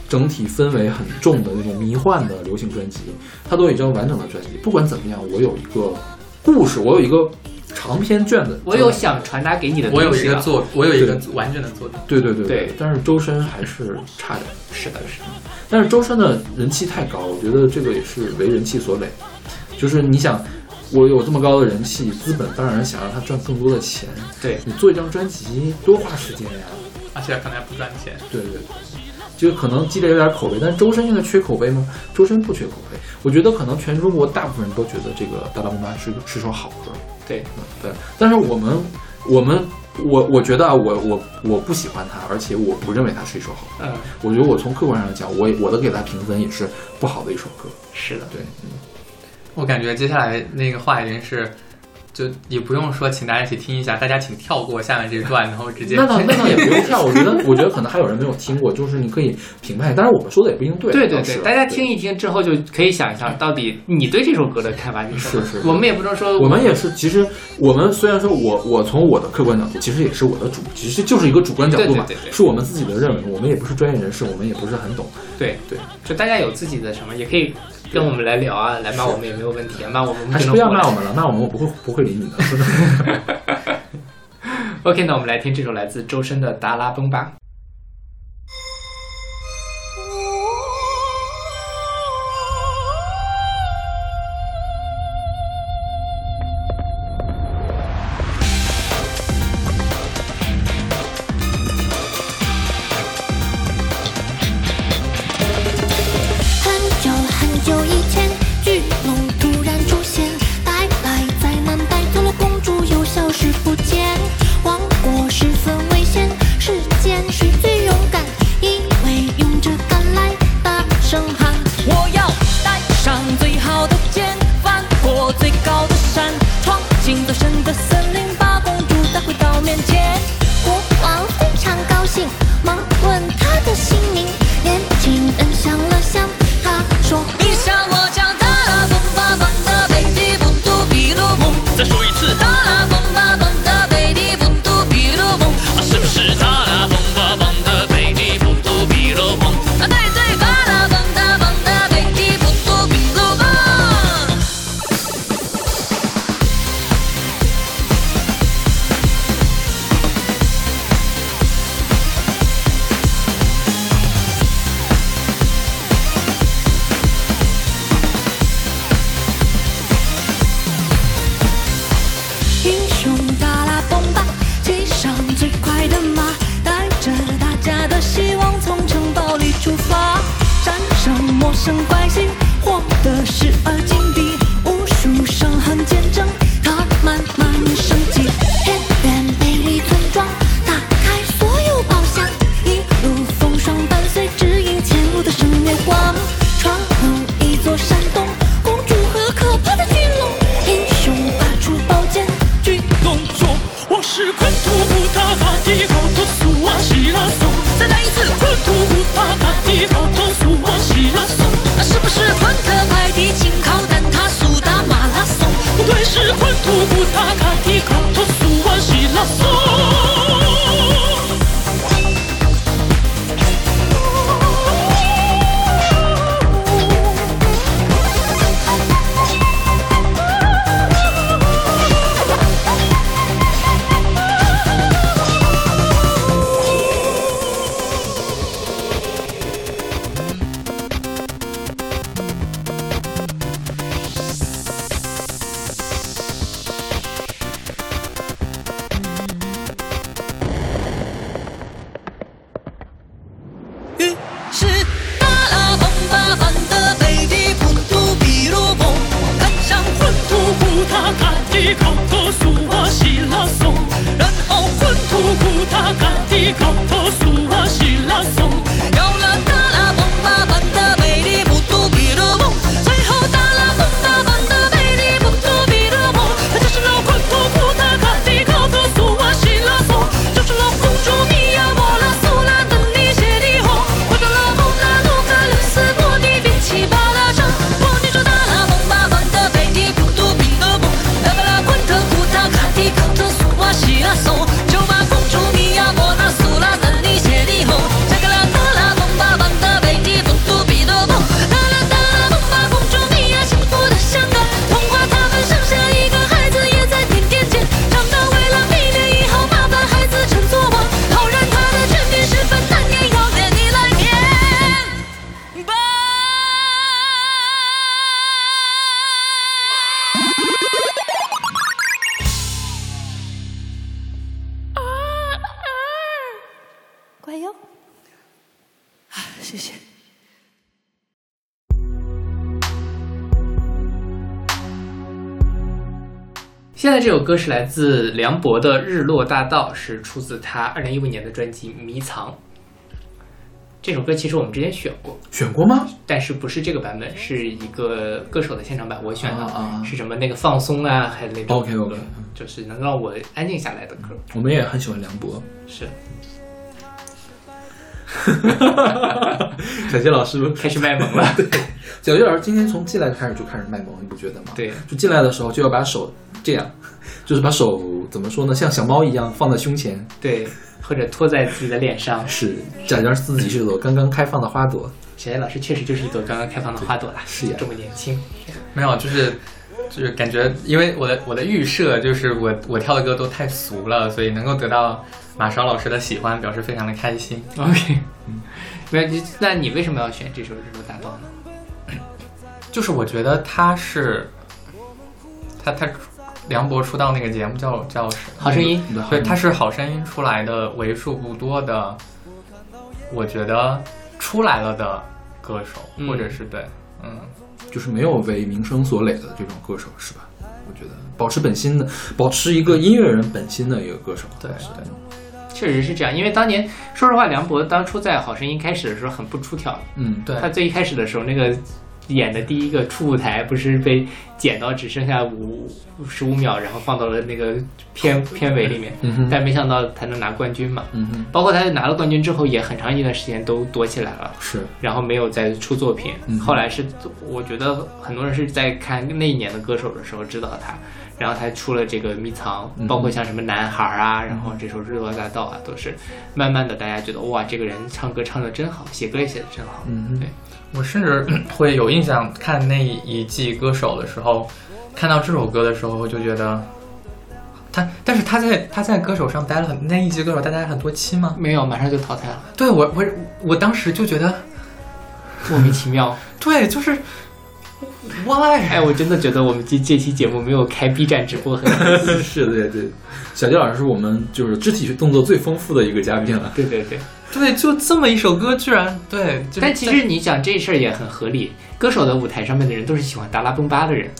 整体氛围很重的那种迷幻的流行专辑，它都有一张完整的专辑。不管怎么样，我有一个故事，我有一个长篇卷子， 我有想传达给你的东西。 我有一个作，我有一个完整的作品。 对对对对， 但是周深还是差点。 是的，是的。 但是周深的人气太高，我觉得这个也是为人气所累。就是你想，我有这么高的人气，资本当然想让他赚更多的钱。 对， 你做一张专辑多花时间呀， 而且可能还不赚钱。 对对对。就可能积累有点口碑，但是周深现在缺口碑吗？周深不缺口碑，我觉得可能全中国大部分人都觉得这个《达拉崩吧》是是首好歌。 对， 嗯对。但是我们我们我我觉得啊，我我我不喜欢它，而且我不认为它是一首好歌。 嗯， 我觉得我从客观上讲，我我的给它评分也是不好的一首歌。 是的， 对。嗯， 我感觉接下来那个话已经是。就也不用说，请大家一起听一下，大家请跳过下面这段，然后直接。 那倒那倒也不用跳，我觉得我觉得可能还有人没有听过，就是你可以评判，当然我们说的也不一定对。 对对对，大家听一听之后就可以想一想，到底你对这首歌的看法是什么？ 是是， 我们也不能说， 我们也是，其实我们虽然说我我从我的客观角度，其实也是我的主，其实就是一个主观角度嘛， 对对对对， 是我们自己的认为，我们也不是专业人士，我们也不是很懂。 对对， 就大家有自己的什么，也可以。跟我们来聊啊，来骂我们也没有问题啊，骂我们还是不要骂我们了，骂我们我不会不会理你的。 OK， 那我们来听这首来自周深的《达拉崩吧》。 是不是昆特派的请靠的？ 现在这首歌是来自梁博的《日落大道》，是出自他二零一五年的专辑《迷藏》。这首歌其实我们之前选过， 选过吗？ 但是不是这个版本，是一个歌手的现场版，我选的， 啊啊啊是什么那个放松啊，还有那种 OK OK， 就是能让我安静下来的歌。 我们也很喜欢梁博。 是。 小杰老师开始卖萌了。 小杰老师今天从进来开始就开始卖萌，你不觉得吗？ 对， 就进来的时候就要把手这样，就是把手怎么说呢，像小猫一样放在胸前， 对，或者托在自己的脸上， 是假装自己是朵刚刚开放的花朵。 小杰老师确实就是一朵刚刚开放的花朵啦， 是呀， 这么年轻。 没有，就是就是感觉，因为我的我的预设就是我我跳的歌都太俗了，所以能够得到马勺老师的喜欢，表示非常的开心。 OK， 嗯，没有，那你为什么要选这首《日落大道》呢？ 就是我觉得他是他他梁博出道那个节目叫叫好声音， 对，他是好声音出来的为数不多的，我觉得出来了的歌手， 嗯、 或者是对，嗯， 就是没有为名声所累的这种歌手，是吧？我觉得保持本心的，保持一个音乐人本心的一个歌手， 对对。 确实是这样，因为当年说实话，梁博当初在《好声音》开始的时候很不出挑的， 嗯， 对， 他最一开始的时候那个演的第一个初舞台不是被剪到只剩下五十五秒，然后放到了那个片片尾里面， 嗯、 但没想到他能拿冠军嘛， 嗯哼， 包括他拿了冠军之后，也很长一段时间都躲起来了， 是， 然后没有再出作品， 嗯、 后来是我觉得很多人是在看那一年的歌手的时候知道他。然后他出了这个迷藏，包括像什么男孩啊，然后这首日落大道啊，都是慢慢的大家觉得哇，这个人唱歌唱得真好，写歌也写得真好。 嗯， 对， 我甚至会有印象，看那一季歌手的时候，看到这首歌的时候，我就觉得他，但是他在他在歌手上待了很那一季歌手待了很多期吗？ 没有，马上就淘汰了。 对我我我当时就觉得莫名其妙。 对，就是。Why？ 哎，我真的觉得我们这这期节目没有开 B 站直播很是的，对对。小杰老师是我们就是肢体动作最丰富的一个嘉宾了。 对对对对，就这么一首歌，居然对。 但其实你讲这事儿也很合理，歌手的舞台上面的人都是喜欢达拉崩巴的人。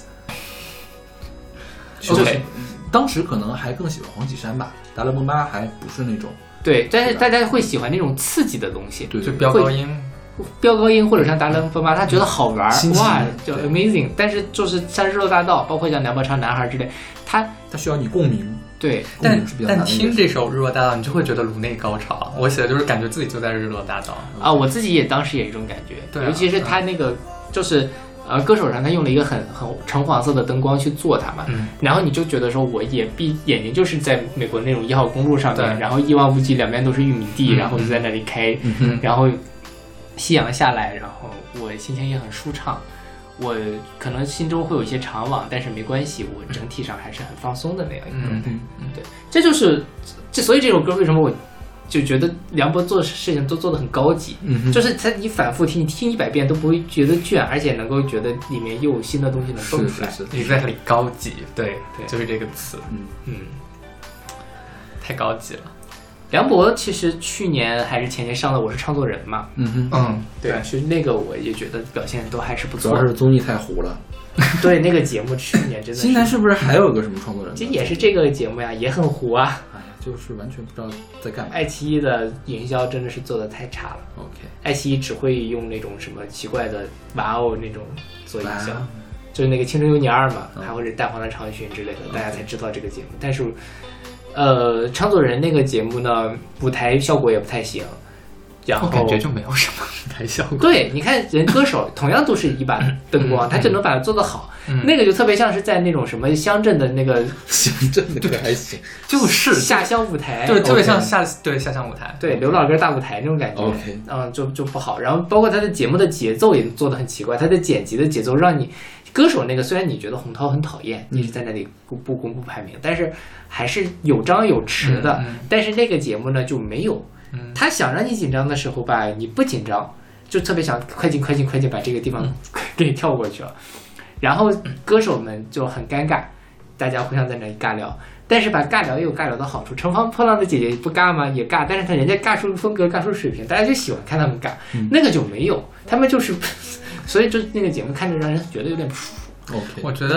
OK， 当时可能还更喜欢黄绮珊吧，达拉崩巴还不是那种。 对，但是大家会喜欢那种刺激的东西， 对， 就飙高音。 飙高音或者像达拉崩巴，他觉得好玩，哇，就 amazing。但是就是像日落大道，包括像梁博唱男孩之类，他他需要你共鸣。 对， 但但听这首日落大道，你就会觉得颅内高潮。我写的就是感觉自己就在日落大道啊，我自己也当时也这种感觉， 对、啊， 尤其是他那个就是呃歌手上他用了一个很很橙黄色的灯光去做它嘛， 嗯， 然后你就觉得说我也闭眼睛就是在美国那种一号公路上面，然后一望无际，两边都是玉米地， 嗯、 然后就在那里开， 嗯、 然后。夕阳下来，然后我心情也很舒畅，我可能心中会有一些长往，但是没关系，我整体上还是很放松的那样一个状态。 嗯嗯，对，这就是这，所以这首歌为什么我就觉得梁博做事情都做得很高级， 嗯， 就是他你反复听，你听一百遍都不会觉得倦，而且能够觉得里面又有新的东西能蹦出来。 你在里高级，对对，就是这个词， 嗯嗯， 太高级了。 梁博其实去年还是前年上的《我是唱作人》嘛， 嗯嗯， 对，其实那个我也觉得表现都还是不错。 主要是综艺太糊了。 对，那个节目去年真的是。 今年是不是还有个什么创作人？ 这也是这个节目呀，也很糊啊。 哎呀，就是完全不知道在干嘛。 爱奇艺的营销真的是做的太差了。 OK， 爱奇艺只会用那种什么奇怪的哇哦那种做营销，就是那个《青春有你二》嘛，还或者《蛋黄的长裙》之类的，大家才知道这个节目，但是。呃，唱作人那个节目呢，舞台效果也不太行，然后我感觉就没有什么舞台效果。 对，你看人歌手同样都是一把灯光，嗯、他就能把它做得好、 嗯。 那个就特别像是在那种什么乡镇的那个乡镇的这个还行， 就是下乡舞台， 对，特别像下对下乡舞台， 对刘老根大舞台那种感觉。 OK， 嗯，就就不好。然后包括他的节目的节奏也做得很奇怪，他的剪辑的节奏让你。歌手那个虽然你觉得洪涛很讨厌，一直在那里不不公布排名，但是还是有张有弛的。 嗯嗯、 但是那个节目呢就没有， 嗯、 他想让你紧张的时候吧，你不紧张，就特别想快进快进快进把这个地方给你跳过去了。然后歌手们就很尴尬，大家互相在那里尬聊。但是吧，尬聊也有尬聊的好处。乘风破浪的姐姐不尬吗？也尬，但是他人家尬出风格，尬出水平，大家就喜欢看他们尬。 嗯、 那个就没有，他们就是。所以就那个节目看着让人觉得有点不舒服。 OK， 我觉得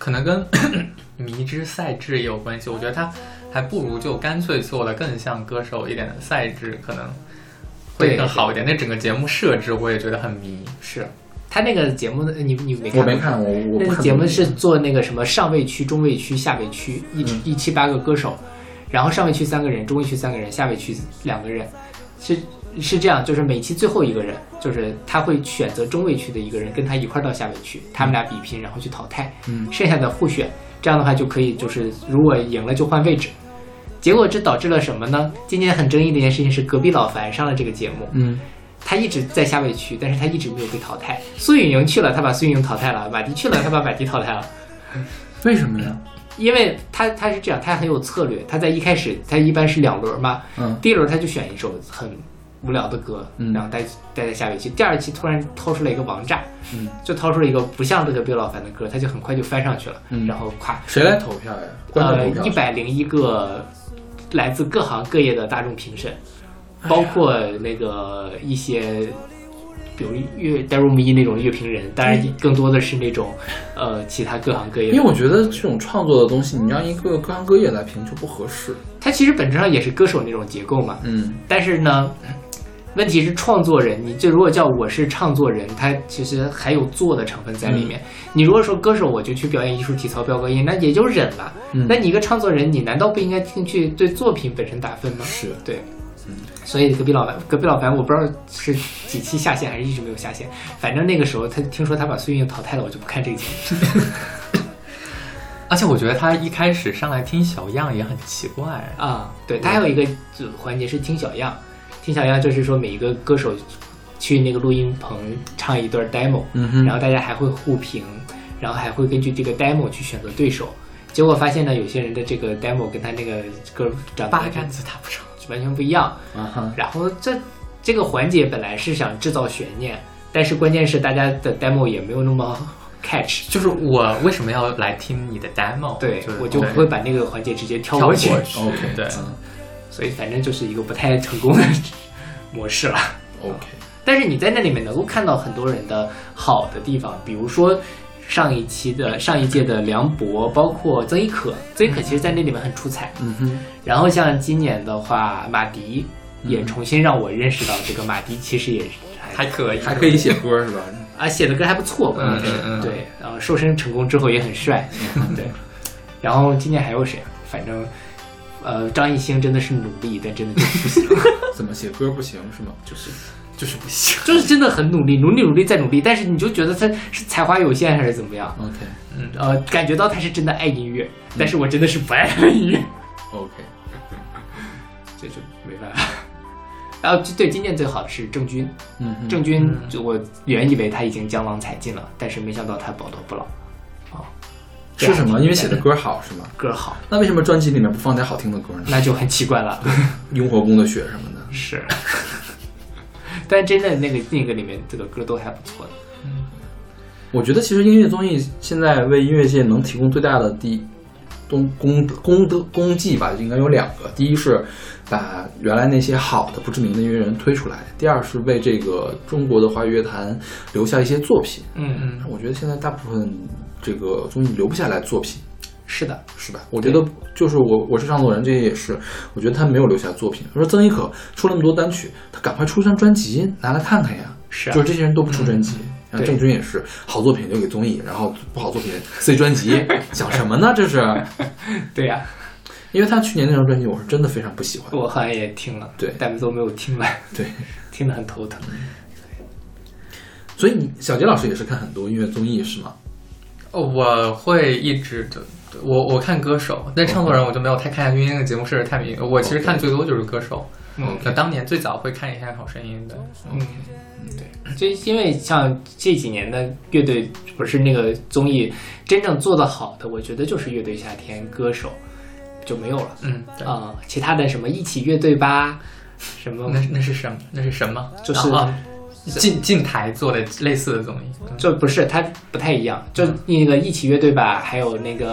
可能跟迷之赛制也有关系。我觉得他还不如就干脆做的更像歌手一点的赛制，可能会更好一点。那整个节目设置我也觉得很迷。 是他那个节目的，你你没看？ 我没看，我我那个不看节目是做那个什么上位区、中位区、下位区，一、 嗯、 一七八个歌手，然后上位区三个人，中位区三个人，下位区两个人，是是这样，就是每期最后一个人，就是他会选择中位区的一个人跟他一块到下位区，他们俩比拼，然后去淘汰， 嗯， 剩下的互选，这样的话就可以就是如果赢了就换位置。结果这导致了什么呢？今年很争议的一件事情是隔壁老樊上了这个节目， 嗯。 他一直在下位区，但是他一直没有被淘汰。苏运莹去了，他把苏运莹淘汰了；马迪去了，他把马迪淘汰了。 为什么呀？ 因为他他是这样，他很有策略。他在一开始，他一般是两轮嘛， 嗯， 第一轮他就选一首很无聊的歌， 嗯， 然后待待在下位区。第二期突然掏出来一个王炸， 嗯， 就掏出了一个不像这个毕老樊的歌，他就很快就翻上去了， 嗯， 然后咵， 谁来投票呀？ 呃，一百零一个来自各行各业的大众评审，包括那个一些。比如乐带入迷一那种乐评人，当然更多的是那种，呃，其他各行各业的。 因为我觉得这种创作的东西，你让一个各行各业来评就不合适。 它其实本质上也是歌手那种结构嘛， 嗯。 但是呢，问题是创作人，你这如果叫我是唱作人，他其实还有做的成分在里面。嗯、你如果说歌手我就去表演艺术体操飙高音，那也就忍了。 嗯。 那你一个创作人，你难道不应该去对作品本身打分吗？ 是， 对。所以隔壁老樊，隔壁老樊，我不知道是几期下线还是一直没有下线。反正那个时候他听说他把苏运莹淘汰了，我就不看这个节目。 而且我觉得他一开始上来听小样也很奇怪啊。对，他还有一个环节是听小样，听小样就是说每一个歌手去那个录音棚唱一段 demo， 嗯， 然后大家还会互评，然后还会根据这个 demo 去选择对手。结果发现呢，有些人的这个 demo 跟他那个歌长八竿子打不着。 完全不一样， uh-huh. 然后这这个环节本来是想制造悬念，但是关键是大家的 demo 也没有那么 catch。 就是我为什么要来听你的 demo？ 对， 就是、 我就会把那个环节直接跳过去。 跳过去 OK， 对、 嗯，所以反正就是一个不太成功的模式了。 OK， 但是你在那里面能够看到很多人的好的地方，比如说。上一期的上一届的梁博，包括曾轶可，曾轶可其实在那里面很出彩。 嗯哼。 然后像今年的话，马迪也重新让我认识到这个马迪其实也还可以， 还可以写歌是吧？ 啊，写的歌还不错，关键是、 嗯嗯、 对。然后瘦身成功之后也很帅，对。然后今年还有谁？反正呃，张艺兴真的是努力，但真的就是不行。 怎么写歌不行是吗？就是。 就是不行， 就是真的很努力，努力努力再努力，但是你就觉得他是才华有限还是怎么样 ？OK， 嗯呃，感觉到他是真的爱音乐，嗯、但是我真的是不爱音乐。 OK， 这就没办法。然后对，今年最好的是郑钧， 嗯， 郑钧，就我原以为他已经江郎才尽了，但是没想到他宝刀不老。哦， 是什么？因为写的歌好是吗？ 歌好。 那为什么专辑里面不放点好听的歌呢？ 那就很奇怪了。 雍和宫的雪什么的。 是。但真的那个那个里面这个歌都还不错的。 嗯，我觉得其实音乐综艺现在为音乐界能提供最大的第功功功德功绩吧，应该有两个。第一是把原来那些好的不知名的音乐人推出来，第二是为这个中国的华语乐坛留下一些作品。 嗯嗯， 我觉得现在大部分这个综艺留不下来作品。 是的， 是吧？我觉得就是我，我是唱作人，这些也是。我觉得他没有留下作品。说曾轶可出了那么多单曲，他赶快出一张专辑拿来看看呀。 是、啊， 就是这些人都不出专辑。嗯、郑钧也是，好作品留给综艺，然后不好作品塞专辑，想什么呢？这是。 对呀、啊， 因为他去年那张专辑，我是真的非常不喜欢。 我好像也听了， 对， 但都没有听完。 对， 听得很头疼。 所以你小杰老师也是看很多音乐综艺是吗？ 哦，我会一直的。我我看歌手，但唱作人我就没有太看下去，因为那个节目设置太迷。我其实看最多就是歌手。 嗯， 那当年最早会看一下《好声音》的。 嗯，对，就因为像这几年的乐队不是那个综艺真正做得好的，我觉得就是乐队夏天、歌手就没有了。 嗯啊、呃，其他的什么一起乐队吧，什么那那是什么？那是什么？ 就是。 啊进进台做的类似的综艺， 就不是它不太一样，就那个一起乐队吧，还有那个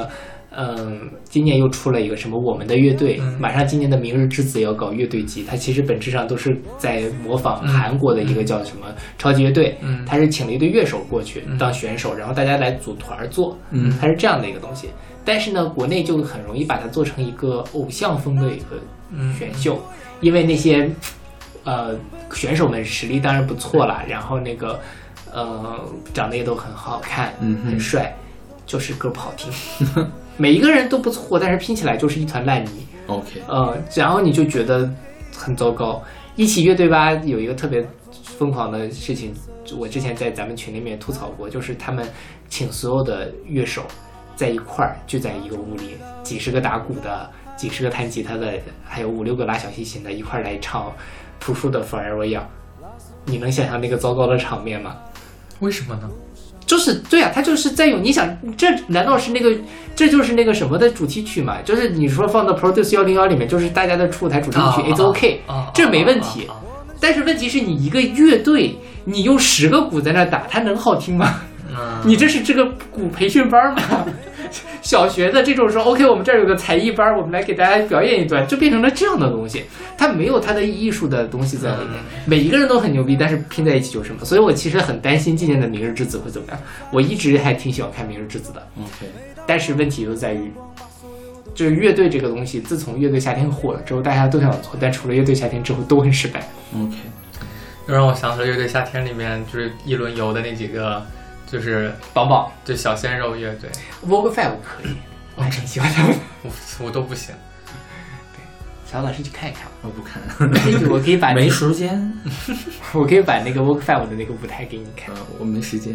嗯，今年又出了一个什么我们的乐队， 嗯马上今年的明日之子要搞乐队季，它其实本质上都是在模仿韩国的一个叫什么超级乐队， 嗯它是请了一堆乐手过去嗯当选手，然后大家来组团做， 嗯它是这样的一个东西。但是呢，国内就很容易把它做成一个偶像风的一个选秀，因为那些呃选手们实力当然不错啦，然后那个呃长得也都很好看， 嗯哼很帅，就是歌不好听。每一个人都不错，但是拼起来就是一团烂泥。 OK， 呃，然后你就觉得很糟糕。一起乐队吧有一个特别疯狂的事情，我之前在咱们群里面吐槽过，就是他们请所有的乐手在一块儿聚在一个屋里，几十个打鼓的，几十个弹吉他的，还有五六个拉小提琴的，一块儿来唱朴树的 Forever Young。你能想象那个糟糕的场面吗？ 为什么呢？ 就是对啊，他就是在用你想，这难道是那个，这就是那个什么的主题曲嘛？就是你说放到 Produce 一零一里面，就是大家的出台主题曲、 啊 It's OK，、 啊啊这没问题。 啊啊啊但是问题是你一个乐队，你用十个鼓在那打，它能好听吗？ 嗯你这是这个鼓培训班吗？小学的这种说 OK， 我们这儿有个才艺班，我们来给大家表演一段，就变成了这样的东西。它没有它的艺术的东西在里面，每一个人都很牛逼，但是拼在一起就是什么。所以我其实很担心今年的明日之子会怎么样。我一直还挺喜欢看明日之子的， OK， 但是问题就在于，就是乐队这个东西，自从乐队夏天火了之后，大家都想做，但除了乐队夏天之后都很失败。 OK， 又让我想起了乐队夏天里面就是一轮游的那几个，就是棒棒就小鲜肉乐队， Vogue Five 可以，我还挺喜欢他们的。 我我都不行。 小老师去看一看吧， 我不看， 可以我可以把、那个、 没时间， 我可以把那个 Vogue Five 的那个舞台给你看。 呃，我没时间。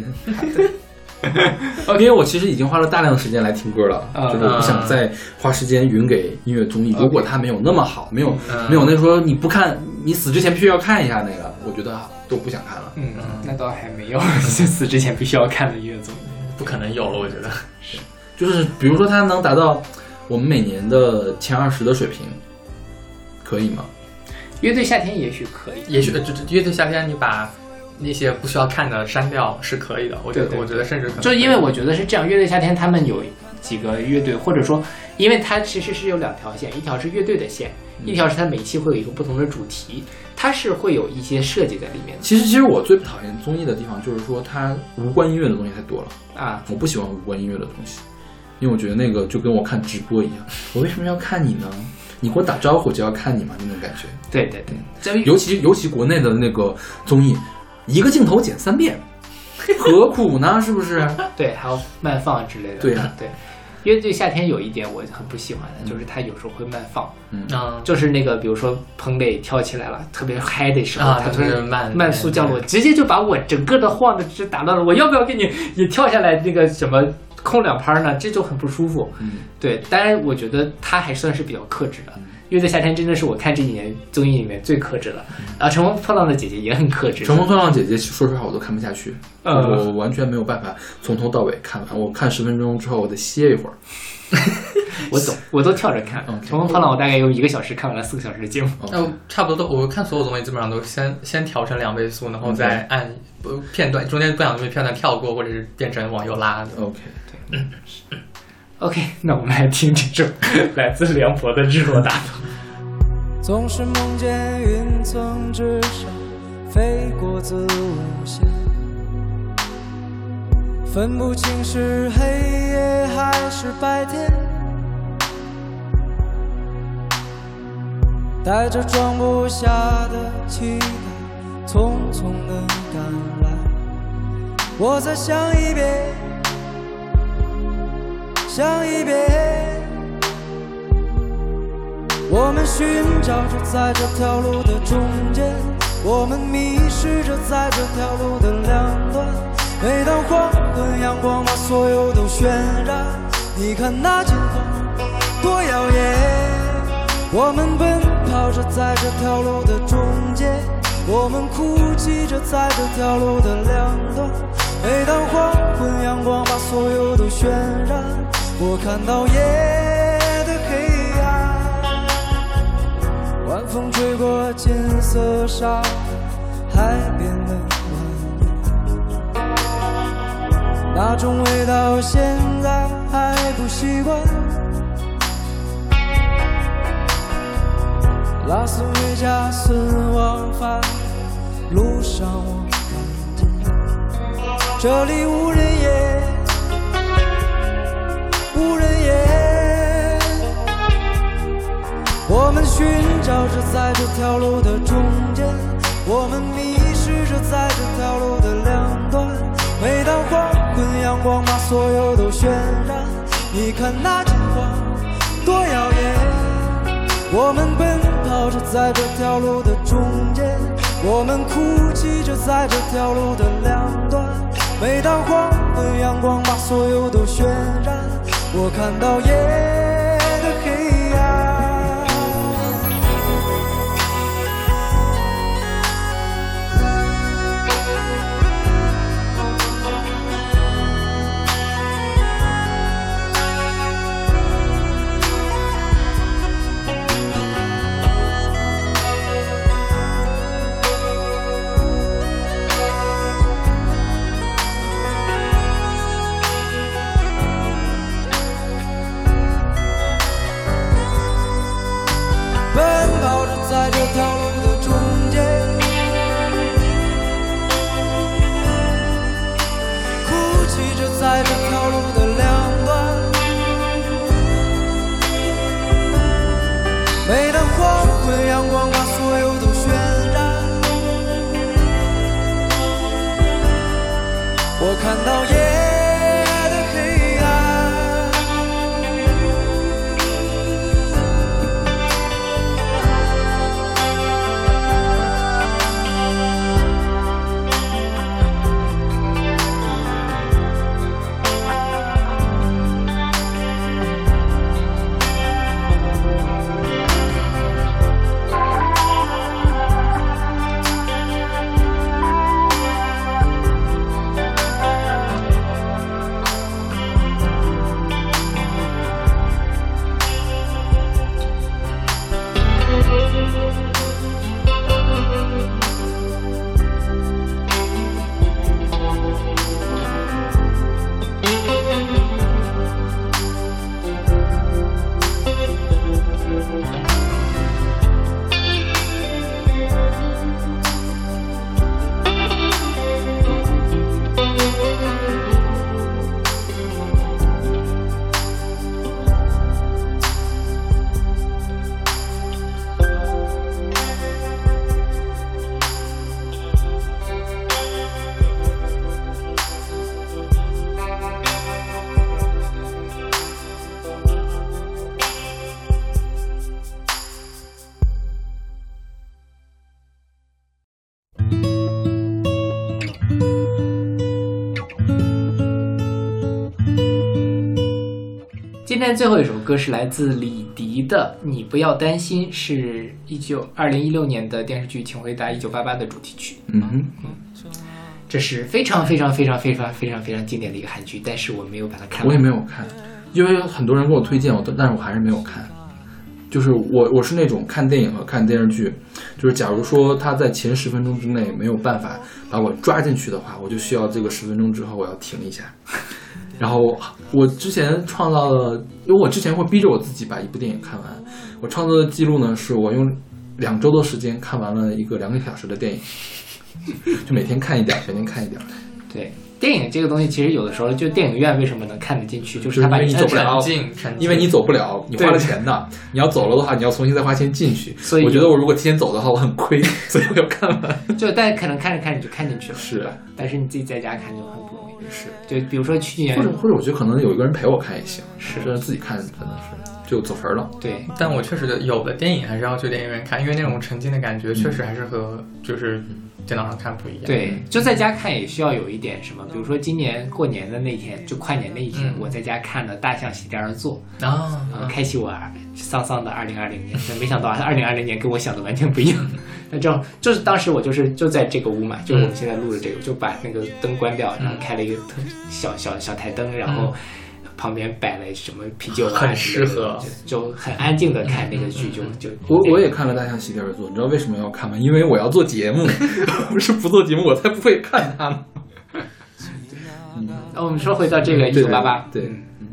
因为我其实已经花了大量的时间来听歌了， 嗯就是我不想再花时间匀给音乐综艺。如果它没有那么好，没有嗯没有那说你不看，你死之前必须要看一下那个，我觉得都不想看了。 嗯，那倒还没有，死之前必须要看的音乐综艺。 不可能有了，我觉得。 就是比如说它能达到我们每年的前二十的水平，可以吗？ 乐队夏天也许可以， 也许就乐队夏天，你把那些不需要看的删掉是可以的。我觉得， 对对我觉得甚至可能就因为我觉得是这样，乐队夏天他们有几个乐队，或者说，因为它其实是有两条线，一条是乐队的线，一条是它每期会有一个不同的主题，它是会有一些设计在里面的其实，其实我最不讨厌综艺的地方就是说它无关音乐的东西太多了， 啊。 我不喜欢无关音乐的东西，因为我觉得那个就跟我看直播一样，我为什么要看你呢？你给我打招呼就要看你吗？那种感觉。 对对对，这尤其尤其国内的那个综艺，一个镜头剪三遍，何苦呢？是不是？ 对，还有慢放之类的。 对啊对。乐队夏天有一点我很不喜欢的，就是它有时候会慢放， 嗯就是那个比如说彭磊跳起来了，特别嗨的时候， 啊他突然就是慢慢速降落，直接就把我整个的晃的直打乱了。我要不要给你也跳下来那个什么空两拍呢？这就很不舒服。 嗯， 对，当然我觉得他还算是比较克制的。乐队夏天真的是我看这几年综艺里面最克制的，然后乘风破浪的姐姐也很克制。 乘风破浪姐姐，说实话我都看不下去， 嗯我完全没有办法从头到尾看完。我看十分钟之后，我得歇一会儿。 我懂，我都跳着看。 OK 乘风破浪我大概用一个小时看完了四个小时的节目。 那我差不多都，我看所有东西基本上都是先先调成两倍速，然后再按不片段中间不想的片段跳过，或者是变成往右拉的。 OK， OK， 那我们来听这首来自梁博的《日落大道》。 总是梦见云层之上飞过子午线，分不清是黑夜还是白天，带着装不下的期待，匆匆地赶来。我再想一遍，想一遍，我们寻找着在这条路的中间，我们迷失着在这条路的两端。每当黄昏，阳光把所有都渲染，你看那金黄多耀眼。我们奔跑着在这条路的中间，我们哭泣着在这条路的两端。每当黄昏，阳光把所有都渲染，我看到夜的黑暗。晚风吹过金色沙滩，海边的蜿蜒，那种味道现在还不习惯。拉斯维加斯往返路上，我看见这里无人烟，无人烟。我们寻找着在这条路的中间，我们迷失着在这条路的两端。每当黄昏阳光把所有都渲染，你看那金黄多耀眼。我们奔跑着在这条路的中间，我们哭泣着在这条路的两端。每当黄昏阳光把所有都渲染，我看到夜的黑暗。在这条路的中间，哭泣着在这条路的两端。每当黄昏阳光把所有都渲染，我看到夜的黑暗。 今天最后一首歌是来自李迪的《你不要担心》，是一九二零一六年的电视剧《请回答一九八八》的主题曲。 嗯哼， 这是非常非常非常非常非常非常经典的一个韩剧，但是我没有把它看完。 我也没有看，因为很多人给我推荐，我但是我还是没有看。就是我我是那种看电影和看电视剧，就是假如说他在前十分钟之内没有办法把我抓进去的话，我就需要这个十分钟之后我要停一下。然后我之前创造了，因为我之前会逼着我自己把一部电影看完，我创造的记录呢是我用两周的时间看完了一个两个小时的电影，就每天看一点，每天看一点。 对。电影这个东西，其实有的时候就电影院为什么能看得进去，就是它把你走不了，因为你走不了，你花了钱的，你要走了的话，你要重新再花钱进去。 所以我觉得我如果提前走的话，我很亏，所以我要看完。 就但可能看着看着就看进去了， 是吧？但是你自己在家看就很不容易。 是， 就比如说去年， 或者或者我觉得可能有一个人陪我看也行， 是， 就是自己看真的是就走神了。 对， 但我确实的有的电影还是要去电影院看，因为那种沉浸的感觉确实还是和就是电脑上看不一样。 对，就在家看也需要有一点什么，比如说今年过年的那天，就跨年那一天， 嗯、 我在家看了《大象席地而坐》 啊， 呃、开启我丧丧的二零二零年。但没想到二零二零年跟我想的完全不一样。那这样就是当时我就是就在这个屋嘛，就是我们现在录的这个，就把那个灯关掉，然后开了一个特小小小台灯，然后。旁边摆了什么啤酒啊， 很适合， 就, 就很安静的看那个剧，就就我我也看了《大象席地而坐》，你知道为什么要看吗？因为我要做节目，不是不做节目我才不会看它呢。 嗯，我们说回到这个一九八八， 对， 嗯，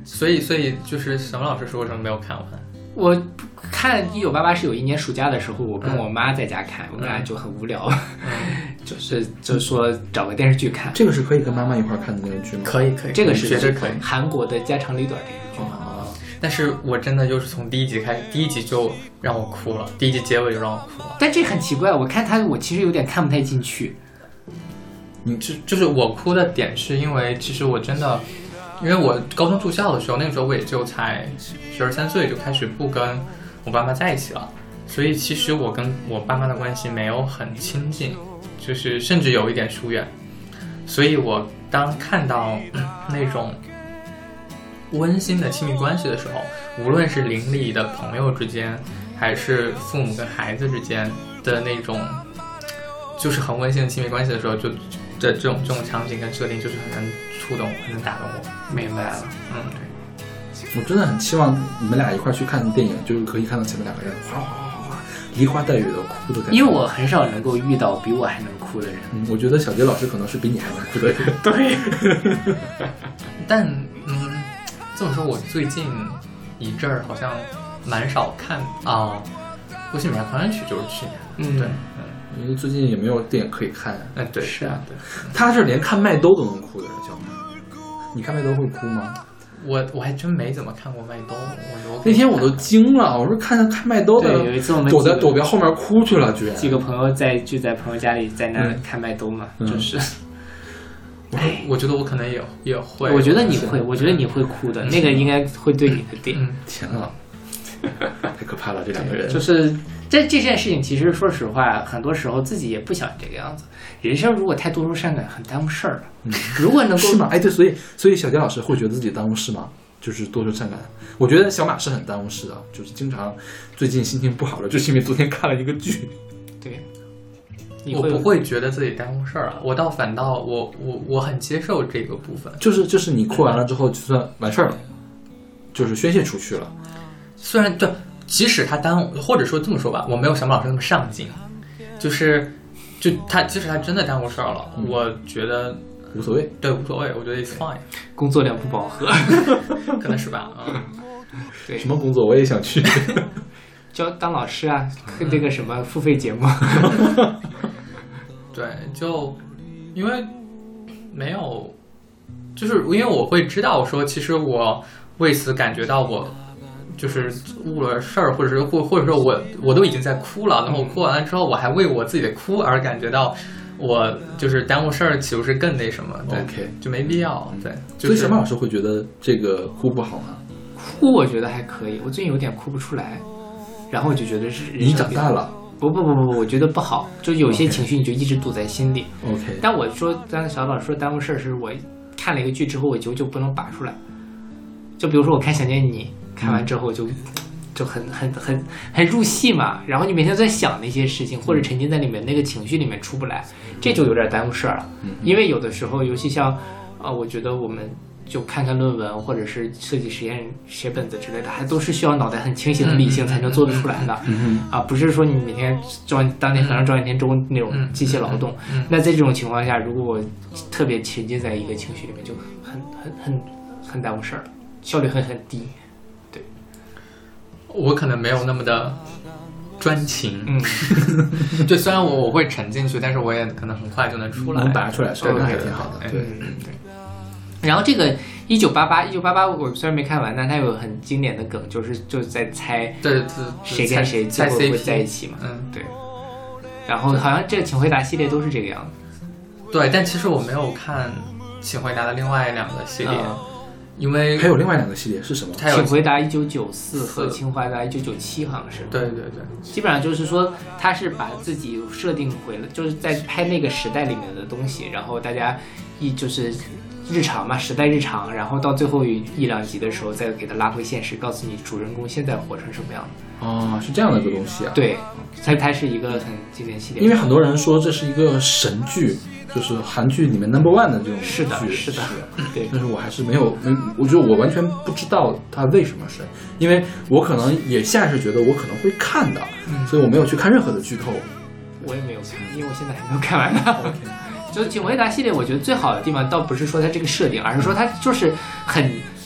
所以所以就是沈文老师是为什么没有看完？ 我看一九八八是有一年暑假的时候，我跟我妈在家看，嗯、我们俩就很无聊，嗯、就是就说找个电视剧看。 这个是可以跟妈妈一块看的那个剧吗？ 可以可以， 这个是绝对可以。 韩国的家长里短电视剧。 哦，但是我真的就是从第一集开始，第一集就让我哭了，第一集结尾就让我哭了。 但这很奇怪，我看他我其实有点看不太进去。 你就就是我哭的点是因为其实我真的。因为我高中住校的时候，那个时候我也就才十二三岁，就开始不跟我爸妈在一起了，所以其实我跟我爸妈的关系没有很亲近，就是甚至有一点疏远。所以我当看到、嗯、那种温馨的亲密关系的时候，无论是邻里的朋友之间，还是父母跟孩子之间的那种，就是很温馨的亲密关系的时候，就这这种这种场景跟设定就是很能触动，很能打动我。 明白了， 嗯，对。 我真的很期望你们俩一块去看电影，就是可以看到前面两个人哗哗哗哗哗梨花带雨的哭的感觉。 因为我很少能够遇到比我还能哭的人。 嗯，我觉得小杰老师可能是比你还能哭的人。 对。 但嗯，这么说，我最近一阵儿好像蛮少看啊，《波西米亚狂想曲》就是去年。 嗯， 对， 嗯。因为最近也没有电影可以看。 嗯，对， 是啊， 对。 他是连看麦兜都能哭的人，小马。你看麦兜会哭吗？ 我我还真没怎么看过麦兜，我我那天我都惊了，我说看看麦兜的， 有一次我们躲在躲在后面哭去了，居然。 几个朋友在就在朋友家里在那看麦兜嘛，嗯、就是。 我我觉得我可能也也会， 我觉得你会，我觉得你会哭的，那个应该会对你的点。 嗯， 天啊，太可怕了，这两个人。 就是这这件事情，其实说实话，很多时候自己也不想这个样子。人生如果太多愁善感，很耽误事儿的。 嗯， 如果能够是吗？哎，对，所以所以小杰老师会觉得自己耽误事吗？就是多愁善感。我觉得小马是很耽误事的，就是经常最近心情不好了，就是因为昨天看了一个剧。 对。 我不会觉得自己耽误事儿啊，我倒反倒我我我很接受这个部分， 就是就是你哭完了之后就算完事儿了，就是宣泄出去了。 虽然对，即使他耽误，或者说这么说吧，我没有小马老师那么上进，就是就他即使他真的耽误事儿了，嗯、我觉得无所谓， 对，无所谓，我觉得 it's fine， 工作量不饱和， 可能是吧，嗯， 对， 什么工作我也想去， 教当老师啊，那个什么付费节目。 对，就因为没有，就是因为我会知道说，其实我为此感觉到我就是误了事儿，或者是或或者说我我都已经在哭了，然后我哭完了之后，我还为我自己的哭而感觉到我就是耽误事儿，岂不是更那什么？对 ，OK， 就没必要。对，就是、 所以小马老师会觉得这个哭不好吗？ 哭我觉得还可以，我最近有点哭不出来，然后我就觉得是你长大了。 不不不不，我觉得不好，就有些情绪你就一直堵在心里。 OK， 但我说，刚才小老师说耽误事儿，是我看了一个剧之后，我久久不能拔出来。就比如说我看《想见你》，看完之后就、嗯、就很很很很入戏嘛，然后你每天在想那些事情，或者沉浸在里面那个情绪里面出不来，这就有点耽误事儿了。 嗯、 因为有的时候，尤其像啊、呃，我觉得我们。就看看论文，或者是设计实验、写本子之类的，还都是需要脑袋很清醒、很理性才能做得出来的。 嗯啊，不是说你每天赚当天和尚赚一天粥那种机械劳动。那在这种情况下，如果我特别沉浸在一个情绪里面，就很很很很耽误事儿，效率会很低。对， 我可能没有那么的专情。 嗯， 就虽然我我会沉进去，但是我也可能很快就能出来， 能拔出来， 对， 那还挺好的。对， 嗯对。然后这个一九八八，一九八八我虽然没看完，但它有很经典的梗，就是就是在猜对谁跟谁最后会在一起嘛。 嗯， 对。然后好像这个请回答系列都是这个样子。 对，但其实我没有看请回答的另外两个系列，嗯、因为还有另外两个系列是什么？ 请回答一九九四和请回答一九九七好像是。 对对对， 基本上就是说他是把自己设定回了，就是在拍那个时代里面的东西，然后大家一就是。日常嘛，时代日常，然后到最后一两集的时候，再给他拉回现实，告诉你主人公现在活成什么样的。哦，是这样的一个东西啊。 对，它它是一个很经典系列。 因为很多人说这是一个神剧，就是韩剧里面 number one 的这种剧。 是的，是的，对。 但是我还是没有，我觉得我完全不知道它为什么神，因为我可能也下意识觉得我可能会看的，嗯、所以我没有去看任何的剧透。 我也没有看，因为我现在还没有看完呢。Okay. 就请回答系列，我觉得最好的地方倒不是说它这个设定，而是说它就是很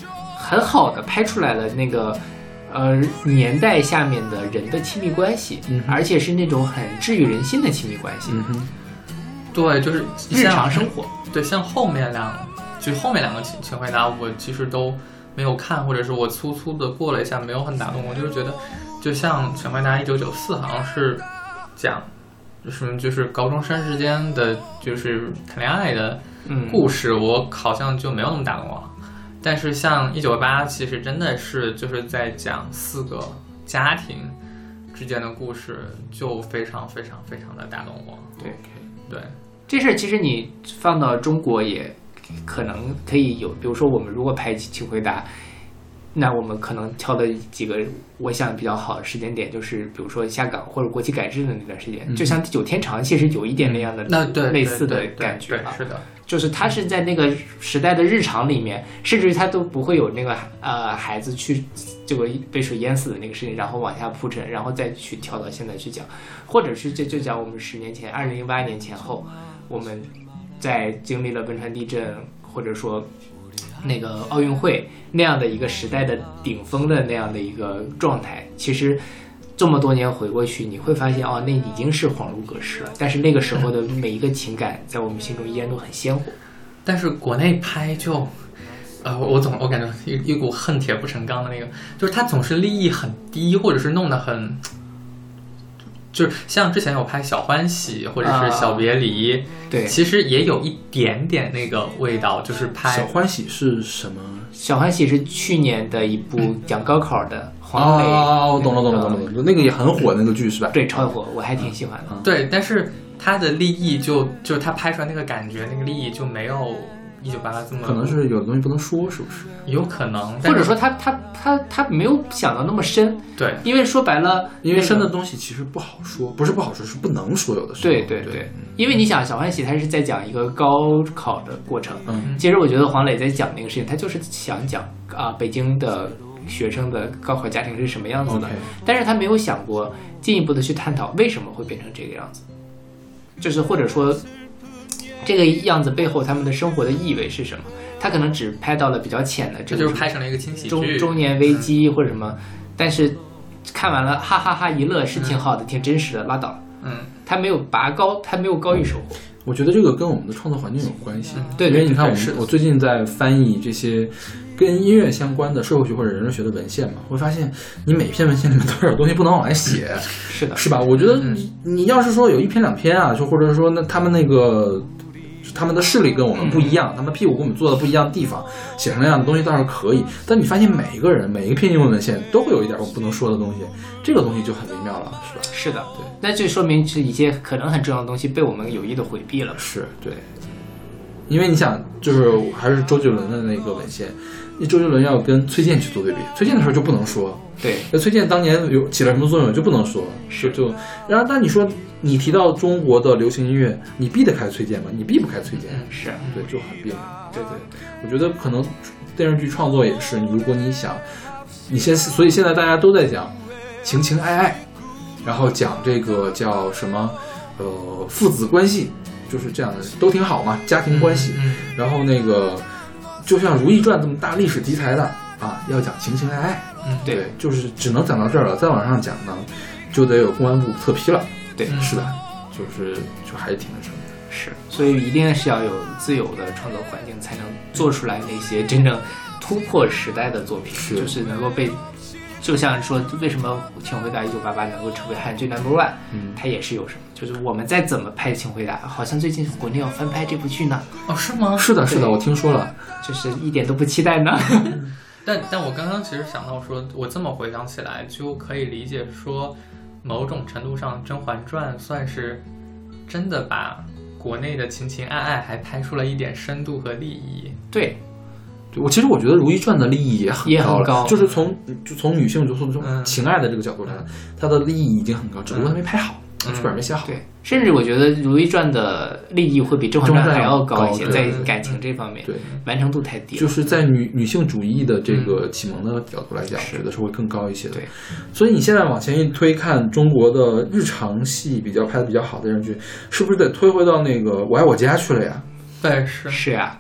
很好的拍出来了那个呃年代下面的人的亲密关系， 嗯而且是那种很治愈人心的亲密关系， 嗯哼， 对，就是日常生活。 对，像后面两，就是后面两个请请回答，我其实都没有看，或者是我粗粗的过了一下，没有很打动我，就是觉得，就像请回答一九九四，好像是讲什么，就是高中生之间的就是谈恋爱的故事，嗯、我好像就没有那么打动我了。但是像一九八，其实真的是就是在讲四个家庭之间的故事，就非常非常非常的打动我。 对对。 这事儿其实你放到中国也可能可以有，比如说我们如果拍请回答，那我们可能挑的几个我想比较好的时间点，就是比如说下岗或者国企改制的那段时间，嗯、就像地久天长，其实有一点那样的那对类似的感觉啊，是的， 就是他是在那个时代的日常里面，甚至于他都不会有那个呃孩子去这个被水淹死的那个事情，然后往下铺陈，然后再去跳到现在去讲，或者是这就讲我们十年前，二零零八年前后。我们在经历了汶川地震，或者说那个奥运会那样的一个时代的顶峰的那样的一个状态，其实这么多年回过去，你会发现哦，那已经是恍如隔世了。但是那个时候的每一个情感，在我们心中依然都很鲜活。 但是国内拍就，呃，我总我感觉一一股恨铁不成钢的那个，就是它总是利益很低，或者是弄得很。就是像之前有拍小欢喜或者是小别离、啊、 对， 其实也有一点点那个味道，就是拍小欢喜是什么？ 小欢喜是去年的一部讲高考的黄磊、 哦，我懂了懂了懂了懂了，那个也很火那个剧是吧？ 对，超火，我还挺喜欢的。 嗯、对，但是他的立意就就他拍出来那个感觉，那个立意就没有一九八八这么， 可能是有的东西不能说，是不是？ 有可能， 或者说他他他他没有想到那么深。 对， 因为说白了， 因为深的东西其实不好说，不是不好说，是不能说有的时候。 对对对，对因为你想，小欢喜他是在讲一个高考的过程。 嗯， 其实我觉得黄磊在讲那个事情，他就是想讲啊、呃，北京的学生的高考家庭是什么样子的， okay. 但是他没有想过进一步的去探讨为什么会变成这个样子，就是或者说这个样子背后他们的生活的意味是什么。他可能只拍到了比较浅的， 这就是拍成了一个轻喜剧， 中中年危机或者什么，嗯、但是看完了哈哈哈一乐是挺好的，嗯、挺真实的，拉倒。 嗯， 他没有拔高，他没有高于生活。 我觉得这个跟我们的创作环境有关系。 嗯、对， 因为你看我们，我最近在翻译这些跟音乐相关的社会学或者人类学的文献嘛，会发现你每篇文献里面都有东西不能往来写， 是的， 是吧？我觉得你你要是说有一篇两篇啊，就或者说那他们那个。他们的视力跟我们不一样，他们屁股跟我们坐的不一样的地方，写成那样的东西倒是可以。但你发现每一个人每一篇英文文献都会有一点我们不能说的东西，这个东西就很微妙了，是吧？ 是的，对。那这说明是一些可能很重要的东西被我们有意的回避了。 是，对。因为你想，就是还是周杰伦的那个文献，周杰伦要跟崔健去做对比，崔健的时候就不能说。 对， 那崔健当年有起了什么作用就不能说， 是就。然后，但你说你提到中国的流行音乐，你避得开崔健吗？你避不开崔健， 嗯、是对，就很别扭。 对对， 我觉得可能电视剧创作也是，如果你想，你现所以现在大家都在讲情情爱爱，然后讲这个叫什么呃父子关系，就是这样的，都挺好嘛，家庭关系。 嗯嗯、 然后那个就像《如懿传》这么大历史题材的啊，要讲情情爱爱。 嗯， 对，就是只能讲到这儿了，再往上讲呢，就得有公安部特批了。 对， 是吧？就是就还是挺那什么的。 是，所以一定是要有自由的创作环境，才能做出来那些真正突破时代的作品， 是就是能够被，就像说为什么《请回答一九八八》能够成为韩剧 number one， 嗯， 它也是有什么，就是我们再怎么拍《请回答》，好像最近国内要翻拍这部剧呢。 哦，是吗？ 是的，是的，我听说了， 就是一点都不期待呢。 但但我刚刚其实想到说，我这么回想起来，就可以理解说，某种程度上，《甄嬛传》算是真的把国内的情情爱爱还拍出了一点深度和利益。 对， 对我其实我觉得《如懿传》的利益也很也高了， 很高， 就是从就从女性就从从嗯情爱的这个角度来看，它的利益已经很高，只不过它没拍好，剧本没写好。 对，甚至我觉得《如懿传》的利益会比《甄嬛传》还要高一些，在对感情这方面， 对， 完成度太低了。 就是在女女性主义的这个启蒙的角度来讲，我觉得是会更高一些的。 对， 所以你现在往前一推，看中国的日常戏比较拍的比较好的电视剧，是不是得推回到那个《我爱我家》去了呀？ 对，是是呀， 嗯，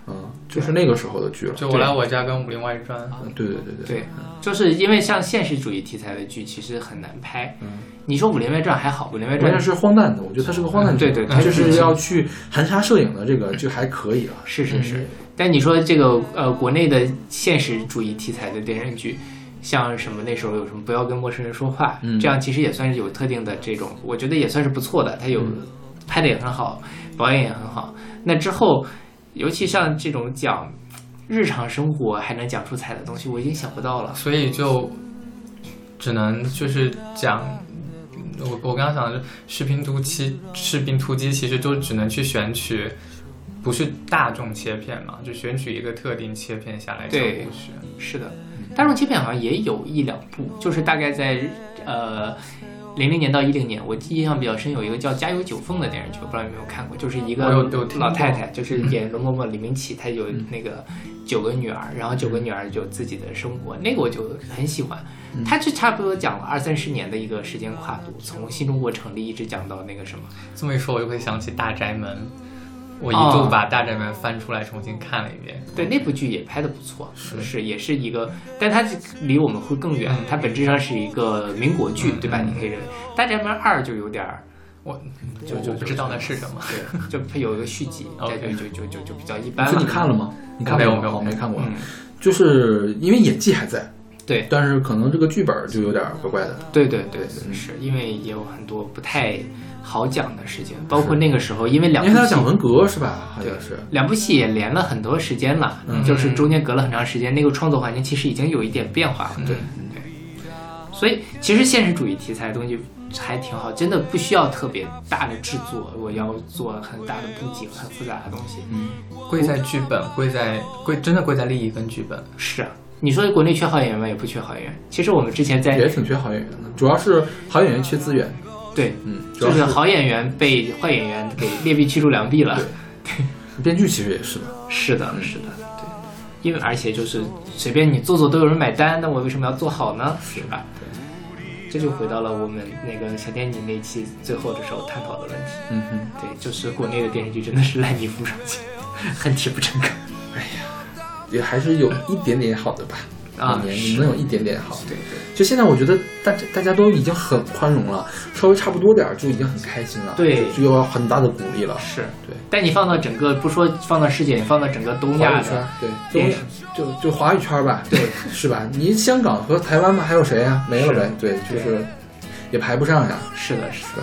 就是那个时候的剧了。 就我来我家跟武林外传。 对对对对对，就是因为像现实主义题材的剧其实很难拍。嗯，你说《武林外传》还好，《武林外传》 是荒诞的，我觉得它是个荒诞剧。 对对， 它就是要去含沙射影的这个就还可以了。 是是是，嗯、但你说这个呃国内的现实主义题材的电视剧。像什么那时候有什么不要跟陌生人说话，嗯、这样其实也算是有特定的这种，我觉得也算是不错的。它有、嗯、拍的也很好，表演也很好。那之后，尤其像这种讲日常生活还能讲出彩的东西，我已经想不到了。 所以就只能就是讲，我我刚刚想的士兵突击，士兵突击其实就只能去选取。不是大众切片嘛，就选取一个特定切片下来讲故事。 是的，大众切片好像也有一两部，就是大概在呃零零年到一零年，我印象比较深，有一个叫《家有九凤》的电视剧，我不知道有没有看过，就是一个老太太，就是演容嬷嬷李明启，她有那个九个女儿，然后九个女儿有自己的生活，那个我就很喜欢。他就差不多讲了二三十年的一个时间跨度，从新中国成立一直讲到那个什么。 这么一说，我就会想起《大宅门》。我一度把《大宅门》翻出来重新看了一遍， 哦、对那部剧也拍得不错，是是也是一个，但它离我们会更远，它本质上是一个民国剧，嗯、对吧？嗯、你可以认为《大宅门二》就有点， 我就就不知道那是什么， 对，就它有一个续集， okay. 就就就就就比较一般了。 所以你看了吗？你看没有？没有，没看过。 嗯、 就是因为演技还在， 对， 但是可能这个剧本就有点怪怪的。 对对对对，是因为也有很多不太。好讲的事情，包括那个时候，因为两部戏， 因为他讲文革是吧？好像是两部戏也连了很多时间了，嗯、就是中间隔了很长时间，那个创作环境其实已经有一点变化了。 对对，所以其实现实主义题材的东西还挺好，真的不需要特别大的制作，我要做很大的布景、很复杂的东西。 嗯，贵在剧本，贵在贵，真的贵在利益跟剧本。 是啊。你说国内缺好演员吗？也不缺好演员。其实我们之前在也挺缺好演员的，主要是好演员缺资源。 对，嗯，就是好演员被坏演员给劣币驱逐良币了。 对，编剧其实也是的。 是的，是的，对，因为而且就是随便你做做都有人买单，那我为什么要做好呢？是吧？对，这就回到了我们那个小电影那期最后的时候探讨的问题。 嗯哼， 对，就是国内的电视剧真的是烂泥扶上墙，恨铁不成钢。 哎呀，也还是有一点点好的吧。 啊， 你能有一点点好， 对对。 就现在，我觉得大家大家都已经很宽容了，稍微差不多点就已经很开心了， 对， 就有很大的鼓励了。 是， 对。 但你放到整个，不说放到世界，你放到整个东亚圈，对，东亚就就华语圈吧，对，是吧？你香港和台湾嘛，还有谁呀？没了呗，对，就是也排不上呀。 是的，是的。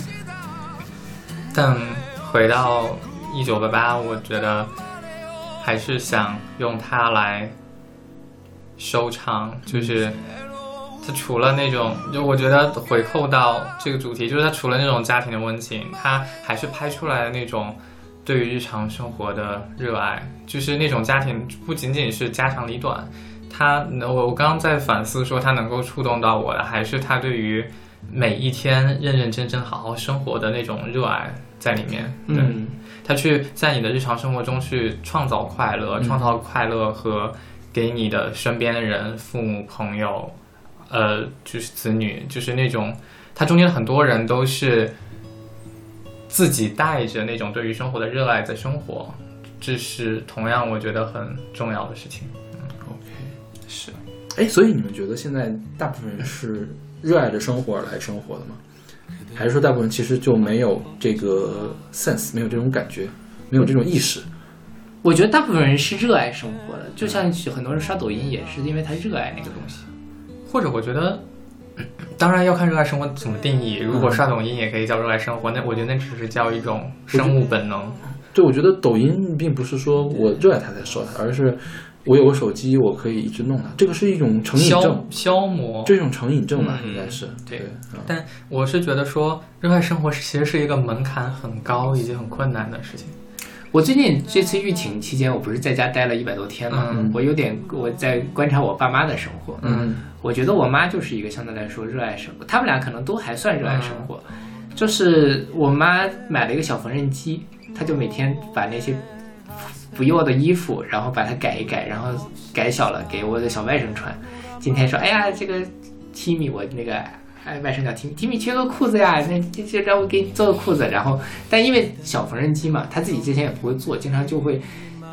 但回到一九八八，我觉得还是想用它来。收场，就是它除了那种，就我觉得回扣到这个主题，就是它除了那种家庭的温情，它还是拍出来的那种对于日常生活的热爱，就是那种家庭不仅仅是家长里短，它我我刚刚在反思说它能够触动到我的，还是它对于每一天认认真真好好生活的那种热爱在里面。对， 嗯， 它去在你的日常生活中去创造快乐，创造快乐和。给你的身边的人，父母、朋友，呃，就是子女，就是那种，他中间很多人都是自己带着那种对于生活的热爱在生活，这是同样我觉得很重要的事情。 嗯 ，OK， 是。哎，所以你们觉得现在大部分人是热爱着生活而来生活的吗？还是说大部分人其实就没有这个 sense， 没有这种感觉，没有这种意识？ 我觉得大部分人是热爱生活的，就像很多人刷抖音也是因为他热爱那个东西。 或者我觉得，当然要看热爱生活怎么定义。如果刷抖音也可以叫热爱生活，那我觉得那只是叫一种生物本能。 对，我觉得抖音并不是说我热爱它才刷它，而是我有个手机，我可以一直弄它。这个是一种成瘾症， 消磨， 这种成瘾症吧， 嗯、 应该是。 对， 对嗯、但我是觉得说，热爱生活其实是一个门槛很高以及很困难的事情。 我最近这次疫情期间，我不是在家待了一百多天嘛， 嗯、 我有点我在观察我爸妈的生活。 嗯， 我觉得我妈就是一个相对来说热爱生活，他们俩可能都还算热爱生活。嗯、就是我妈买了一个小缝纫机，她就每天把那些不要的衣服，然后把它改一改，然后改小了给我的小外甥穿。今天说，哎呀，这个 Timmy 我那个。哎，外甥叫提米，提米缺个裤子呀，那就让我给你做个裤子。然后，但因为小缝纫机嘛，他自己之前也不会做，经常就会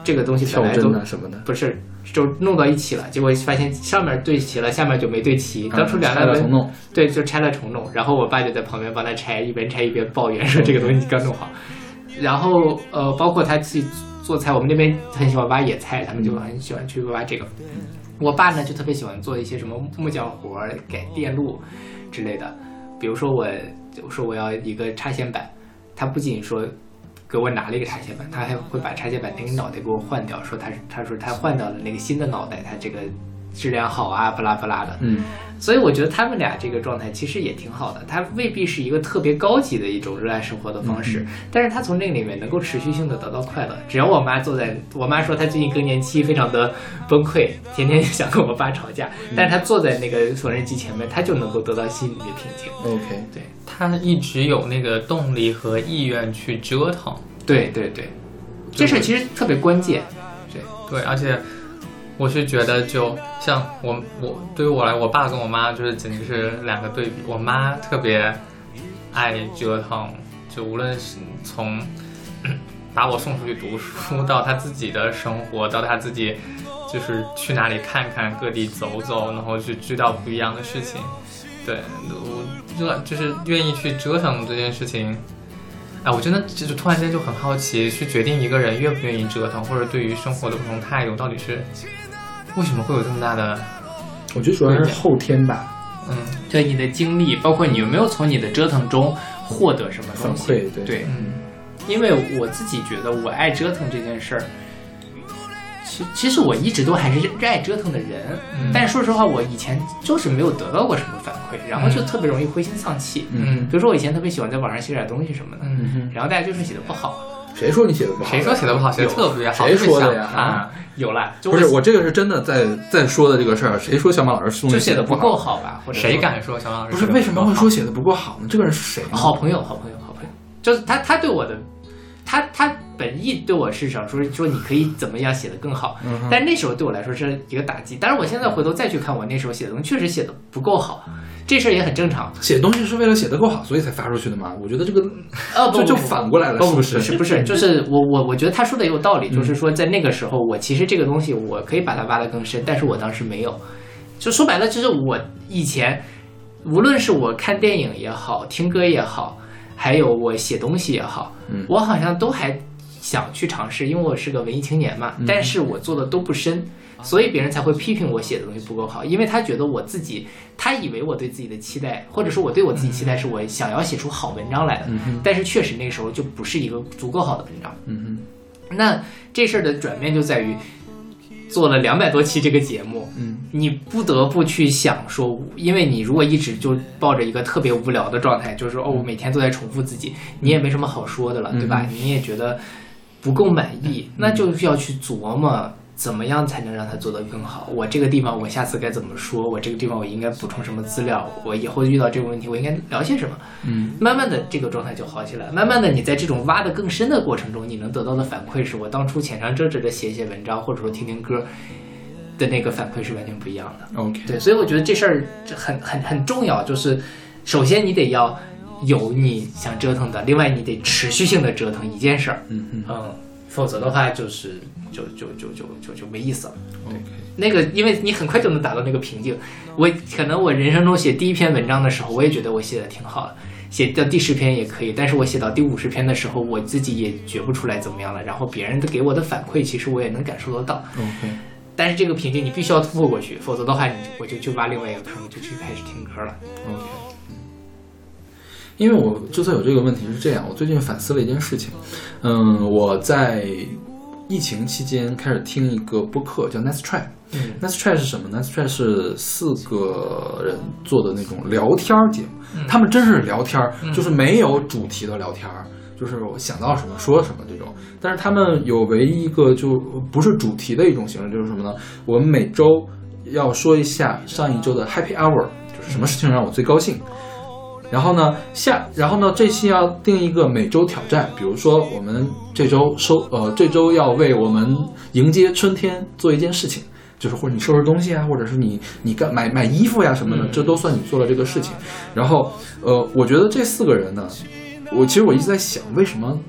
这个东西本来都跳针啊什么的， 不是就弄到一起了，结果发现上面对齐了，下面就没对齐。当初两拆了个重弄， 对，就拆了重弄。然后我爸就在旁边帮他拆，一边拆一边抱怨说这个东西刚弄好。然后呃，包括他自己做菜，我们那边很喜欢挖野菜，他们就很喜欢去挖这个。我爸呢就特别喜欢做一些什么木匠活、改电路之类的。比如说我我说我要一个插线板，他不仅说给我拿了一个插线板，他还会把插线板那个脑袋给我换掉，说他他说他换到了那个新的脑袋，他这个质量好啊，不拉不拉的。 嗯， 所以我觉得他们俩这个状态其实也挺好的，他未必是一个特别高级的一种热爱生活的方式，嗯、但是他从这个里面能够持续性的得到快乐。只要我妈坐在，我妈说她最近更年期非常的崩溃，天天想跟我爸吵架，嗯、但是她坐在那个缝纫机前面，她就能够得到心里的平静。 OK， 对， 他一直有那个动力和意愿去折腾。 对对对，这事其实特别关键。对对，而且我是觉得，就像我我对于我来，我爸跟我妈就是简直是两个对比。我妈特别爱折腾，就无论是从把我送出去读书，到她自己的生活，到她自己就是去哪里看看，各地走走，然后去知道不一样的事情。对，我就就是愿意去折腾这件事情。哎，我真的就是突然间就很好奇，去决定一个人愿不愿意折腾，或者对于生活的不同态度，到底是为什么会有这么大的？ 我觉得主要是后天吧。 嗯，对你的经历，包括你有没有从你的折腾中获得什么东西？ 反馈，对对，嗯，因为我自己觉得我爱折腾这件事儿。其其实我一直都还是热爱折腾的人，嗯、但是说实话，我以前就是没有得到过什么反馈，然后就特别容易灰心丧气。 嗯， 比如说我以前特别喜欢在网上写点东西什么的， 嗯， 然后大家就说写的不好。 谁说你写的不好？ 谁说写的不好？写的特别好。 谁说的呀？ 啊，有了， 不是我这个是真的在在说的这个事儿。谁说小马老师就写的不够好吧？或者谁敢说小马老师不是？为什么会说写的不够好呢？这个人是谁？ 好朋友，好朋友，好朋友，就是他，他对我的。他他本意对我是想说说你可以怎么样写得更好， 嗯、 但那时候对我来说是一个打击。当然我现在回头再去看我那时候写的东西，确实写的不够好，这事儿也很正常。 写东西是为了写得够好，所以才发出去的嘛？我觉得这个呃就就反过来了，是不是？ 不是不是，就是我我我觉得他说的也有道理，嗯、就是说在那个时候，我其实这个东西我可以把它挖得更深，但是我当时没有。就说白了，就是我以前无论是我看电影也好，听歌也好，还有我写东西也好， 嗯、 我好像都还想去尝试，因为我是个文艺青年嘛，但是我做的都不深，所以别人才会批评我写的东西不够好，因为他觉得我自己，他以为我对自己的期待，或者说我对我自己期待是我想要写出好文章来的， 嗯、 但是确实那个时候就不是一个足够好的文章。 嗯哼，那这事儿的转变就在于做了两百多期这个节目， 嗯， 你不得不去想说，因为你如果一直就抱着一个特别无聊的状态，就是哦，我每天都在重复自己，你也没什么好说的了，对吧？ 嗯、 你也觉得不够满意，那就要去琢磨怎么样才能让它做得更好。我这个地方我下次该怎么说？我这个地方我应该补充什么资料？我以后遇到这个问题我应该聊些什么？ 嗯， 慢慢的这个状态就好起来。慢慢的你在这种挖得更深的过程中，你能得到的反馈是我当初浅尝辄止的写一些文章，或者说听听歌的那个反馈是完全不一样的。 OK， 对，所以我觉得这事儿很很很重要，就是首先你得要有你想折腾的，另外你得持续性的折腾一件事儿， 嗯嗯嗯，否则的话就是就就就就就就没意思了。 对， 那个因为你很快就能达到那个瓶颈。我可能我人生中写第一篇文章的时候，我也觉得我写的挺好的，写到第十篇也可以，但是我写到第五十篇的时候，我自己也觉不出来怎么样了，然后别人给我的反馈，其实我也能感受得到。 OK， 但是这个瓶颈你必须要突破过去，否则的话你我就去挖另外一个坑，就去开始听歌了。 OK， 因为我之所以有这个问题是这样，我最近反思了一件事情。嗯，我在疫情期间开始听一个播客叫 Nice Try。 嗯 Nice Try 是什么 ？Nice Try 是四个人做的那种聊天节目， 嗯、 他们真是聊天， 嗯、 就是没有主题的聊天，就是我想到什么说什么这种。但是他们有唯一一个就不是主题的一种形式，就是什么呢？我们每周要说一下上一周的 Happy Hour， 就是什么事情让我最高兴。然后呢，下，然后呢，这期要定一个每周挑战，比如说我们这周收，呃，这周要为我们迎接春天做一件事情，就是或者你收拾东西啊，或者是你你干买买衣服呀什么的，这都算你做了这个事情。然后，呃，我觉得这四个人呢，我其实我一直在想，为什么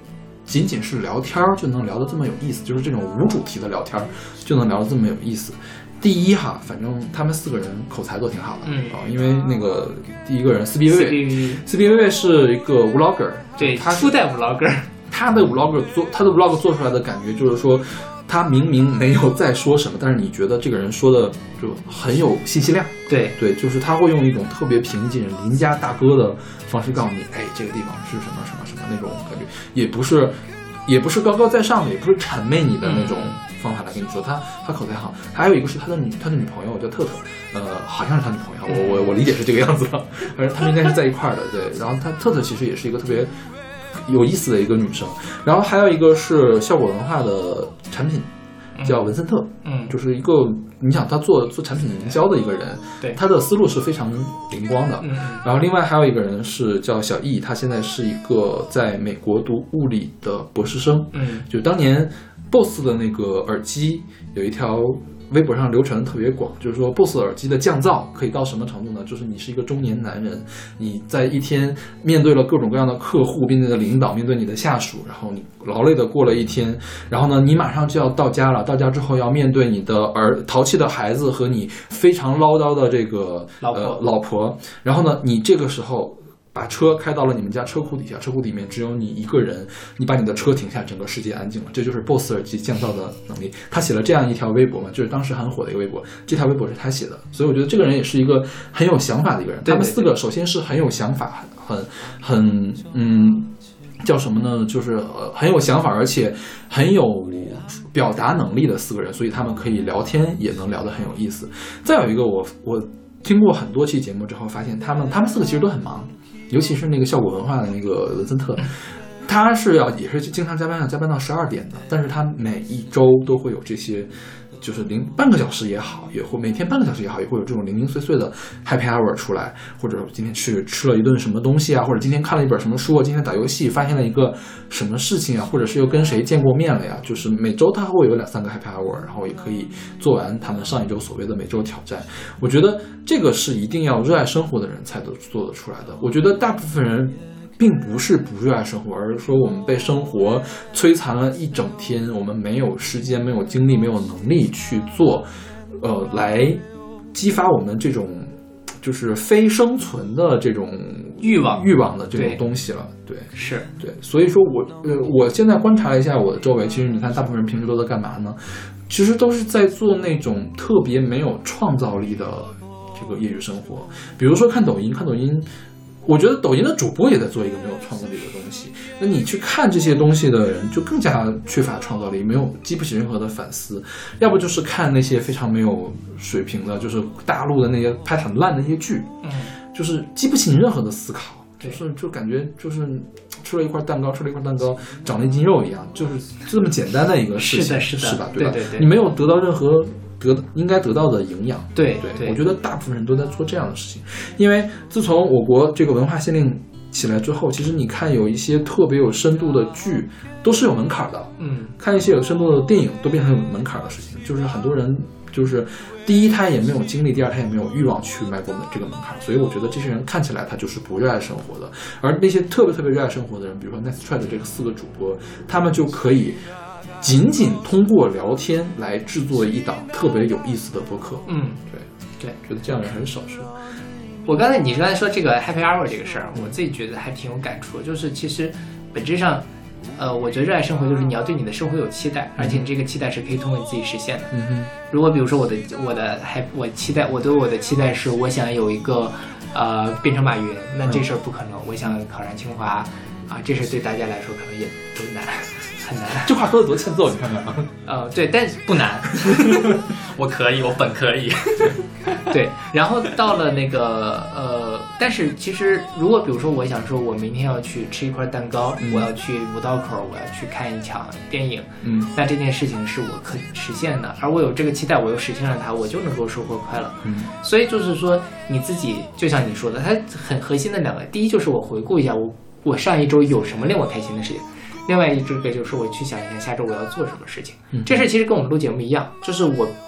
仅仅是聊天就能聊得这么有意思，就是这种无主题的聊天就能聊得这么有意思。第一哈，反正他们四个人口才都挺好的， 嗯啊，因为那个第一个人斯比薇斯薇， 比斯比薇薇是一个 vlogger， 对， 他初代 vlogger， 他的 vlog 做他的 vlog 做出来的感觉就是说，他明明没有在说什么，但是你觉得这个人说的就很有信息量。 对对，就是他会用一种特别平静、邻家大哥的方式告诉你，哎，这个地方是什么什么什么那种感觉，也不是也不是高高在上的，也不是谄媚你的那种方法来跟你说。他他口才好，还有一个是他的女他的女朋友叫特特，呃，好像是他女朋友，我我我理解是这个样子的，而他们应该是在一块儿的。对，然后他特特其实也是一个特别有意思的一个女生，然后还有一个是效果文化的产品，叫文森特， 嗯， 就是一个你想他做做产品营销的一个人， 对， 他的思路是非常灵光的。 嗯， 然后另外还有一个人是叫小易，他现在是一个在美国读物理的博士生， 嗯， 就当年 B O S S 的那个耳机有一条微博上流传的特别广，就是说 B O S S 耳机的降噪可以到什么程度呢？就是你是一个中年男人，你在一天面对了各种各样的客户，面对的领导，面对你的下属，然后你劳累的过了一天，然后呢，你马上就要到家了，到家之后要面对你的儿淘气的孩子和你非常唠叨的这个老婆、 呃、老婆，然后呢，你这个时候把车开到了你们家车库底下，车库里面只有你一个人，你把你的车停下，整个世界安静了，这就是 B O S S 耳机降噪的能力。他写了这样一条微博嘛，就是当时很火的一个微博，这条微博是他写的，所以我觉得这个人也是一个很有想法的一个人。 对对对， 他们四个首先是很有想法，很很嗯。叫什么呢？就是呃很有想法，而且很有表达能力的四个人，所以他们可以聊天，也能聊得很有意思。再有一个我，我我听过很多期节目之后，发现他们他们四个其实都很忙，尤其是那个效果文化的那个文森特，他是要也是经常加班，要加班到十二点的，但是他每一周都会有这些。就是零半个小时也好，也会每天半个小时也好，也会有这种零零碎碎的 happy hour 出来，或者今天去吃了一顿什么东西啊，或者今天看了一本什么书啊，今天打游戏发现了一个什么事情啊，或者是又跟谁见过面了呀，就是每周他会有两三个 happy hour， 然后也可以做完他们上一周所谓的每周挑战。我觉得这个是一定要热爱生活的人才能做得出来的。我觉得大部分人并不是不热爱生活，而是说我们被生活摧残了一整天，我们没有时间、没有精力、没有能力去做，呃，来激发我们这种就是非生存的这种欲望、 欲望的这种东西了。对， 对是对，所以说我呃，我现在观察了一下我的周围，其实你看，大部分人平时都在干嘛呢？其实都是在做那种特别没有创造力的这个业余生活，比如说看抖音，看抖音。我觉得抖音的主播也在做一个没有创造力的东西，那你去看这些东西的人就更加缺乏创造力，没有激不起任何的反思，要不就是看那些非常没有水平的，就是大陆的那些拍很烂的那些剧， 嗯， 就是激不起你任何的思考，就是就感觉就是吃了一块蛋糕，吃了一块蛋糕长了一斤肉一样，就是这么简单的一个事情， 是的，是的， 是吧？对吧？ 对对对， 你没有得到任何。得应该得到的营养， 对对， 对我觉得大部分人都在做这样的事情，因为自从我国这个文化限令起来之后，其实你看有一些特别有深度的剧都是有门槛的， 嗯， 看一些有深度的电影都变成有门槛的事情，就是很多人就是第一他也没有精力，第二他也没有欲望去迈过这个门槛，所以我觉得这些人看起来他就是不热爱生活的，而那些特别特别热爱生活的人，比如说 Nice Try 的这个四个主播，他们就可以仅仅通过聊天来制作一档特别有意思的播客。 嗯， 对对， 觉得这样的人很少数。 我刚才你刚才说这个 happy hour 这个事儿，我自己觉得还挺有感触的，就是其实本质上，呃，我觉得热爱生活就是你要对你的生活有期待，而且你这个期待是可以通过你自己实现的。 嗯哼， 如果比如说我的我的还我期待我对我的期待是我想有一个呃变成马云，那这事儿不可能。我想考上清华啊，这事对大家来说可能也都难。很难， 这话说的多欠揍，你看看啊。 呃，对，但不难，我可以，我本可以。 对，然后到了那个呃，但是其实如果比如说我想说，我明天要去吃一块蛋糕， 嗯、 我要去五道口，我要去看一场电影， 嗯， 那这件事情是我可实现的，而我有这个期待，我又实现了它，我就能够收获快乐。 嗯， 所以就是说你自己就像你说的，它很核心的两个，第一就是我回顾一下我我上一周有什么令我开心的事情。另外一这个就是我去想一下下周我要做什么事情， 嗯、 这事其实跟我们录节目一样，就是我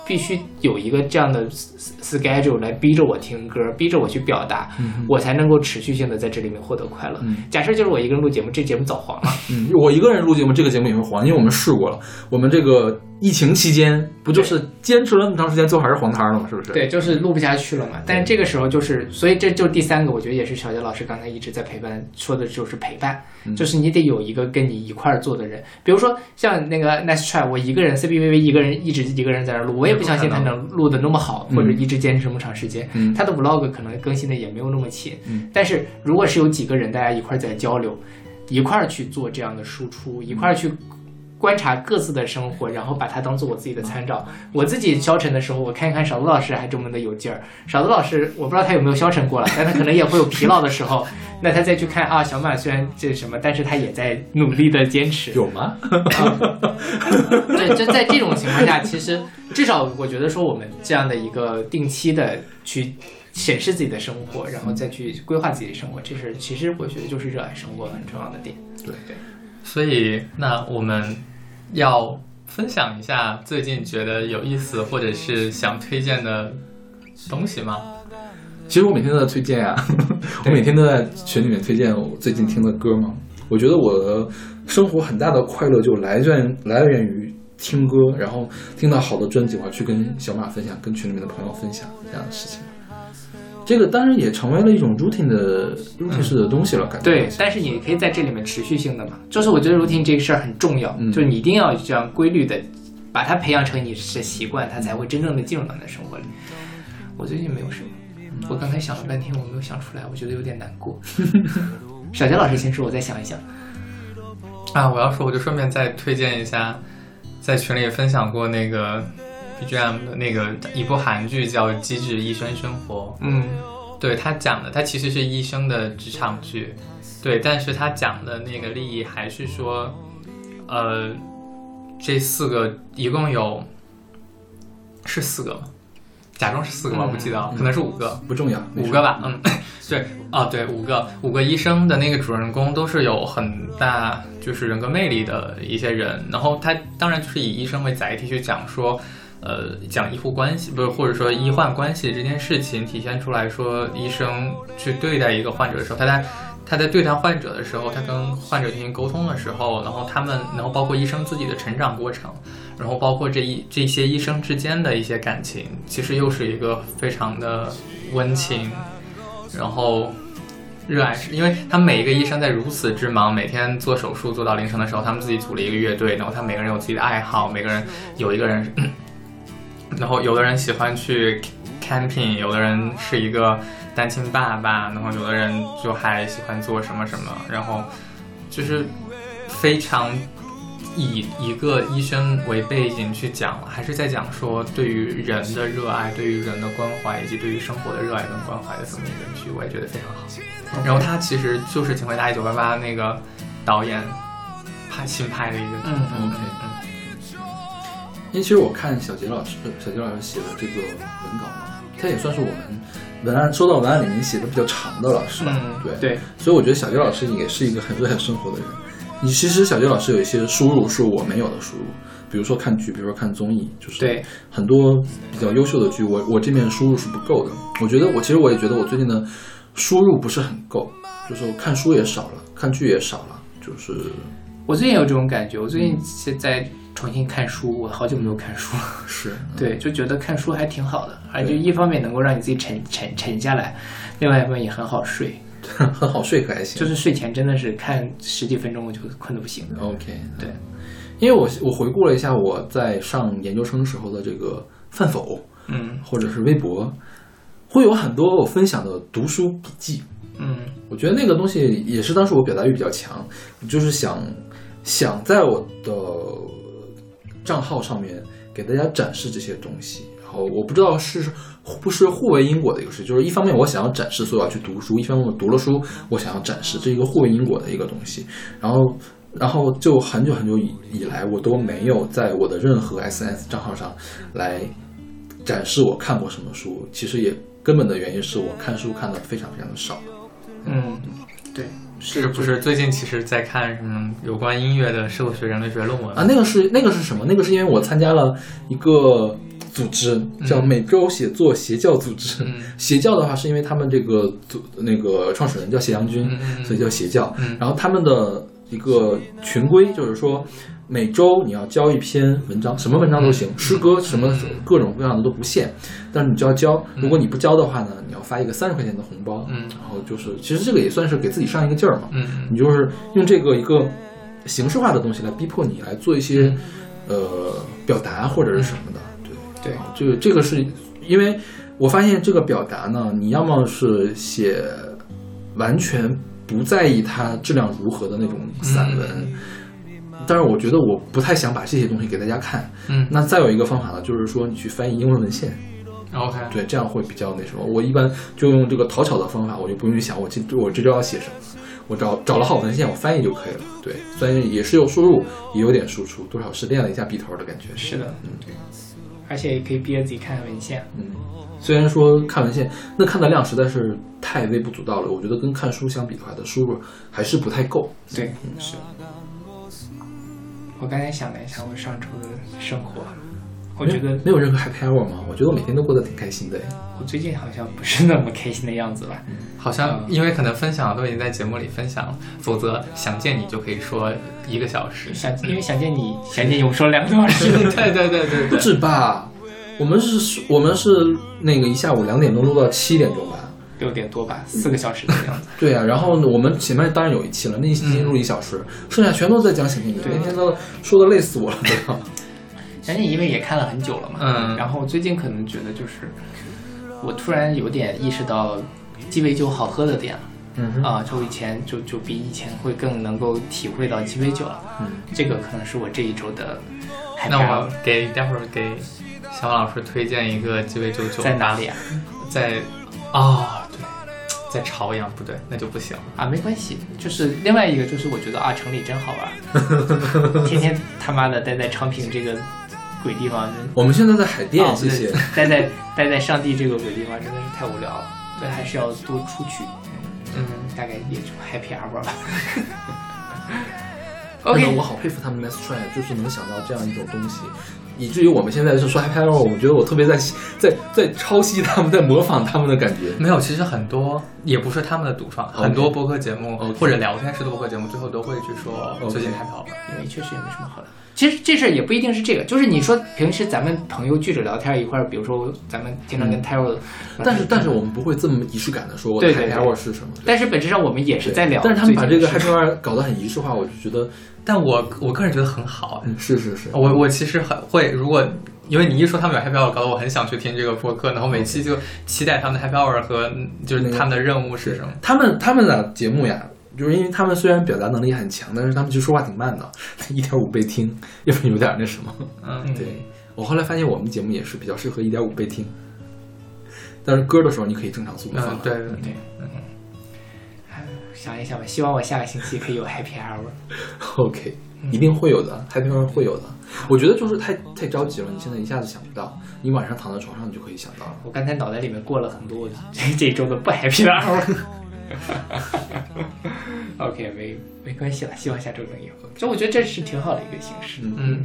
必须有一个这样的 schedule 来逼着我听歌，逼着我去表达， 嗯、 我才能够持续性的在这里面获得快乐。 嗯、 假设就是我一个人录节目，这节目早黄了。 嗯，我一个人录节目，这个节目也会黄，因为我们试过了。我们这个疫情期间不就是坚持了那么长时间，最后还是黄摊了吗？是不是？ 对，就是录不下去了嘛。但是这个时候就是，所以这就第三个，我觉得也是小杰老师刚才一直在陪伴说的，就是陪伴， 嗯、 就是你得有一个跟你一块儿做的人。比如说像那个 Nice Try， 我一个人 C B V V 一个人一直一个人在那录，我也不相信他能录的那么好， 嗯、 或者一直坚持这么长时间。 嗯、 他的 Vlog 可能更新的也没有那么勤。 嗯、 但是如果是有几个人大家一块儿在交流，一块儿去做这样的输出，一块儿去观察各自的生活，然后把它当做我自己的参照。我自己消沉的时候，我看一看勺子老师还这么的有劲儿。勺子老师，我不知道他有没有消沉过了，但他可能也会有疲劳的时候。那他再去看啊，小马虽然这什么，但是他也在努力的坚持。 有吗？ 对，就在这种情况下，其实至少我觉得说，我们这样的一个定期的去审视自己的生活，然后再去规划自己的生活，这是其实我觉得就是热爱生活很重要的点。 对对。 所以，那我们要分享一下最近觉得有意思或者是想推荐的东西吗？ 其实我每天都在推荐啊，我每天都在群里面推荐我最近听的歌嘛。我觉得我的生活很大的快乐就来源来源于听歌，然后听到好的专辑，我要去跟小马分享，跟群里面的朋友分享这样的事情。这个当然也成为了一种 routine 的 routine 式的东西了，感觉。 对，但是你可以在这里面持续性的嘛，就是我觉得 routine 这个事儿很重要，嗯、就是你一定要这样规律的把它培养成你的习惯，它才会真正的进入到你的生活里。我最近没有什么，我刚才想了半天，我没有想出来，我觉得有点难过。小杰老师先说，我再想一想。 啊，我要说，我就顺便再推荐一下，在群里分享过那个B G M 的那个一部韩剧叫《机智医生生活》。 嗯， 对，他讲的，他其实是医生的职场剧，对，但是他讲的那个利益还是说，呃，这四个一共有是四个吗？假装是四个吧，我不记得了， 嗯、 可能是五个， 不重要， 五个吧，嗯，对，哦，对，五个，五个医生的那个主人公都是有很大就是人格魅力的一些人，然后他当然就是以医生为载体去讲说，呃，讲医护关系，不是或者说医患关系这件事情，体现出来说医生去对待一个患者的时候，他在他在对待患者的时候，他跟患者进行沟通的时候，然后他们，然后包括医生自己的成长过程，然后包括这一这些医生之间的一些感情，其实又是一个非常的温情，然后热爱，因为他们每一个医生在如此之忙，每天做手术做到凌晨的时候，他们自己组了一个乐队，然后他们每个人有自己的爱好，每个人有一个人，然后有的人喜欢去 camping， 有的人是一个单亲爸爸，然后有的人就还喜欢做什么什么，然后就是非常以一个医生为背景去讲，还是在讲说对于人的热爱，对于人的关怀，以及对于生活的热爱跟关怀的这么一个剧，我也觉得非常好。然后他其实就是《请回答一九八八》那个导演拍新拍的一个剧。 嗯 OK 嗯。因为其实我看小杰老师小杰老师写的这个文稿嘛，他也算是我们文案收到文案里面写的比较长的了，是吧？ 嗯、 对对。 所以我觉得小杰老师也是一个很热爱生活的人。你其实小杰老师有一些输入是我没有的输入，比如说看剧，比如说看综艺，就是对很多比较优秀的剧，我我这边输入是不够的。我觉得我其实我也觉得我最近的输入不是很够，就是我看书也少了，看剧也少了，就是我最近有这种感觉。我最近现在重新看书，我好久没有看书了。 是， 对，就觉得看书还挺好的，而且一方面能够让你自己沉沉沉下来，另外一方面也很好睡。 很好睡可还行， 就是睡前真的是看十几分钟我就困得不行。 OK 对， 因为我我回顾了一下我在上研究生时候的这个饭否， 嗯， 或者是微博，会有很多我分享的读书笔记。 嗯， 我觉得那个东西也是当时我表达欲比较强，就是想想在我的账号上面给大家展示这些东西。然后我不知道是不是互为因果的一个事，就是一方面我想要展示，所以我要去读书；一方面我读了书，我想要展示，这是一个互为因果的一个东西。然后，然后就很久很久以以来，我都没有在我的任何 S N S 账号上来展示我看过什么书。其实也根本的原因是我看书看的非常非常的少。 嗯，对。 是不是最近其实在看什么有关音乐的社会学、人类学论文啊？那个是那个是什么？那个是因为我参加了一个组织，叫美洲写作邪教组织。 嗯邪教的话，是因为他们这个组那个创始人叫邪阳君， 嗯嗯所以叫邪教。 嗯然后他们的一个群规就是说，每周你要交一篇文章，什么文章都行， 嗯诗歌什么各种各样的都不限，但是你就要交。如果你不交的话呢，你要发一个三十块钱的红包。 嗯然后就是，其实这个也算是给自己上一个劲儿嘛。 嗯你就是用这个一个形式化的东西来逼迫你来做一些、 嗯、 呃表达或者是什么的。对对， 这个这个是因为我发现这个表达呢，你要么是写完全不在意它质量如何的那种散文。 嗯但是我觉得我不太想把这些东西给大家看。 嗯那再有一个方法呢，就是说你去翻译英文文献， ，OK， 对，这样会比较那什么。我一般就用这个讨巧的方法，我就不用去想我这我这周要写什么，我找找了好文献，我翻译就可以了。对，虽然也是有输入，也有点输出，多少是练了一下笔头的感觉。 是的， 嗯而且也可以逼着自己看文献。 嗯，虽然说看文献，那看的量实在是太微不足道了，我觉得跟看书相比的话，的输入还是不太够。 对，是。我刚才想了一下，我上周的生活，我觉得没有任何 happy hour 吗？我觉得我每天都过得挺开心的。 我最近好像不是那么开心的样子吧。 好像因为可能分享都已经在节目里分享了，否则想见你就可以说一个小时。 想因为想见你，想见你，我说了两个多小时。 对对对对对， 不止吧？我们是，我们是那个一下午两点钟录到七点钟吧。 六点多吧，四个小时的样子。 对啊，然后呢，我们前面当然有一期了，那一期录一小时，嗯、剩下全都在讲想见你。那天都说的累死我了，对吧？ 想见你因为也看了很久了嘛， 嗯， 然后最近可能觉得就是我突然有点意识到鸡尾酒好喝的点了。 嗯啊，就以前就就比以前会更能够体会到鸡尾酒了。 嗯， 这个可能是我这一周的。 那我给待会儿给小王老师推荐一个鸡尾酒酒， 在哪里啊？ 在啊、哦，对，在朝阳，不对，那就不行啊，没关系。就是另外一个，就是我觉得啊，城里真好玩，天天他妈的待在昌平这个鬼地方。 我们现在在海淀， 哦、 谢谢。 待在待在上帝这个鬼地方真的是太无聊了，所以还是要多出去。嗯，大概也就 happy hour 吧。OK， 我好佩服他们 Nice Try， 就是能想到这样一种东西，以至于我们现在是说 happy hour， 我觉得我特别在在在抄袭他们，在模仿他们的感觉。 没有，其实很多也不是他们的独创， okay. 很多播客节目 okay. 或者聊天式的播客节目，最后都会去说最近 happy hour， 因为确实也没什么好的。其实这事儿也不一定是这个，就是你说平时咱们朋友聚着聊天一块儿，比如说咱们经常跟 Taro，、嗯、 但是但是我们不会这么仪式感的说我的 happy hour 是什么。 但是本质上我们也是在聊。 但是他们把这个 happy hour 搞得很仪式化，我就觉得， 但我我个人觉得很好。 嗯，是是是， 我我其实很会，如果因为你一说他们有 happy hour，搞得我很想去听这个播客，然后每期就期待他们的 happy hour 和就是他们的任务是什么。 他们他们的节目呀。就是因为他们虽然表达能力很强，但是他们其实说话挺慢的，一点五倍听，要不然有点那什么。 嗯， 对。我后来发现我们节目也是比较适合一点五倍听，但是歌的时候你可以正常速度放。 嗯，对对对。嗯， 想一想吧，希望我下个星期可以有 happy hour。 OK， 一定会有的 ，happy hour 会有的。我觉得就是太太着急了，你现在一下子想不到，你晚上躺在床上你就可以想到了。 我刚才脑袋里面过了很多这这周的不 happy hour。OK， 没没关系了，希望下周能有。就我觉得这是挺好的一个形式。 嗯嗯。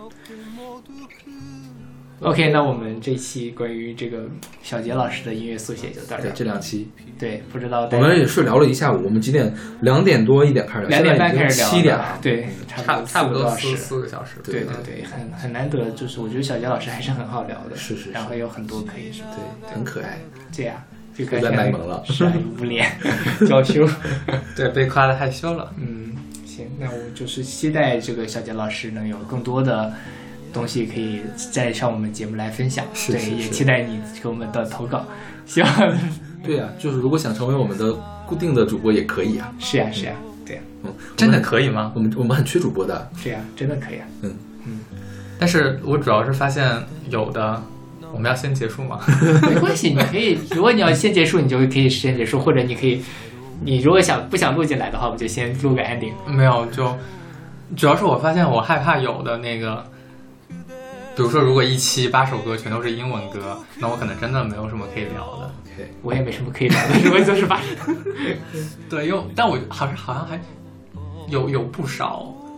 OK， 那我们这期关于这个小杰老师的音乐速写就到这儿。 对，这两期。 对，不知道我们也是聊了一下午，我们几点？两点多一点开始聊， 两点半开始聊， 七点了。 对， 差差不多四四个小时。 对对对，很很难得，就是我觉得小杰老师还是很好聊的， 是是， 然后有很多可以说， 对，很可爱。 这样。就该在卖萌了， 是啊，捂脸娇羞， 对，被夸的害羞了。 嗯，行，那我就是期待这个小杰老师能有更多的东西可以再上我们节目来分享。 是是是对，也期待你给我们的投稿。希望对呀、啊，就是如果想成为我们的固定的主播也可以啊。 是呀、啊，是呀、啊，对呀、 啊。嗯， 真的可以吗？ 我们我们很缺主播的。 对呀、啊，真的可以啊。 嗯嗯， 但是我主要是发现有的。我们要先结束吗？ 没关系，你可以，如果你要先结束，你就可以先结束，或者你可以，你如果想不想录进来的话，我们就先录个 ending。 没有，就主要是我发现我害怕有的那个，比如说如果一期八首歌全都是英文歌，那我可能真的没有什么可以聊的。 Okay. 我也没什么可以聊的，如果就是八首。 对，又但我好像好像还有有不少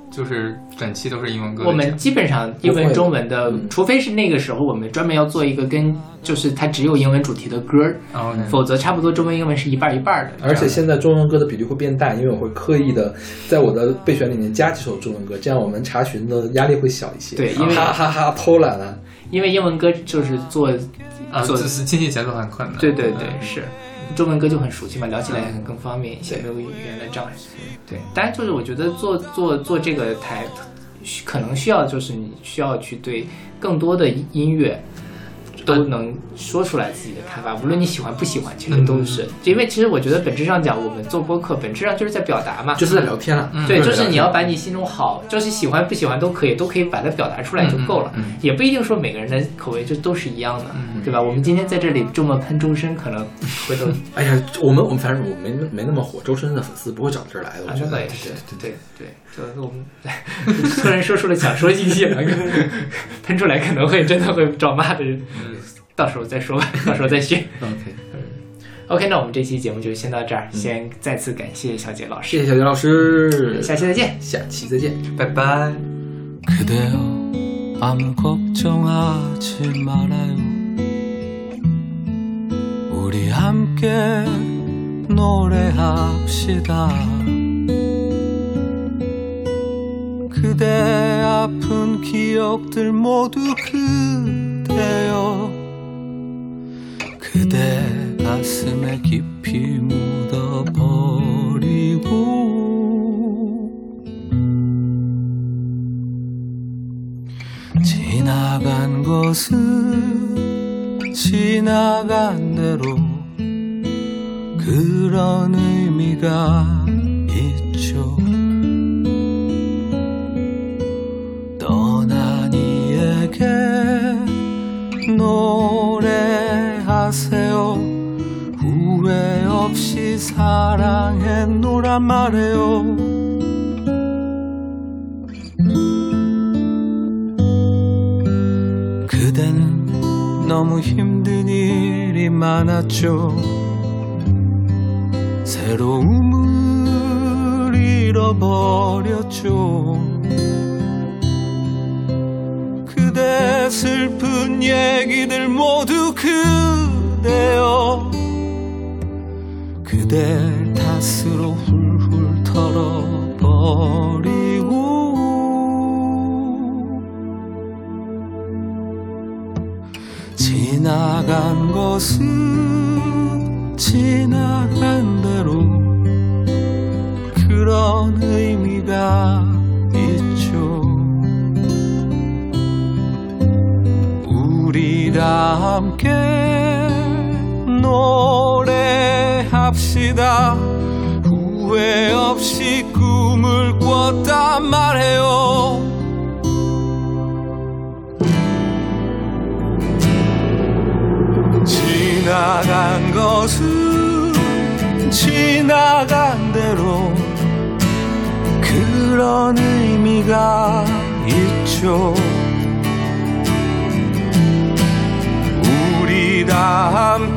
就是整期都是英文歌的我们基本上英文、中文的， 嗯除非是那个时候我们专门要做一个跟就是它只有英文主题的歌儿， 哦，okay， 否则差不多中文英文是一半一半的。 而且现在中文歌的比例会变大，因为我会刻意的在我的备选里面加几首中文歌，这样我们查询的压力会小一些。 对因为哈哈哈偷懒了。 因为英文歌就是做啊， 做就是经济节奏很困难。 对对对嗯是。中文歌就很熟悉嘛，聊起来也更方便一些，没有语言的障碍。对，当然就是我觉得做做做这个台，可能需要就是你需要去对更多的音乐都能说出来自己的看法，无论你喜欢不喜欢，其实都是。因为其实我觉得本质上讲，我们做播客本质上就是在表达嘛， 就是在聊天了。 对， 嗯就是你要把你心中好，就是喜欢不喜欢都可以，都可以把它表达出来就够了，也不一定说每个人的口味就都是一样的，对吧？我们今天在这里这么喷周深，可能回头哎呀，我们我们反正我没没那么火，周深的粉丝不会找这儿来的。我啊， 觉得那倒也是，对对对，就是我们突然说出了想说进去了，喷出来可能会真的会找骂的人，到时候再说吧，到时候再选。 OK OK， 那我们这期节目就先到这儿，先再次感谢小杰老师， 谢谢小杰老师， 下期再见， 下期再见， 拜拜。 그대여 아무 걱정하지 말아요 우리 함께 노래합시다 그대 아픈 기억들 모두 그대여 그대 가슴에 깊이 묻어버리고 지나간 것은 지나간 대로 그런 의미가 있죠 떠난 이에게 노래하세요 후회 없이 사랑했노란 말해요 그대는 너무 힘든 일이 많았죠 새로움을 잃어버렸죠 그대 슬픈 얘기들 모두 그대여 그댈 탓으로 훌훌 털어버리고 지나간 것은 지나간 대로 그런 의미가 있죠 우리 다 함께 노래합시다 후회 없이 꿈을 꿨단 말해요 지나간 것은 지나간 대로 그런 의미가 있죠 우리 다 함께